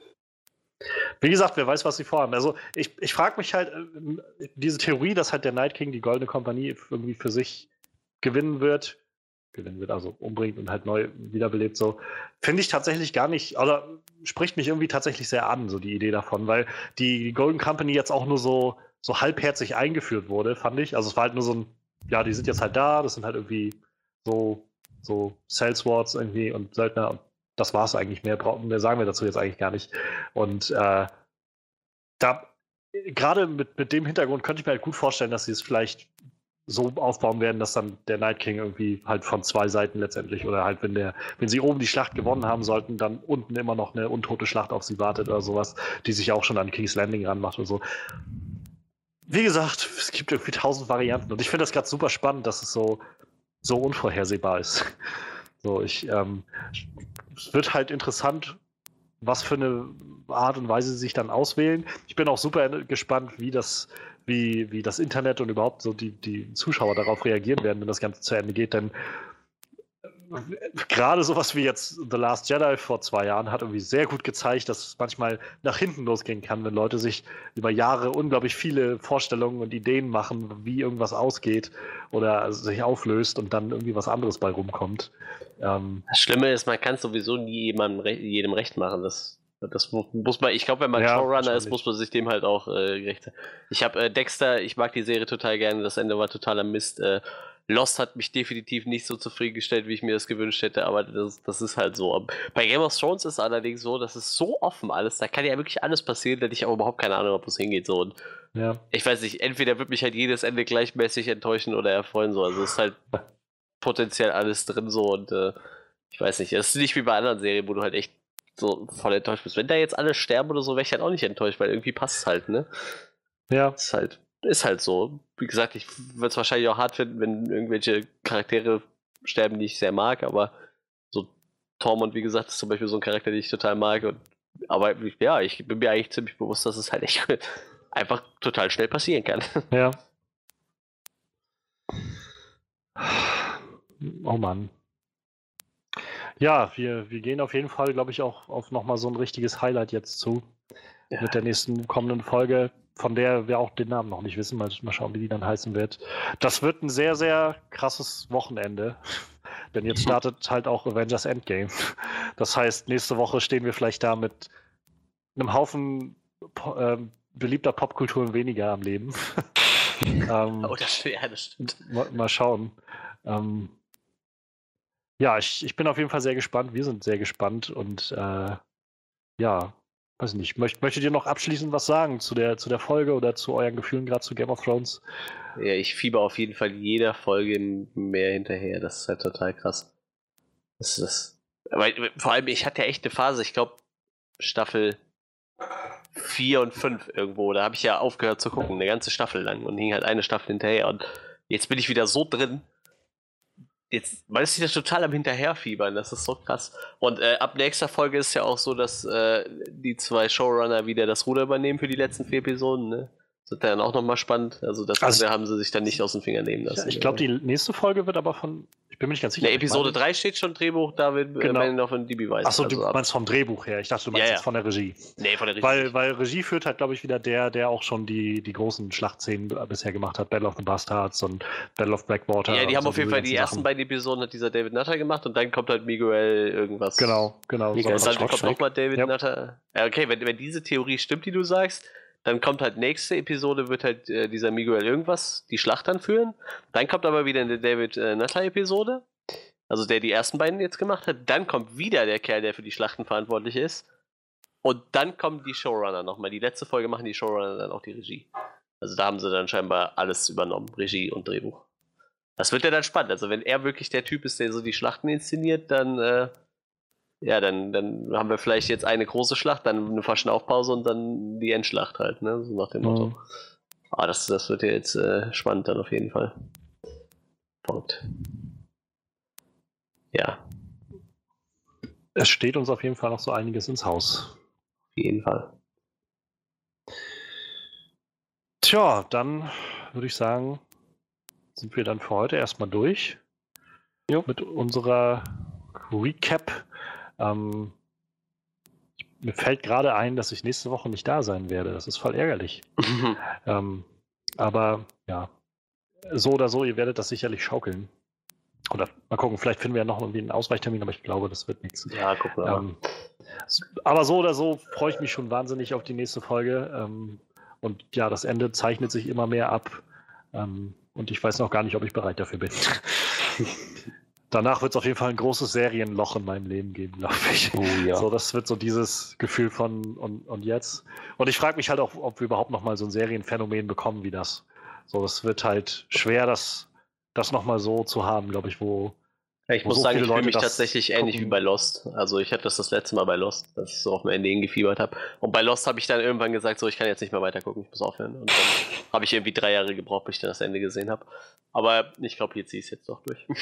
Wie gesagt, wer weiß, was sie vorhaben. Also ich, ich frage mich halt, diese Theorie, dass halt der Night King die Goldene Kompanie irgendwie für sich gewinnen wird, gewinnen wird, also umbringt und halt neu wiederbelebt, so, finde ich tatsächlich gar nicht, oder spricht mich irgendwie tatsächlich sehr an, so die Idee davon, weil die Golden Company jetzt auch nur so, so halbherzig eingeführt wurde, fand ich. Also es war halt nur so ein, ja, die sind jetzt halt da, das sind halt irgendwie so, so Saleswards irgendwie und Söldner und das war es eigentlich. Mehr, mehr sagen wir dazu jetzt eigentlich gar nicht. Und äh, da, gerade mit, mit dem Hintergrund könnte ich mir halt gut vorstellen, dass sie es vielleicht so aufbauen werden, dass dann der Night King irgendwie halt von zwei Seiten letztendlich oder halt, wenn der, wenn sie oben die Schlacht gewonnen haben sollten, dann unten immer noch eine untote Schlacht auf sie wartet oder sowas, die sich auch schon an King's Landing ranmacht oder so. Wie gesagt, es gibt irgendwie tausend Varianten und ich finde das gerade super spannend, dass es so, so unvorhersehbar ist. So, ich, ähm, es wird halt interessant, was für eine Art und Weise sie sich dann auswählen. Ich bin auch super gespannt, wie das, wie, wie das Internet und überhaupt so die, die Zuschauer darauf reagieren werden, wenn das Ganze zu Ende geht, denn gerade sowas wie jetzt The Last Jedi vor zwei Jahren hat irgendwie sehr gut gezeigt, dass es manchmal nach hinten losgehen kann, wenn Leute sich über Jahre unglaublich viele Vorstellungen und Ideen machen, wie irgendwas ausgeht oder sich auflöst und dann irgendwie was anderes bei rumkommt. Ähm, das Schlimme ist, man kann es sowieso nie jemandem, jedem recht machen. Das, das muss man, ich glaube, wenn man ja, Showrunner ist, muss man sich dem halt auch äh, gerecht sein. Ich habe äh, Dexter, ich mag die Serie total gerne, das Ende war totaler Mist. Äh, Lost hat mich definitiv nicht so zufriedengestellt, wie ich mir das gewünscht hätte, aber das, das ist halt so. Bei Game of Thrones ist es allerdings so, das ist so offen alles, da kann ja wirklich alles passieren, da hätte ich aber überhaupt keine Ahnung, ob es hingeht. So. Und ja. Ich weiß nicht, entweder wird mich halt jedes Ende gleichmäßig enttäuschen oder erfreuen. So. Also es ist halt potenziell alles drin so und äh, ich weiß nicht, es ist nicht wie bei anderen Serien, wo du halt echt so voll enttäuscht bist. Wenn da jetzt alle sterben oder so, wäre ich halt auch nicht enttäuscht, weil irgendwie passt es halt, ne? Ja. Ist halt, ist halt so. Wie gesagt, ich würde es wahrscheinlich auch hart finden, wenn irgendwelche Charaktere sterben, die ich sehr mag, aber so Tormund, wie gesagt, ist zum Beispiel so ein Charakter, den ich total mag. Und, aber ja, ich bin mir eigentlich ziemlich bewusst, dass es halt echt einfach total schnell passieren kann. Ja. Oh Mann. Ja, wir, wir gehen auf jeden Fall, glaube ich, auch auf nochmal so ein richtiges Highlight jetzt zu. Ja. Mit der nächsten kommenden Folge, von der wir auch den Namen noch nicht wissen. Mal, mal schauen, wie die dann heißen wird. Das wird ein sehr, sehr krasses Wochenende. Denn jetzt startet halt auch Avengers Endgame. Das heißt, nächste Woche stehen wir vielleicht da mit einem Haufen äh, beliebter Popkulturen weniger am Leben. ähm, oh, das, ja, das stimmt. Mal, mal schauen. Ähm, ja, ich, ich bin auf jeden Fall sehr gespannt. Wir sind sehr gespannt und äh, ja, weiß nicht. Möcht, möchtet ihr noch abschließend was sagen zu der, zu der Folge oder zu euren Gefühlen gerade zu Game of Thrones? Ja, ich fieber auf jeden Fall jeder Folge mehr hinterher. Das ist halt total krass. Das ist, aber vor allem, ich hatte ja echt eine Phase, ich glaube, Staffel vier und fünf irgendwo, da habe ich ja aufgehört zu gucken, eine ganze Staffel lang und hing halt eine Staffel hinterher und jetzt bin ich wieder so drin. Jetzt, man ist wieder total am Hinterherfiebern, das ist so krass. Und äh, ab nächster Folge ist ja auch so, dass äh, die zwei Showrunner wieder das Ruder übernehmen für die letzten vier Episoden, ne? Das wird dann auch nochmal spannend. Also das also, haben sie sich dann nicht aus den Fingern nehmen lassen. Ich glaube, die nächste Folge wird aber von, ich bin mir nicht ganz sicher. Ne, Episode drei steht schon Drehbuch, David genau. Benioff und D B Weiss. Achso, also du meinst vom Drehbuch her. Ich dachte, du meinst ja, jetzt ja. von der Regie. Nee, von der Regie. Weil, weil Regie führt halt, glaube ich, wieder der, der auch schon die, die großen Schlachtszenen bisher gemacht hat. Battle of the Bastards und Battle of Blackwater. Ja, die haben so auf jeden Fall die ersten Sachen. beiden Episoden hat dieser David Nutter gemacht und dann kommt halt Miguel irgendwas. Genau, genau. Miguel so, dann kommt nochmal David ja. Nutter. Ja, okay, wenn, wenn diese Theorie stimmt, die du sagst, dann kommt halt nächste Episode, wird halt äh, dieser Miguel irgendwas die Schlacht anführen. Dann kommt aber wieder eine David äh, Nutter-Episode, also der die ersten beiden jetzt gemacht hat. Dann kommt wieder der Kerl, der für die Schlachten verantwortlich ist. Und dann kommen die Showrunner nochmal. Die letzte Folge machen die Showrunner dann auch die Regie. Also da haben sie dann scheinbar alles übernommen, Regie und Drehbuch. Das wird ja dann spannend. Also wenn er wirklich der Typ ist, der so die Schlachten inszeniert, dann äh, ja, dann, dann haben wir vielleicht jetzt eine große Schlacht, dann eine Verschnaufpause und dann die Endschlacht halt, ne? So nach dem Motto. Mhm. Ah, das, das wird ja jetzt äh, spannend dann auf jeden Fall. Punkt. Ja. Es steht uns auf jeden Fall noch so einiges ins Haus. Auf jeden Fall. Tja, dann würde ich sagen, sind wir dann für heute erstmal durch. Jo. Mit unserer Recap. Ähm, mir fällt gerade ein, dass ich nächste Woche nicht da sein werde. Das ist voll ärgerlich. ähm, aber ja, so oder so, ihr werdet das sicherlich schaukeln. Oder mal gucken, vielleicht finden wir ja noch irgendwie einen Ausweichtermin, aber ich glaube, das wird nichts. Ja, gucken wir ähm, Aber so oder so freue ich mich schon wahnsinnig auf die nächste Folge. Ähm, und ja, das Ende zeichnet sich immer mehr ab. Ähm, und ich weiß noch gar nicht, ob ich bereit dafür bin. Danach wird es auf jeden Fall ein großes Serienloch in meinem Leben geben, glaube ich. Oh, ja. So, das wird so dieses Gefühl von und, und jetzt. Und ich frage mich halt auch, ob wir überhaupt noch mal so ein Serienphänomen bekommen wie das. So, es wird halt schwer, das, das noch mal so zu haben, glaube ich, wo Ich wo muss so sagen, viele ich fühle Leute mich das tatsächlich ähnlich wie gucken. bei Lost. Also ich hatte das das letzte Mal bei Lost, dass ich so auf dem Ende hingefiebert habe. Und bei Lost habe ich dann irgendwann gesagt, so ich kann jetzt nicht mehr weiter gucken, ich muss aufhören. Und dann habe ich irgendwie drei Jahre gebraucht, bis ich dann das Ende gesehen habe. Aber ich glaube, jetzt ziehe ich es jetzt doch durch.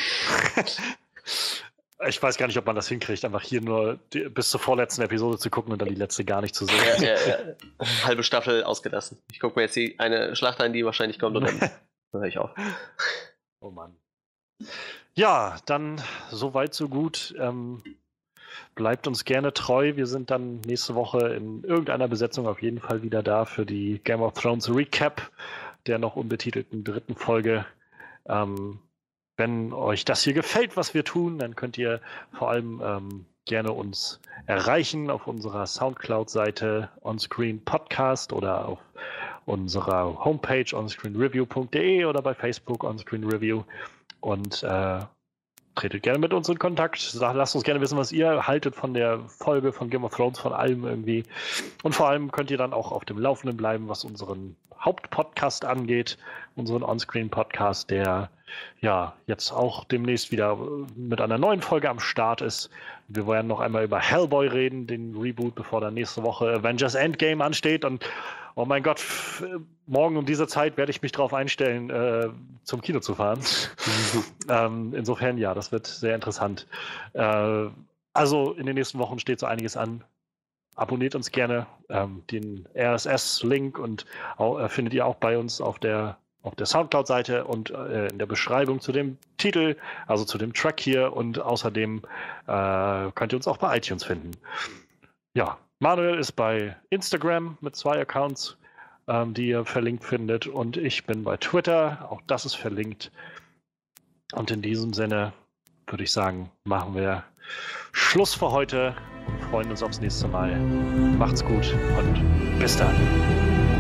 Ich weiß gar nicht, ob man das hinkriegt, einfach hier nur die, bis zur vorletzten Episode zu gucken und dann die letzte gar nicht zu sehen. Ja, ja, ja. Halbe Staffel ausgelassen. Ich gucke mir jetzt die eine Schlacht an, die wahrscheinlich kommt, und dann, dann höre ich auf. Oh Mann. Ja, dann so weit, so gut. Ähm, bleibt uns gerne treu. Wir sind dann nächste Woche in irgendeiner Besetzung auf jeden Fall wieder da für die Game of Thrones Recap der noch unbetitelten dritten Folge. Ähm, wenn euch das hier gefällt, was wir tun, dann könnt ihr vor allem ähm, gerne uns erreichen auf unserer Soundcloud-Seite Onscreen Podcast oder auf unserer Homepage onscreenreview punkt de oder bei Facebook Onscreen Review. Und äh, tretet gerne mit uns in Kontakt. Lasst uns gerne wissen, was ihr haltet von der Folge von Game of Thrones, von allem irgendwie. Und vor allem könnt ihr dann auch auf dem Laufenden bleiben, was unseren Hauptpodcast angeht, unseren Onscreen-Podcast, der ja jetzt auch demnächst wieder mit einer neuen Folge am Start ist. Wir wollen noch einmal über Hellboy reden, den Reboot, bevor dann nächste Woche Avengers Endgame ansteht. Und oh mein Gott, f- morgen um diese Zeit werde ich mich darauf einstellen, äh, zum Kino zu fahren. ähm, insofern, ja, das wird sehr interessant. Äh, also in den nächsten Wochen steht so einiges an. Abonniert uns gerne. Ähm, den R S S-Link und auch, äh, findet ihr auch bei uns auf der, auf der Soundcloud-Seite und äh, in der Beschreibung zu dem Titel, also zu dem Track hier. Und außerdem äh, könnt ihr uns auch bei iTunes finden. Ja, Manuel ist bei Instagram mit zwei Accounts, ähm, die ihr verlinkt findet. Und ich bin bei Twitter. Auch das ist verlinkt. Und in diesem Sinne würde ich sagen, machen wir Schluss für heute und freuen uns aufs nächste Mal. Macht's gut und bis dann.